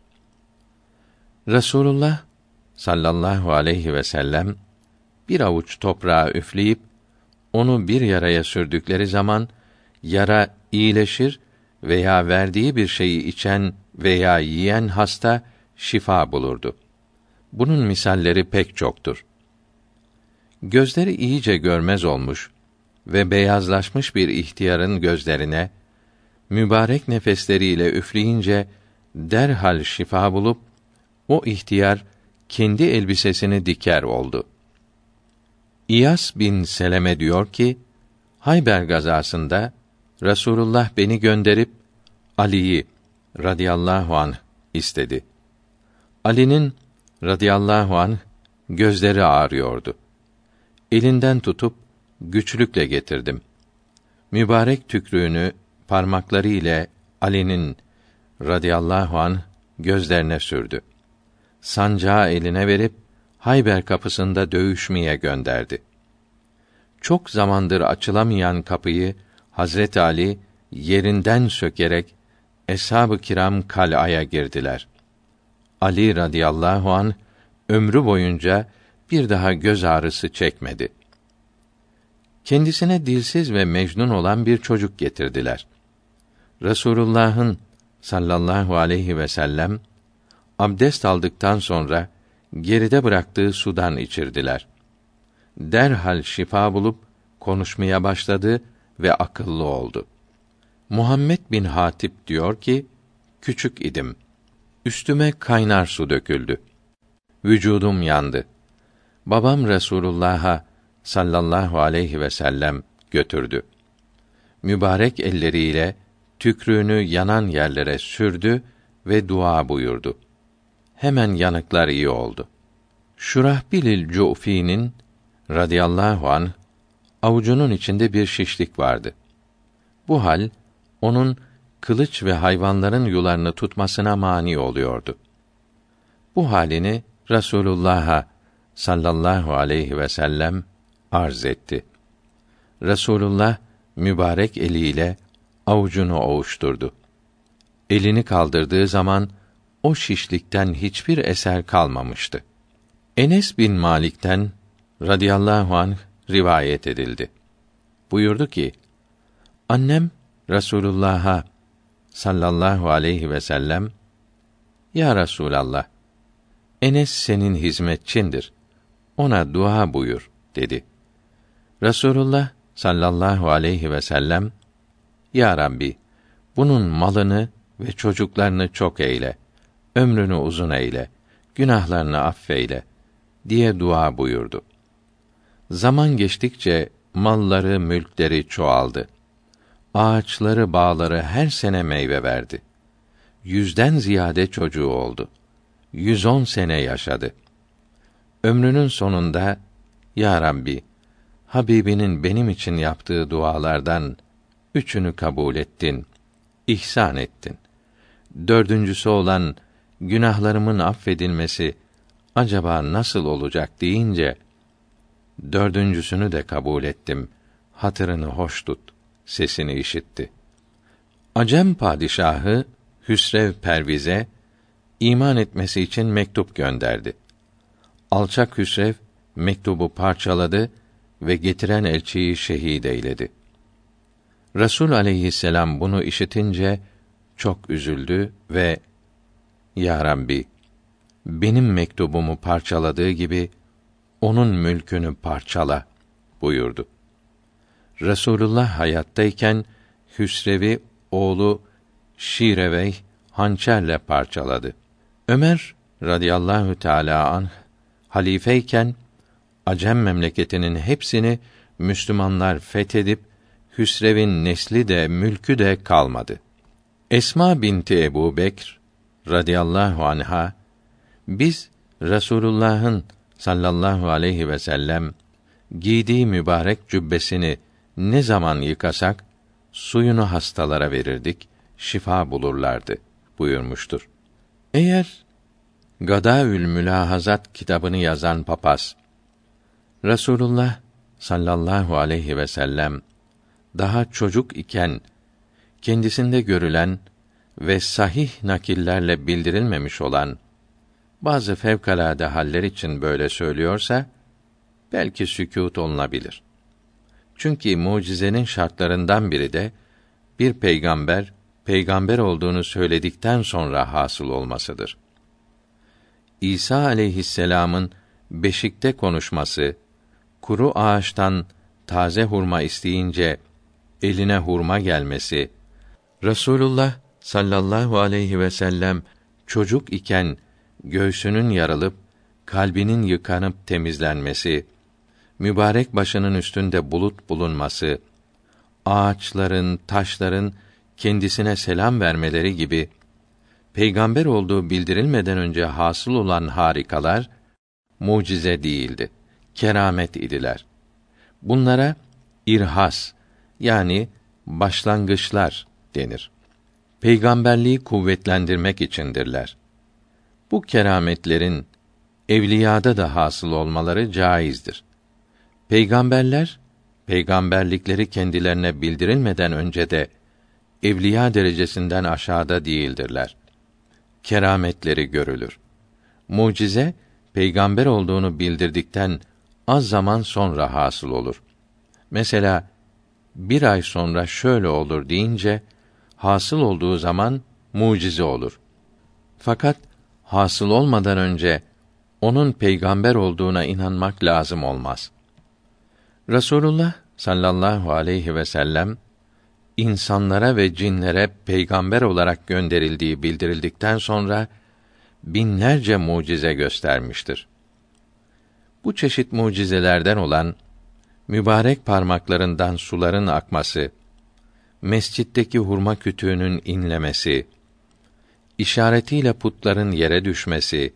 Resulullah sallallahu aleyhi ve sellem bir avuç toprağı üfleyip onu bir yaraya sürdükleri zaman yara iyileşir veya verdiği bir şeyi içen veya yiyen hasta şifa bulurdu. Bunun misalleri pek çoktur. Gözleri iyice görmez olmuş ve beyazlaşmış bir ihtiyarın gözlerine mübarek nefesleriyle üfleyince derhal şifa bulup o ihtiyar kendi elbisesini diker oldu. İyas bin Seleme diyor ki, Hayber gazasında Resulullah beni gönderip Ali'yi radıyallahu anh istedi. Ali'nin radıyallahu anh gözleri ağrıyordu. Elinden tutup güçlükle getirdim. Mübarek tükrüğünü parmakları ile Ali'nin radıyallahu anh gözlerine sürdü. Sancağı eline verip Hayber kapısında dövüşmeye gönderdi. Çok zamandır açılamayan kapıyı Hazret Ali yerinden sökerek eshab-ı kiram kalaya girdiler. Ali radıyallahu anh ömrü boyunca bir daha göz ağrısı çekmedi. Kendisine dilsiz ve mecnun olan bir çocuk getirdiler. Resulullah'ın sallallahu aleyhi ve sellem abdest aldıktan sonra geride bıraktığı sudan içirdiler. Derhal şifa bulup konuşmaya başladı ve akıllı oldu. Muhammed bin Hatip diyor ki, küçük idim. Üstüme kaynar su döküldü. Vücudum yandı. Babam Resulullah'a sallallahu aleyhi ve sellem götürdü. Mübarek elleriyle tükrüğünü yanan yerlere sürdü ve dua buyurdu. Hemen yanıklar iyi oldu. Şurahbilil Cufi'nin radıyallahu anh avucunun içinde bir şişlik vardı. Bu hal onun kılıç ve hayvanların yularını tutmasına mani oluyordu. Bu halini Resulullah'a sallallahu aleyhi ve sellem arz etti. Resulullah mübarek eliyle avucunu ovuşturdu. Elini kaldırdığı zaman o şişlikten hiçbir eser kalmamıştı. Enes bin Malik'ten radıyallahu anh rivayet edildi. Buyurdu ki, annem Resulullah'a sallallahu aleyhi ve sellem, ya Resulallah, Enes senin hizmetçindir. Ona dua buyur dedi. Resulullah sallallahu aleyhi ve sellem, ya Rabbi, bunun malını ve çocuklarını çok eyle, ömrünü uzun eyle, günahlarını affeyle diye dua buyurdu. Zaman geçtikçe malları, mülkleri çoğaldı. Ağaçları, bağları her sene meyve verdi. 100'den ziyade çocuğu oldu. 110 sene yaşadı. Ömrünün sonunda, ya Rabbi, Habibinin benim için yaptığı dualardan 3'ünü kabul ettin, ihsan ettin. 4'üncüsü olan günahlarımın affedilmesi acaba nasıl olacak deyince, 4'üncüsünü de kabul ettim, hatırını hoş tut sesini işitti. Acem padişahı Hüsrev Perviz'e iman etmesi için mektup gönderdi. Alçak Hüsrev mektubu parçaladı ve getiren elçiyi şehit eyledi. Resul aleyhisselam bunu işitince çok üzüldü ve ya Rabbi, benim mektubumu parçaladığı gibi onun mülkünü parçala buyurdu. Resulullah hayattayken Hüsrev'i oğlu Şireveyh hançerle parçaladı. Ömer radıyallahu teâlâ anh halifeyken Acem memleketinin hepsini Müslümanlar fethedip Hüsrev'in nesli de mülkü de kalmadı. Esma binti Ebu Bekr radıyallahu anha, biz Resulullah'ın sallallahu aleyhi ve sellem giydiği mübarek cübbesini ne zaman yıkasak suyunu hastalara verirdik, şifa bulurlardı buyurmuştur. Eğer Gadaül Mülahazat kitabını yazan papaz Resulullah sallallahu aleyhi ve sellem daha çocuk iken kendisinde görülen ve sahih nakillerle bildirilmemiş olan bazı fevkalade haller için böyle söylüyorsa belki sükût olunabilir. Çünkü mucizenin şartlarından biri de bir peygamber olduğunu söyledikten sonra hasıl olmasıdır. İsa aleyhisselam'ın beşikte konuşması, kuru ağaçtan taze hurma isteyince eline hurma gelmesi, Resulullah sallallahu aleyhi ve sellem çocuk iken göğsünün yarılıp kalbinin yıkanıp temizlenmesi, mübarek başının üstünde bulut bulunması, ağaçların, taşların kendisine selam vermeleri gibi peygamber olduğu bildirilmeden önce hasıl olan harikalar mucize değildi, keramet idiler. Bunlara irhas yani başlangıçlar denir. Peygamberliği kuvvetlendirmek içindirler. Bu kerametlerin evliyada da hasıl olmaları caizdir. Peygamberler peygamberlikleri kendilerine bildirilmeden önce de evliya derecesinden aşağıda değildirler. Kerametleri görülür. Mucize peygamber olduğunu bildirdikten az zaman sonra hasıl olur. Mesela 1 ay sonra şöyle olur deyince hasıl olduğu zaman mucize olur. Fakat hasıl olmadan önce onun peygamber olduğuna inanmak lazım olmaz. Resulullah sallallahu aleyhi ve sellem insanlara ve cinlere peygamber olarak gönderildiği bildirildikten sonra binlerce mucize göstermiştir. Bu çeşit mucizelerden olan mübarek parmaklarından suların akması, mescitteki hurma kütüğünün inlemesi, işaretiyle putların yere düşmesi,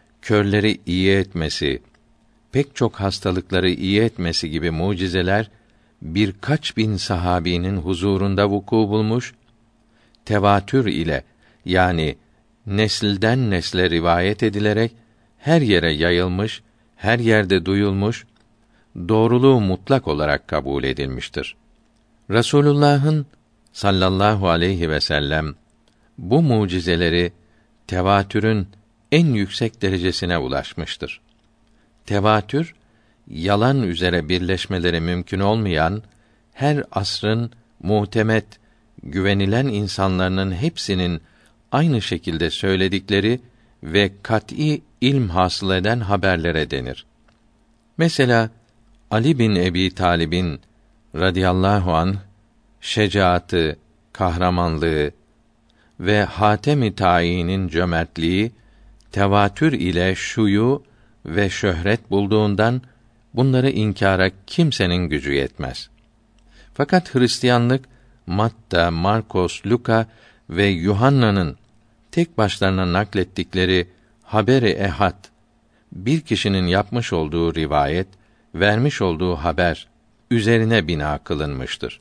körleri iyi etmesi, pek çok hastalıkları iyi etmesi gibi mucizeler birkaç bin sahabinin huzurunda vuku bulmuş, tevatür ile yani nesilden nesle rivayet edilerek her yere yayılmış, her yerde duyulmuş, doğruluğu mutlak olarak kabul edilmiştir. Resulullah'ın sallallahu aleyhi ve sellem bu mucizeleri tevatürün en yüksek derecesine ulaşmıştır. Tevatür, yalan üzere birleşmeleri mümkün olmayan, her asrın muhtemet, güvenilen insanlarının hepsinin aynı şekilde söyledikleri ve kat'î ilm hasıl eden haberlere denir. Mesela Ali bin Ebi Talib'in radıyallahu anh şecaatı, kahramanlığı ve Hatem-i Tâi'nin cömertliği tevatür ile şuyu ve şöhret bulduğundan bunları inkâra kimsenin gücü yetmez. Fakat Hristiyanlık Matta, Markos, Luka ve Yuhanna'nın tek başlarına naklettikleri haber-i ehad, bir kişinin yapmış olduğu rivayet, vermiş olduğu haber üzerine bina kılınmıştır.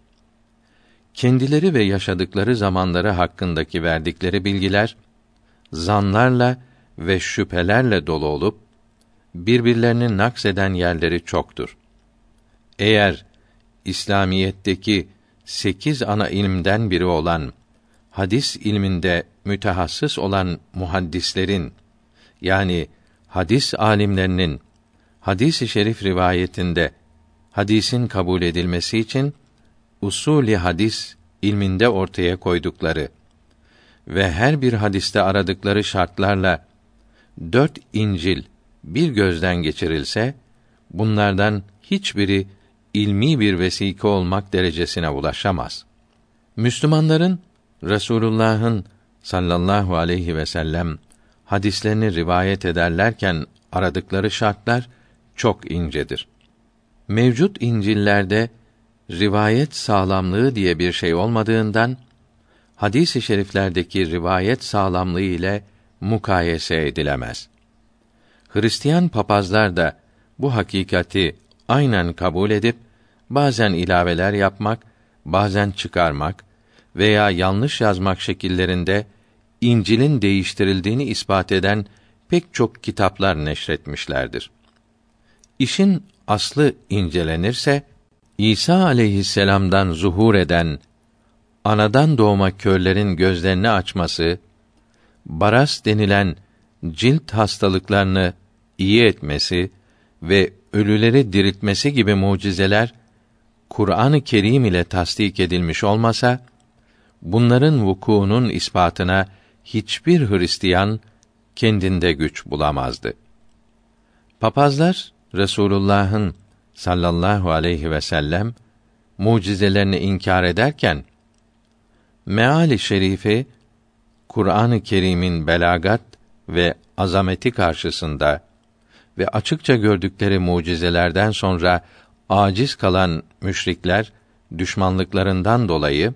Kendileri ve yaşadıkları zamanları hakkındaki verdikleri bilgiler zanlarla ve şüphelerle dolu olup birbirlerini nakseden yerleri çoktur. Eğer İslamiyetteki 8 ana ilimden biri olan hadis ilminde mütehassıs olan muhaddislerin yani hadis alimlerinin hadis-i şerif rivayetinde hadisin kabul edilmesi için usulü hadis ilminde ortaya koydukları ve her bir hadiste aradıkları şartlarla 4 İncil bir gözden geçirilse, bunlardan hiçbiri ilmi bir vesike olmak derecesine ulaşamaz. Müslümanların Resulullah'ın sallallahu aleyhi ve sellem hadislerini rivayet ederlerken aradıkları şartlar çok incedir. Mevcut İncil'lerde rivayet sağlamlığı diye bir şey olmadığından hadis-i şeriflerdeki rivayet sağlamlığı ile mukayese edilemez. Hristiyan papazlar da bu hakikati aynen kabul edip bazen ilaveler yapmak, bazen çıkarmak veya yanlış yazmak şekillerinde İncil'in değiştirildiğini ispat eden pek çok kitaplar neşretmişlerdir. İşin aslı incelenirse İsa aleyhisselam'dan zuhur eden anadan doğma körlerin gözlerini açması, baras denilen cilt hastalıklarını iyi etmesi ve ölüleri diriltmesi gibi mucizeler Kur'an-ı Kerim ile tasdik edilmiş olmasa, bunların vukuunun ispatına hiçbir Hristiyan kendinde güç bulamazdı. Papazlar Resulullah'ın sallallahu aleyhi ve sellem mucizelerini inkar ederken meali şerifi Kur'an-ı Kerim'in belagat ve azameti karşısında ve açıkça gördükleri mucizelerden sonra aciz kalan müşrikler düşmanlıklarından dolayı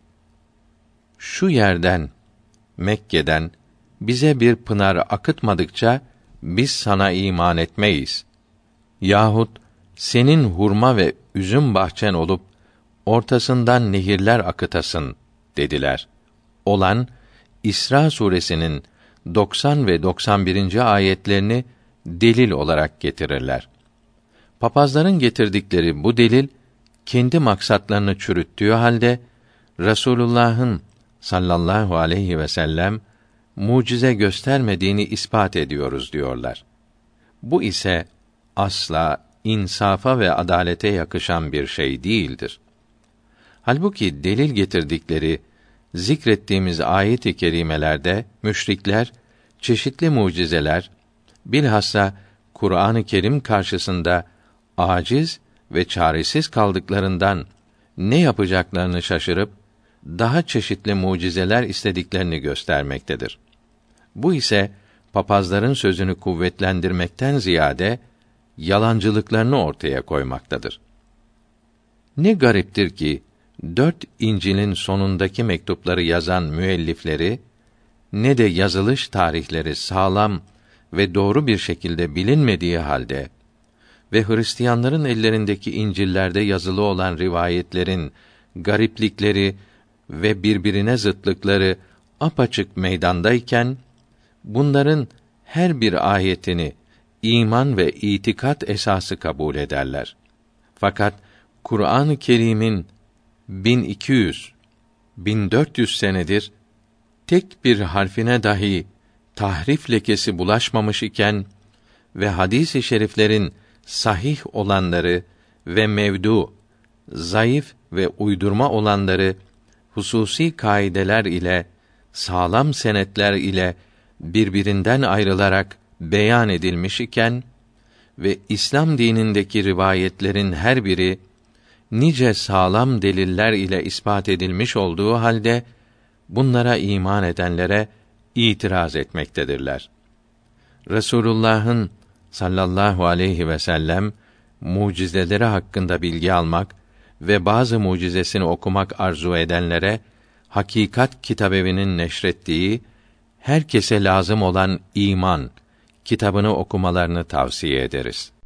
şu yerden Mekke'den bize bir pınar akıtmadıkça biz sana iman etmeyiz. Yahut senin hurma ve üzüm bahçen olup ortasından nehirler akıtasın dediler. Olan İsra suresinin 90 ve 91. ayetlerini delil olarak getirirler. Papazların getirdikleri bu delil kendi maksatlarını çürüttüğü halde Resulullah'ın sallallahu aleyhi ve sellem mucize göstermediğini ispat ediyoruz diyorlar. Bu ise asla insafa ve adalete yakışan bir şey değildir. Halbuki delil getirdikleri zikrettiğimiz ayet-i kerimelerde müşrikler çeşitli mucizeler, bilhassa Kur'an-ı Kerim karşısında aciz ve çaresiz kaldıklarından ne yapacaklarını şaşırıp daha çeşitli mucizeler istediklerini göstermektedir. Bu ise papazların sözünü kuvvetlendirmekten ziyade yalancılıklarını ortaya koymaktadır. Ne gariptir ki 4 İncil'in sonundaki mektupları yazan müellifleri ne de yazılış tarihleri sağlam ve doğru bir şekilde bilinmediği halde ve Hristiyanların ellerindeki İncil'lerde yazılı olan rivayetlerin gariplikleri ve birbirine zıtlıkları apaçık meydandayken, bunların her bir ayetini iman ve itikat esası kabul ederler. Fakat Kur'an-ı Kerim'in 1400 senedir tek bir harfine dahi tahrif lekesi bulaşmamış iken ve hadis-i şeriflerin sahih olanları ve mevdu, zayıf ve uydurma olanları hususi kaideler ile, sağlam senetler ile birbirinden ayrılarak beyan edilmiş iken ve İslam dinindeki rivayetlerin her biri nice sağlam deliller ile ispat edilmiş olduğu halde bunlara iman edenlere itiraz etmektedirler. Resulullah'ın sallallahu aleyhi ve sellem mucizeleri hakkında bilgi almak ve bazı mucizesini okumak arzu edenlere Hakikat Kitabevi'nin neşrettiği herkese lazım olan iman kitabını okumalarını tavsiye ederiz.